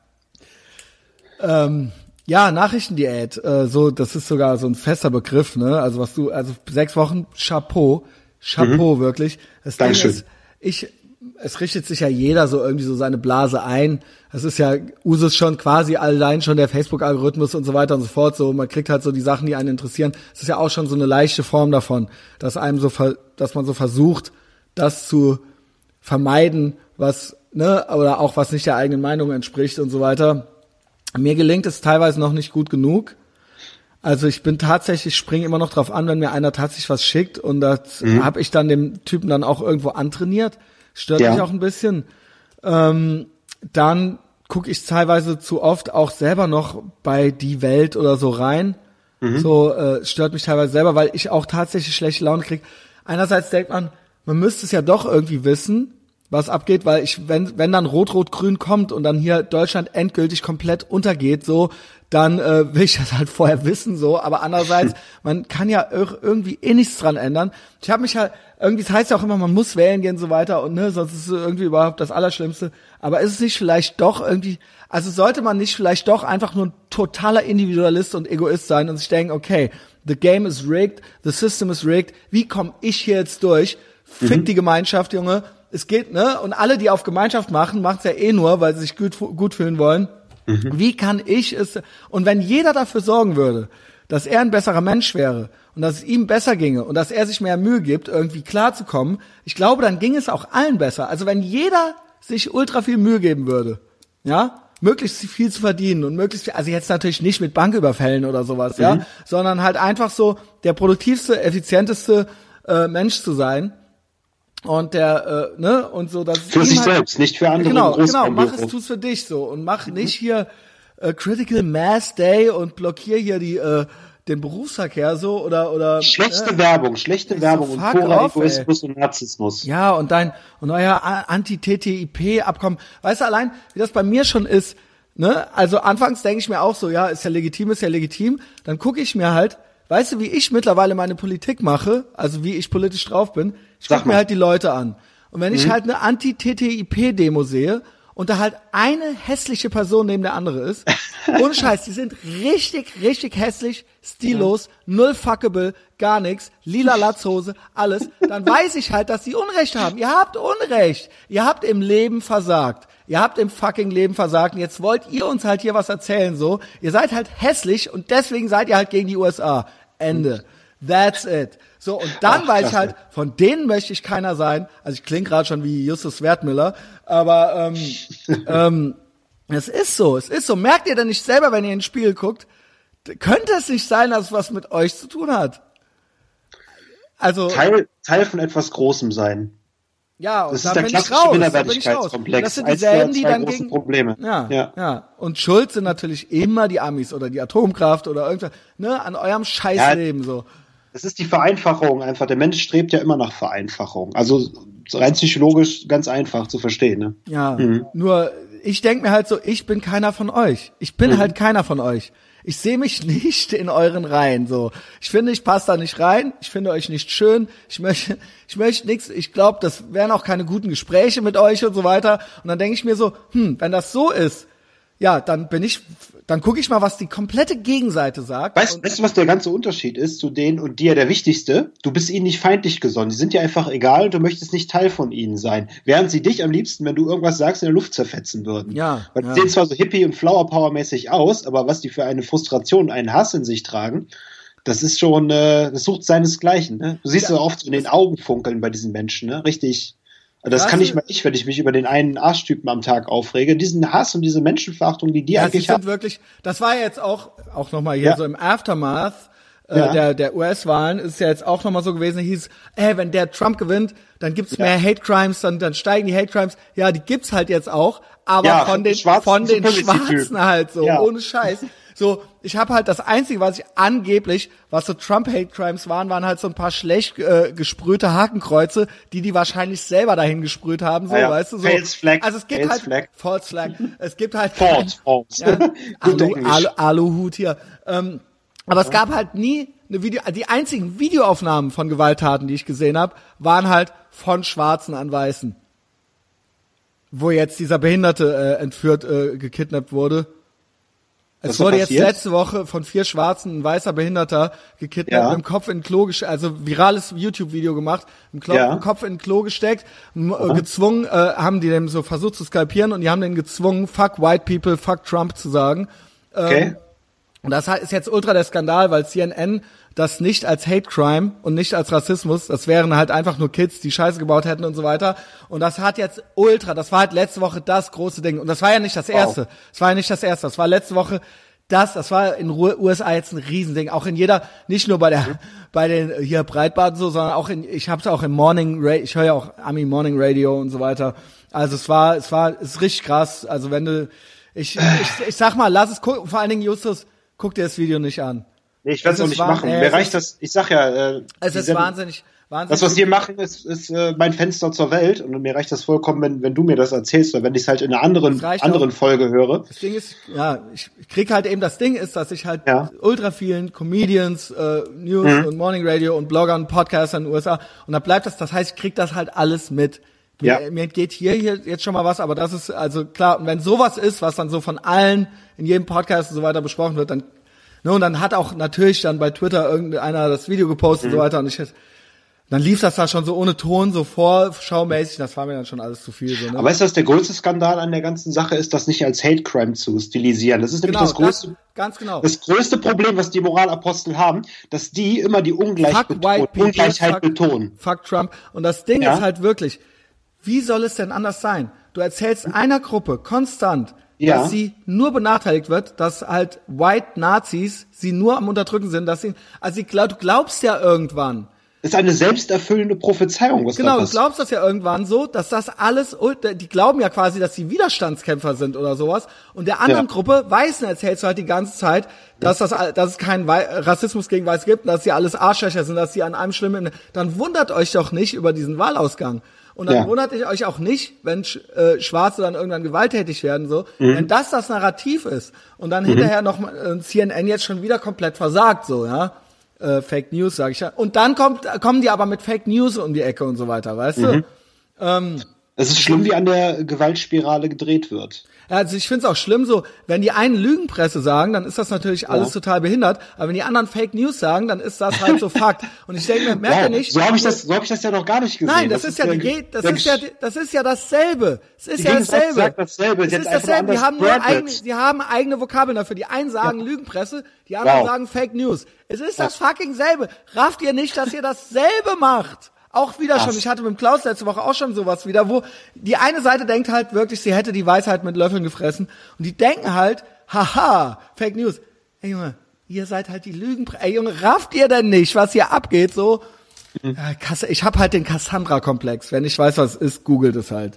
Ähm, ja, Nachrichtendiät, äh, so, das ist sogar so ein fester Begriff, ne? Also was du, also sechs Wochen Chapeau, Chapeau, mhm. wirklich. Das Dankeschön. Ding ist, ich, es richtet sich ja jeder so irgendwie so seine Blase ein. Das ist ja Usus schon quasi allein schon der Facebook-Algorithmus und so weiter und so fort. So, man kriegt halt so die Sachen, die einen interessieren. Es ist ja auch schon so eine leichte Form davon, dass einem so, ver, dass man so versucht, das zu vermeiden, was, ne, oder auch was nicht der eigenen Meinung entspricht und so weiter. Mir gelingt es teilweise noch nicht gut genug. Also ich bin tatsächlich, springe immer noch drauf an, wenn mir einer tatsächlich was schickt und das mhm. habe ich dann dem Typen dann auch irgendwo antrainiert. Stört ja. mich auch ein bisschen. Ähm, dann gucke ich teilweise zu oft auch selber noch bei Die Welt oder so rein. Mhm. So äh, stört mich teilweise selber, weil ich auch tatsächlich schlechte Laune kriege. Einerseits denkt man, man müsste es ja doch irgendwie wissen, was abgeht, weil ich, wenn wenn dann Rot-Rot-Grün kommt und dann hier Deutschland endgültig komplett untergeht, so, dann äh, will ich das halt vorher wissen, so. Aber andererseits, man kann ja irgendwie eh nichts dran ändern. Ich habe mich halt, irgendwie, das heißt ja auch immer, man muss wählen gehen und so weiter und ne, sonst ist es irgendwie überhaupt das Allerschlimmste. Aber ist es nicht vielleicht doch irgendwie, also sollte man nicht vielleicht doch einfach nur ein totaler Individualist und Egoist sein und sich denken, okay, the game is rigged, the system is rigged, wie komme ich hier jetzt durch? Fick mhm. die Gemeinschaft, Junge. Es geht, ne? Und alle, die auf Gemeinschaft machen, machen's ja eh nur, weil sie sich gut, gut fühlen wollen. Mhm. Wie kann ich es, und wenn jeder dafür sorgen würde, dass er ein besserer Mensch wäre und dass es ihm besser ginge und dass er sich mehr Mühe gibt, irgendwie klarzukommen, ich glaube, dann ging es auch allen besser. Also wenn jeder sich ultra viel Mühe geben würde, ja, möglichst viel zu verdienen und möglichst viel, also jetzt natürlich nicht mit Banküberfällen oder sowas, mhm. ja, sondern halt einfach so der produktivste, effizienteste äh, Mensch zu sein. Und der, äh, ne, und so, dass für sich halt, selbst, nicht für andere. Genau, genau, mach es, tu's für dich so und mach mhm. nicht hier äh, Critical Mass Day und blockier hier die äh, den Berufsverkehr so oder oder schlechte äh, Werbung, schlechte Werbung so, und purer Egoismus und Narzissmus. Ja, und dein und euer Anti-T T I P-Abkommen, weißt du allein, wie das bei mir schon ist, ne? Also anfangs denke ich mir auch so, ja, ist ja legitim, ist ja legitim, dann gucke ich mir halt, weißt du, wie ich mittlerweile meine Politik mache, also wie ich politisch drauf bin, ich gucke mir halt die Leute an. Und wenn ich mhm. halt eine Anti-T T I P-Demo sehe und da halt eine hässliche Person neben der andere ist, ohne Scheiß, die sind richtig, richtig hässlich, stillos, mhm. null fuckable, gar nix, lila Latzhose, alles, dann weiß ich halt, dass die Unrecht haben. Ihr habt Unrecht. Ihr habt im Leben versagt. Ihr habt im fucking Leben versagt und jetzt wollt ihr uns halt hier was erzählen, so. Ihr seid halt hässlich und deswegen seid ihr halt gegen die U S A. Ende. That's it. So, und dann Ach, weiß ich halt, von denen möchte ich keiner sein. Also ich klinge gerade schon wie Justus Wertmüller, aber ähm, ähm, es ist so, es ist so. Merkt ihr denn nicht selber, wenn ihr ins Spiel guckt, könnte es nicht sein, dass es was mit euch zu tun hat? Also Teil, Teil von etwas Großem sein. Ja, und das dann ist der bin ich raus, dann bin ich raus. Komplex. Das sind dieselben, die dann große gegen Probleme. Ja, ja, ja. Und schuld sind natürlich immer die Amis oder die Atomkraft oder irgendwas, ne, an eurem Scheißleben ja, so. Das ist die Vereinfachung einfach. Der Mensch strebt ja immer nach Vereinfachung. Also rein psychologisch ganz einfach zu verstehen, ne? Ja, mhm. Nur ich denke mir halt so, ich bin keiner von euch. Ich bin mhm. halt keiner von euch. Ich sehe mich nicht in euren Reihen, so. Ich finde, ich passe da nicht rein. Ich finde euch nicht schön. Ich möchte, ich möchte nichts. Ich glaube, das wären auch keine guten Gespräche mit euch und so weiter. Und dann denke ich mir so, hm, wenn das so ist, ja, dann bin ich, dann gucke ich mal, was die komplette Gegenseite sagt. Weißt, weißt du, was der ganze Unterschied ist zu denen und dir der wichtigste? Du bist ihnen nicht feindlich gesonnen. Die sind dir einfach egal und du möchtest nicht Teil von ihnen sein. Während sie dich am liebsten, wenn du irgendwas sagst, in der Luft zerfetzen würden. Ja. Weil die ja. sehen zwar so hippie und flower power mäßig aus, aber was die für eine Frustration, einen Hass in sich tragen, das ist schon, äh, das sucht seinesgleichen. Ne? Du siehst ja so oft so in den Augen funkeln bei diesen Menschen, ne? Richtig. Das kann nicht mal ich, wenn ich mich über den einen Arschtypen am Tag aufrege. Diesen Hass und diese Menschenverachtung, die die ja, eigentlich sie sind haben. Wirklich, das war jetzt auch, auch nochmal hier ja. so im Aftermath äh, ja. der, der U S-Wahlen ist ja jetzt auch nochmal so gewesen, hieß, ey, wenn der Trump gewinnt, dann gibt's ja. mehr Hate Crimes, dann, dann steigen die Hate Crimes. Ja, die gibt's halt jetzt auch, aber ja, von den, Schwarzen, von den Schwarzen halt so, ja. ohne Scheiß. So, ich habe halt das Einzige, was ich angeblich, was so Trump-Hate-Crimes waren, waren halt so ein paar schlecht äh, gesprühte Hakenkreuze, die die wahrscheinlich selber dahin gesprüht haben, so, ja, ja. weißt du, so. False Flag. Also es gibt False halt, Flag. False Flag. Es gibt halt, False, false. ja, Alu, Alu, Aluhut hier. Ähm, Aber es gab halt nie eine Video, die einzigen Videoaufnahmen von Gewalttaten, die ich gesehen habe, waren halt von Schwarzen an Weißen. Wo jetzt dieser Behinderte äh, entführt, äh, gekidnappt wurde. Es wurde jetzt letzte Woche von vier Schwarzen ein weißer Behinderter gekidnappt, ja. Mit dem Kopf in ein Klo gesteckt, also virales YouTube-Video gemacht, im, Klo, ja. im Kopf in ein Klo gesteckt, äh, gezwungen, äh, haben die dem so versucht zu skalpieren und die haben den gezwungen, fuck white people, fuck Trump zu sagen. Ähm, okay. Und das ist jetzt ultra der Skandal, weil C N N das nicht als Hate Crime und nicht als Rassismus, das wären halt einfach nur Kids, die Scheiße gebaut hätten und so weiter. Und das hat jetzt ultra, das war halt letzte Woche das große Ding. Und das war ja nicht das erste. Wow. Das war ja nicht das erste. Das war letzte Woche das, das war in U S A jetzt ein Riesending. Auch in jeder, nicht nur bei der, mhm. bei den hier Breitbart so, sondern auch in, ich hab's auch im Morning Radio, ich höre ja auch Ami Morning Radio und so weiter. Also es war, es war, es ist richtig krass. Also wenn du, ich, ich, ich sag mal, lass es gucken, vor allen Dingen Justus, guck dir das Video nicht an. Nee, ich werde es auch nicht war, machen. Äh, Mir reicht das, ich sag ja, äh, es ist wahnsinnig, wahnsinnig. Das, was wir machen, ist, ist äh, mein Fenster zur Welt und mir reicht das vollkommen, wenn, wenn du mir das erzählst oder wenn ich es halt in einer anderen, anderen auch. Folge höre. Das Ding ist, ja, ich krieg halt eben, das Ding ist, dass ich halt ja. ultra vielen Comedians, äh, News mhm. und Morning Radio und Bloggern, Podcastern in den U S A und da bleibt das, das heißt, ich krieg das halt alles mit. Mir, ja. mir geht hier, hier jetzt schon mal was, aber das ist, also klar, und wenn sowas ist, was dann so von allen in jedem Podcast und so weiter besprochen wird, dann Ne, und dann hat auch natürlich dann bei Twitter irgendeiner das Video gepostet mhm. und so weiter und ich dann lief das da schon so ohne Ton, so vorschaumäßig, das war mir dann schon alles zu viel. So, ne? Aber ist das der größte Skandal an der ganzen Sache, ist das nicht als Hate Crime zu stilisieren? Das ist nämlich genau, das größte, das, ganz genau. das größte Problem, was die Moralapostel haben, dass die immer die Ungleich fuck betonen, people, Ungleichheit fuck, betonen. Fuck Trump. Und das Ding ja? ist halt wirklich, wie soll es denn anders sein? Du erzählst einer Gruppe konstant, ja. dass sie nur benachteiligt wird, dass halt White Nazis sie nur am Unterdrücken sind, dass sie, also sie, glaub, du glaubst ja irgendwann. Das ist eine selbsterfüllende Prophezeiung, was Genau, du glaubst das ja irgendwann so, dass das alles, die glauben ja quasi, dass sie Widerstandskämpfer sind oder sowas und der anderen ja. Gruppe, Weißen erzählst du halt die ganze Zeit, dass das, dass es keinen Rassismus gegen Weiß gibt, dass sie alles Arschlöcher sind, dass sie an einem schlimmen, dann wundert euch doch nicht über diesen Wahlausgang. Und dann ja. wundert ihr euch auch nicht, wenn äh, Schwarze dann irgendwann gewalttätig werden, so, mhm. wenn das das Narrativ ist und dann mhm. hinterher noch äh, C N N jetzt schon wieder komplett versagt, so, ja, äh, Fake News, sag ich ja. Und dann kommt, kommen die aber mit Fake News um die Ecke und so weiter, weißt mhm. du? Ähm, es ist schlimm, wie an der Gewaltspirale gedreht wird. Also ich finde es auch schlimm so, wenn die einen Lügenpresse sagen, dann ist das natürlich alles ja. total behindert, aber wenn die anderen Fake News sagen, dann ist das halt so Fakt. Und ich denke mir, merkt ja, ihr nicht? So habe ich das, so habe ich das ja noch gar nicht gesehen. Nein, das, das ist, ist ja die, das ist ja, das ist ja dasselbe. Es ist ja dasselbe. Sagt dasselbe. Es ist dasselbe. Die haben nur eigene, die haben eigene Vokabeln dafür. Die einen sagen ja. Lügenpresse, die anderen wow. sagen Fake News. Es ist das ja. fucking selbe. Rafft ihr nicht, dass ihr dasselbe macht? Auch wieder Ach. schon, ich hatte mit dem Klaus letzte Woche auch schon sowas wieder, wo die eine Seite denkt halt wirklich, sie hätte die Weisheit mit Löffeln gefressen und die denken halt, haha, Fake News. Ey Junge, ihr seid halt die Lügen. Ey Junge, rafft ihr denn nicht, was hier abgeht, so? Mhm. Ich hab halt den Cassandra-Komplex. Wenn ich weiß, was es ist, googelt es halt.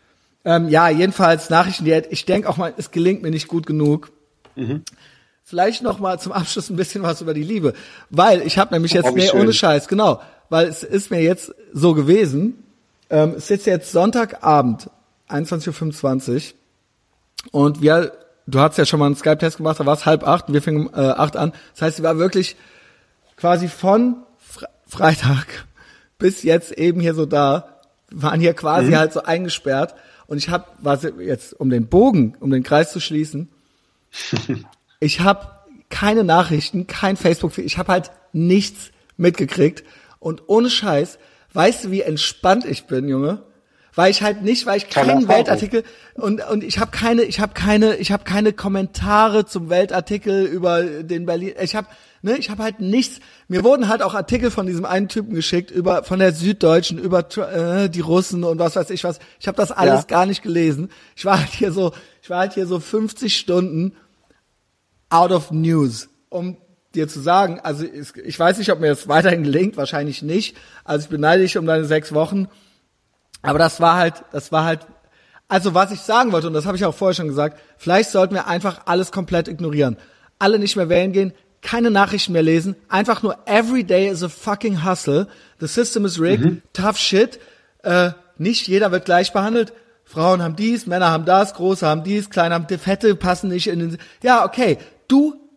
Ähm, ja, jedenfalls Nachrichten, die ich denke auch mal, es gelingt mir nicht gut genug. Mhm. Vielleicht noch mal zum Abschluss ein bisschen was über die Liebe, weil ich habe nämlich jetzt, nee, ohne Scheiß, genau, weil es ist mir jetzt so gewesen, ähm, es ist jetzt Sonntagabend, einundzwanzig Uhr fünfundzwanzig und wir, du hast ja schon mal einen Skype-Test gemacht, da war es halb acht und wir fingen äh, acht an, das heißt, sie war wirklich quasi von Fre- Freitag bis jetzt eben hier so da, waren hier quasi mhm. halt so eingesperrt und ich habe, was jetzt, um den Bogen, um den Kreis zu schließen, ich habe keine Nachrichten, kein Facebook, ich habe halt nichts mitgekriegt und ohne Scheiß, weißt du, wie entspannt ich bin, Junge? Weil ich halt nicht, weil ich keinen Weltartikel und und ich habe keine, ich habe keine, ich habe keine Kommentare zum Weltartikel über den Berlin. Ich habe, ne, ich habe halt nichts. Mir wurden halt auch Artikel von diesem einen Typen geschickt über von der Süddeutschen über äh, die Russen und was weiß ich was. Ich habe das alles ja. gar nicht gelesen. Ich war halt hier so, ich war halt hier so fünfzig Stunden out of news, um dir zu sagen, also ich weiß nicht, ob mir das weiterhin gelingt, wahrscheinlich nicht. Also ich beneide dich um deine sechs Wochen. Aber das war halt, das war halt, also was ich sagen wollte, und das habe ich auch vorher schon gesagt, vielleicht sollten wir einfach alles komplett ignorieren. Alle nicht mehr wählen gehen, keine Nachrichten mehr lesen, einfach nur every day is a fucking hustle, the system is rigged, mhm. tough shit, äh, nicht jeder wird gleich behandelt, Frauen haben dies, Männer haben das, Große haben dies, Kleine haben die Fette, passen nicht in den, ja okay, du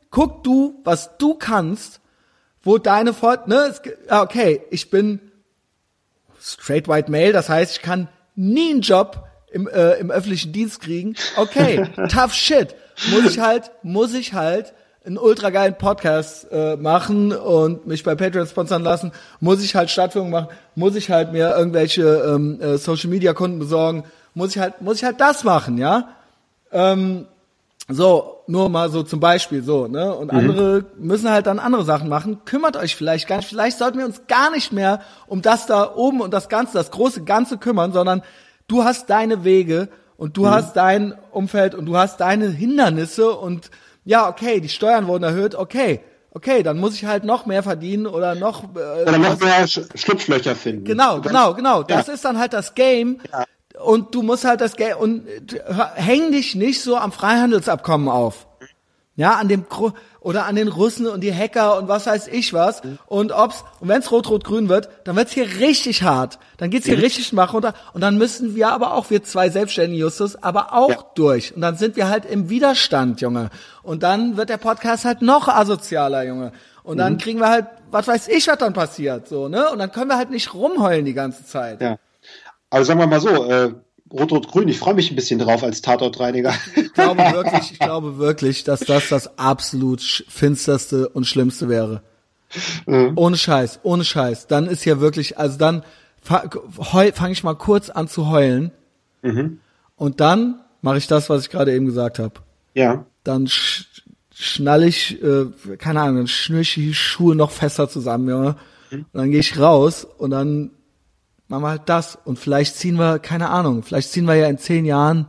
guck du, was du kannst, wo deine Fort, ne, es, okay, ich bin straight white male, das heißt, ich kann nie einen Job im, äh, im öffentlichen Dienst kriegen. Okay, tough shit. Muss ich halt, muss ich halt einen ultra geilen Podcast äh, machen und mich bei Patreon sponsern lassen, muss ich halt Stadtführungen machen, muss ich halt mir irgendwelche ähm, äh, Social Media Kunden besorgen, muss ich halt, muss ich halt das machen, ja. Ähm, so, nur mal so zum Beispiel so, ne? Und mhm. andere müssen halt dann andere Sachen machen. Kümmert euch vielleicht gar nicht, vielleicht sollten wir uns gar nicht mehr um das da oben und das Ganze, das große Ganze kümmern, sondern du hast deine Wege und du mhm. hast dein Umfeld und du hast deine Hindernisse und ja, okay, die Steuern wurden erhöht, okay, okay, dann muss ich halt noch mehr verdienen oder noch äh, oder noch mehr Sch- Schlupflöcher finden. Genau, genau, genau. Das ja. ist dann halt das Game. Ja. Und du musst halt das Game und häng dich nicht so am Freihandelsabkommen auf. Ja, an dem Gro- oder an den Russen und die Hacker und was weiß ich was. Mhm. Und ob's und wenn's rot-rot-grün wird, dann wird's hier richtig hart. Dann geht's hier mhm. richtig Mach runter und dann müssen wir aber auch, wir zwei Selbstständige Justus, aber auch ja. durch. Und dann sind wir halt im Widerstand, Junge. Und dann wird der Podcast halt noch asozialer, Junge. Und dann mhm. kriegen wir halt, was weiß ich, was dann passiert, so, ne? Und dann können wir halt nicht rumheulen die ganze Zeit. Ja. Aber sagen wir mal so, äh, Rot-Rot-Grün, ich freue mich ein bisschen drauf als Tatortreiniger. Ich glaube wirklich, ich glaube wirklich, dass das das absolut finsterste und schlimmste wäre. Mhm. Ohne Scheiß, ohne Scheiß. Dann ist ja wirklich, also dann fange fang ich mal kurz an zu heulen. Mhm. Und dann mache ich das, was ich gerade eben gesagt habe. Ja. Dann sch- schnall ich, äh, keine Ahnung, dann schnür ich die Schuhe noch fester zusammen, Junge. Mhm. Und dann gehe ich raus und dann machen wir halt das. Und vielleicht ziehen wir, keine Ahnung, vielleicht ziehen wir ja in zehn Jahren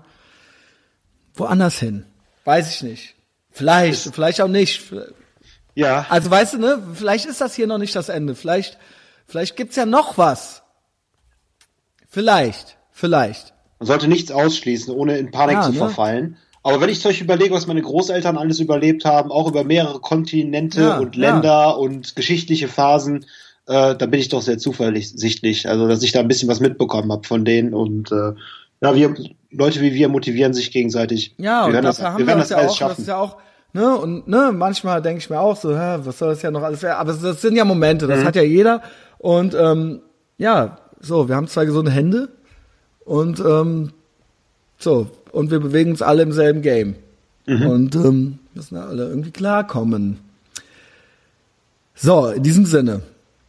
woanders hin. Weiß ich nicht. Vielleicht, das vielleicht auch nicht. Ja. Also weißt du, ne, vielleicht ist das hier noch nicht das Ende. Vielleicht, vielleicht gibt's ja noch was. Vielleicht, vielleicht. Man sollte nichts ausschließen, ohne in Panik ja, zu ne? verfallen. Aber wenn ich solch überlege, was meine Großeltern alles überlebt haben, auch über mehrere Kontinente ja, und Länder ja. und geschichtliche Phasen, äh, da bin ich doch sehr zuversichtlich, also dass ich da ein bisschen was mitbekommen habe von denen und äh, ja, wir Leute wie wir motivieren sich gegenseitig. Ja, wir und dafür das, haben wir, wir das, das ja auch, schaffen. Das ist ja auch, ne, und ne, manchmal denke ich mir auch so, hä, was soll das ja noch alles werden? Aber das sind ja Momente, das mhm. hat ja jeder und ähm, ja, so, wir haben zwei gesunde Hände und ähm, so, und wir bewegen uns alle im selben Game mhm. und ähm, müssen alle irgendwie klarkommen. So, in diesem Sinne.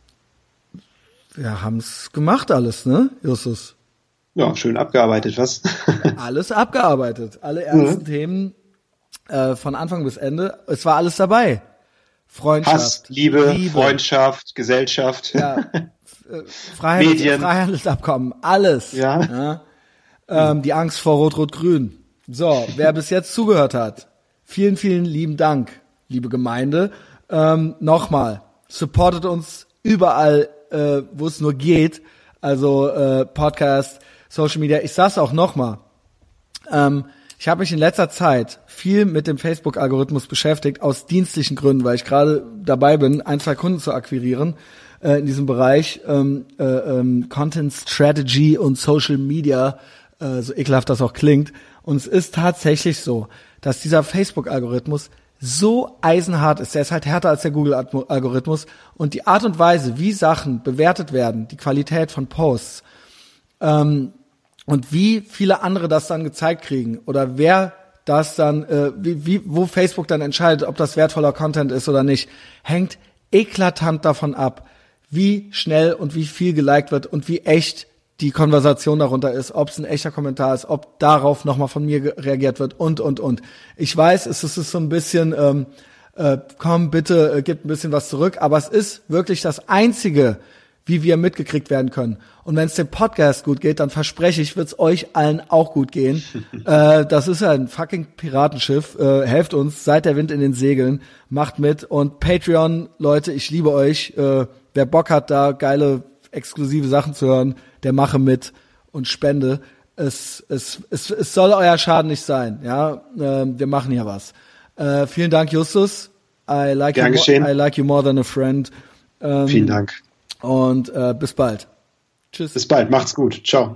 Wir haben's gemacht alles, ne, Justus? Ja, schön abgearbeitet, was? Alles abgearbeitet. Alle ernsten mhm. Themen äh, von Anfang bis Ende. Es war alles dabei. Freundschaft. Hass, Liebe, Liebe. Freundschaft, Gesellschaft. Ja. Freihandels- Medien. Freihandelsabkommen. Alles. Ja. ja. Ähm, die Angst vor Rot-Rot-Grün. So, wer bis jetzt zugehört hat, vielen, vielen lieben Dank, liebe Gemeinde. Ähm, nochmal, supportet uns überall, äh, wo es nur geht, also äh, Podcast, Social Media. Ich sag's auch nochmal, ähm, ich habe mich in letzter Zeit viel mit dem Facebook-Algorithmus beschäftigt, aus dienstlichen Gründen, weil ich gerade dabei bin, ein, zwei Kunden zu akquirieren äh, in diesem Bereich ähm, äh, ähm, Content Strategy und Social Media, äh, so ekelhaft das auch klingt. Und es ist tatsächlich so, dass dieser Facebook-Algorithmus so eisenhart ist, der ist halt härter als der Google-Algorithmus und die Art und Weise, wie Sachen bewertet werden, die Qualität von Posts ähm, und wie viele andere das dann gezeigt kriegen oder wer das dann, äh, wie, wie, wo Facebook dann entscheidet, ob das wertvoller Content ist oder nicht, hängt eklatant davon ab, wie schnell und wie viel geliked wird und wie echt die Konversation darunter ist, ob es ein echter Kommentar ist, ob darauf nochmal von mir ge- reagiert wird und, und, und. Ich weiß, es ist so ein bisschen, ähm, äh, komm, bitte, äh, gib ein bisschen was zurück, aber es ist wirklich das Einzige, wie wir mitgekriegt werden können. Und wenn es dem Podcast gut geht, dann verspreche ich, wird es euch allen auch gut gehen. äh, das ist ja ein fucking Piratenschiff. Äh, helft uns, seid der Wind in den Segeln, macht mit. Und Patreon, Leute, ich liebe euch. Äh, wer Bock hat, da geile exklusive Sachen zu hören, der mache mit und spende. Es, es, es, es soll euer Schaden nicht sein. Ja, äh, wir machen hier was. Äh, vielen Dank, Justus. I like Gern you. geschehen. More, I like you more than a friend. Ähm, Vielen Dank. Und äh, bis bald. Tschüss. Bis bald. Macht's gut. Ciao.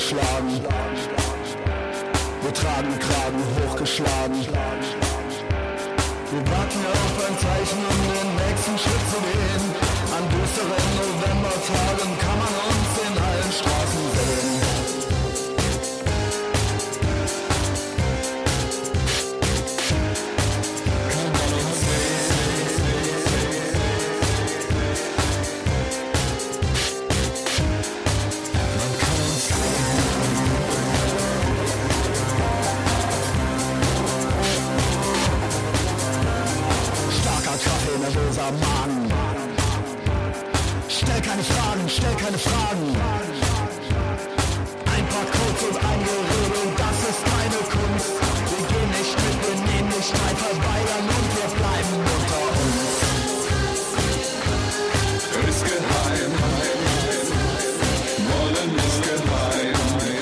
hochgeschlagen. Wir tragen Kragen hochgeschlagen. Wir warten auf ein Zeichen, um den nächsten Schritt zu gehen. An düsteren Novembertagen kann man uns in allen Straßen sehen. Kann man uns Kaffee, nervöser Magen. Stell keine Fragen, stell keine Fragen. Ein paar Codes und ein Gerede, das ist keine Kunst. Wir gehen nicht mit, wir nehmen nicht teil, verweigern und wir bleiben unter uns. Ist geheim, wollen ist geheim.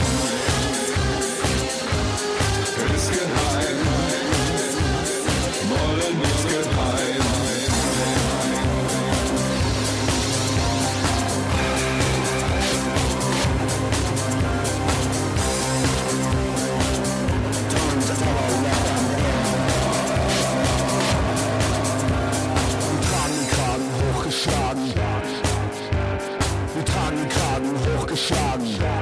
Ist geheim, wollen ist geheim. Wir tragen den Kragen hochgeschlagen.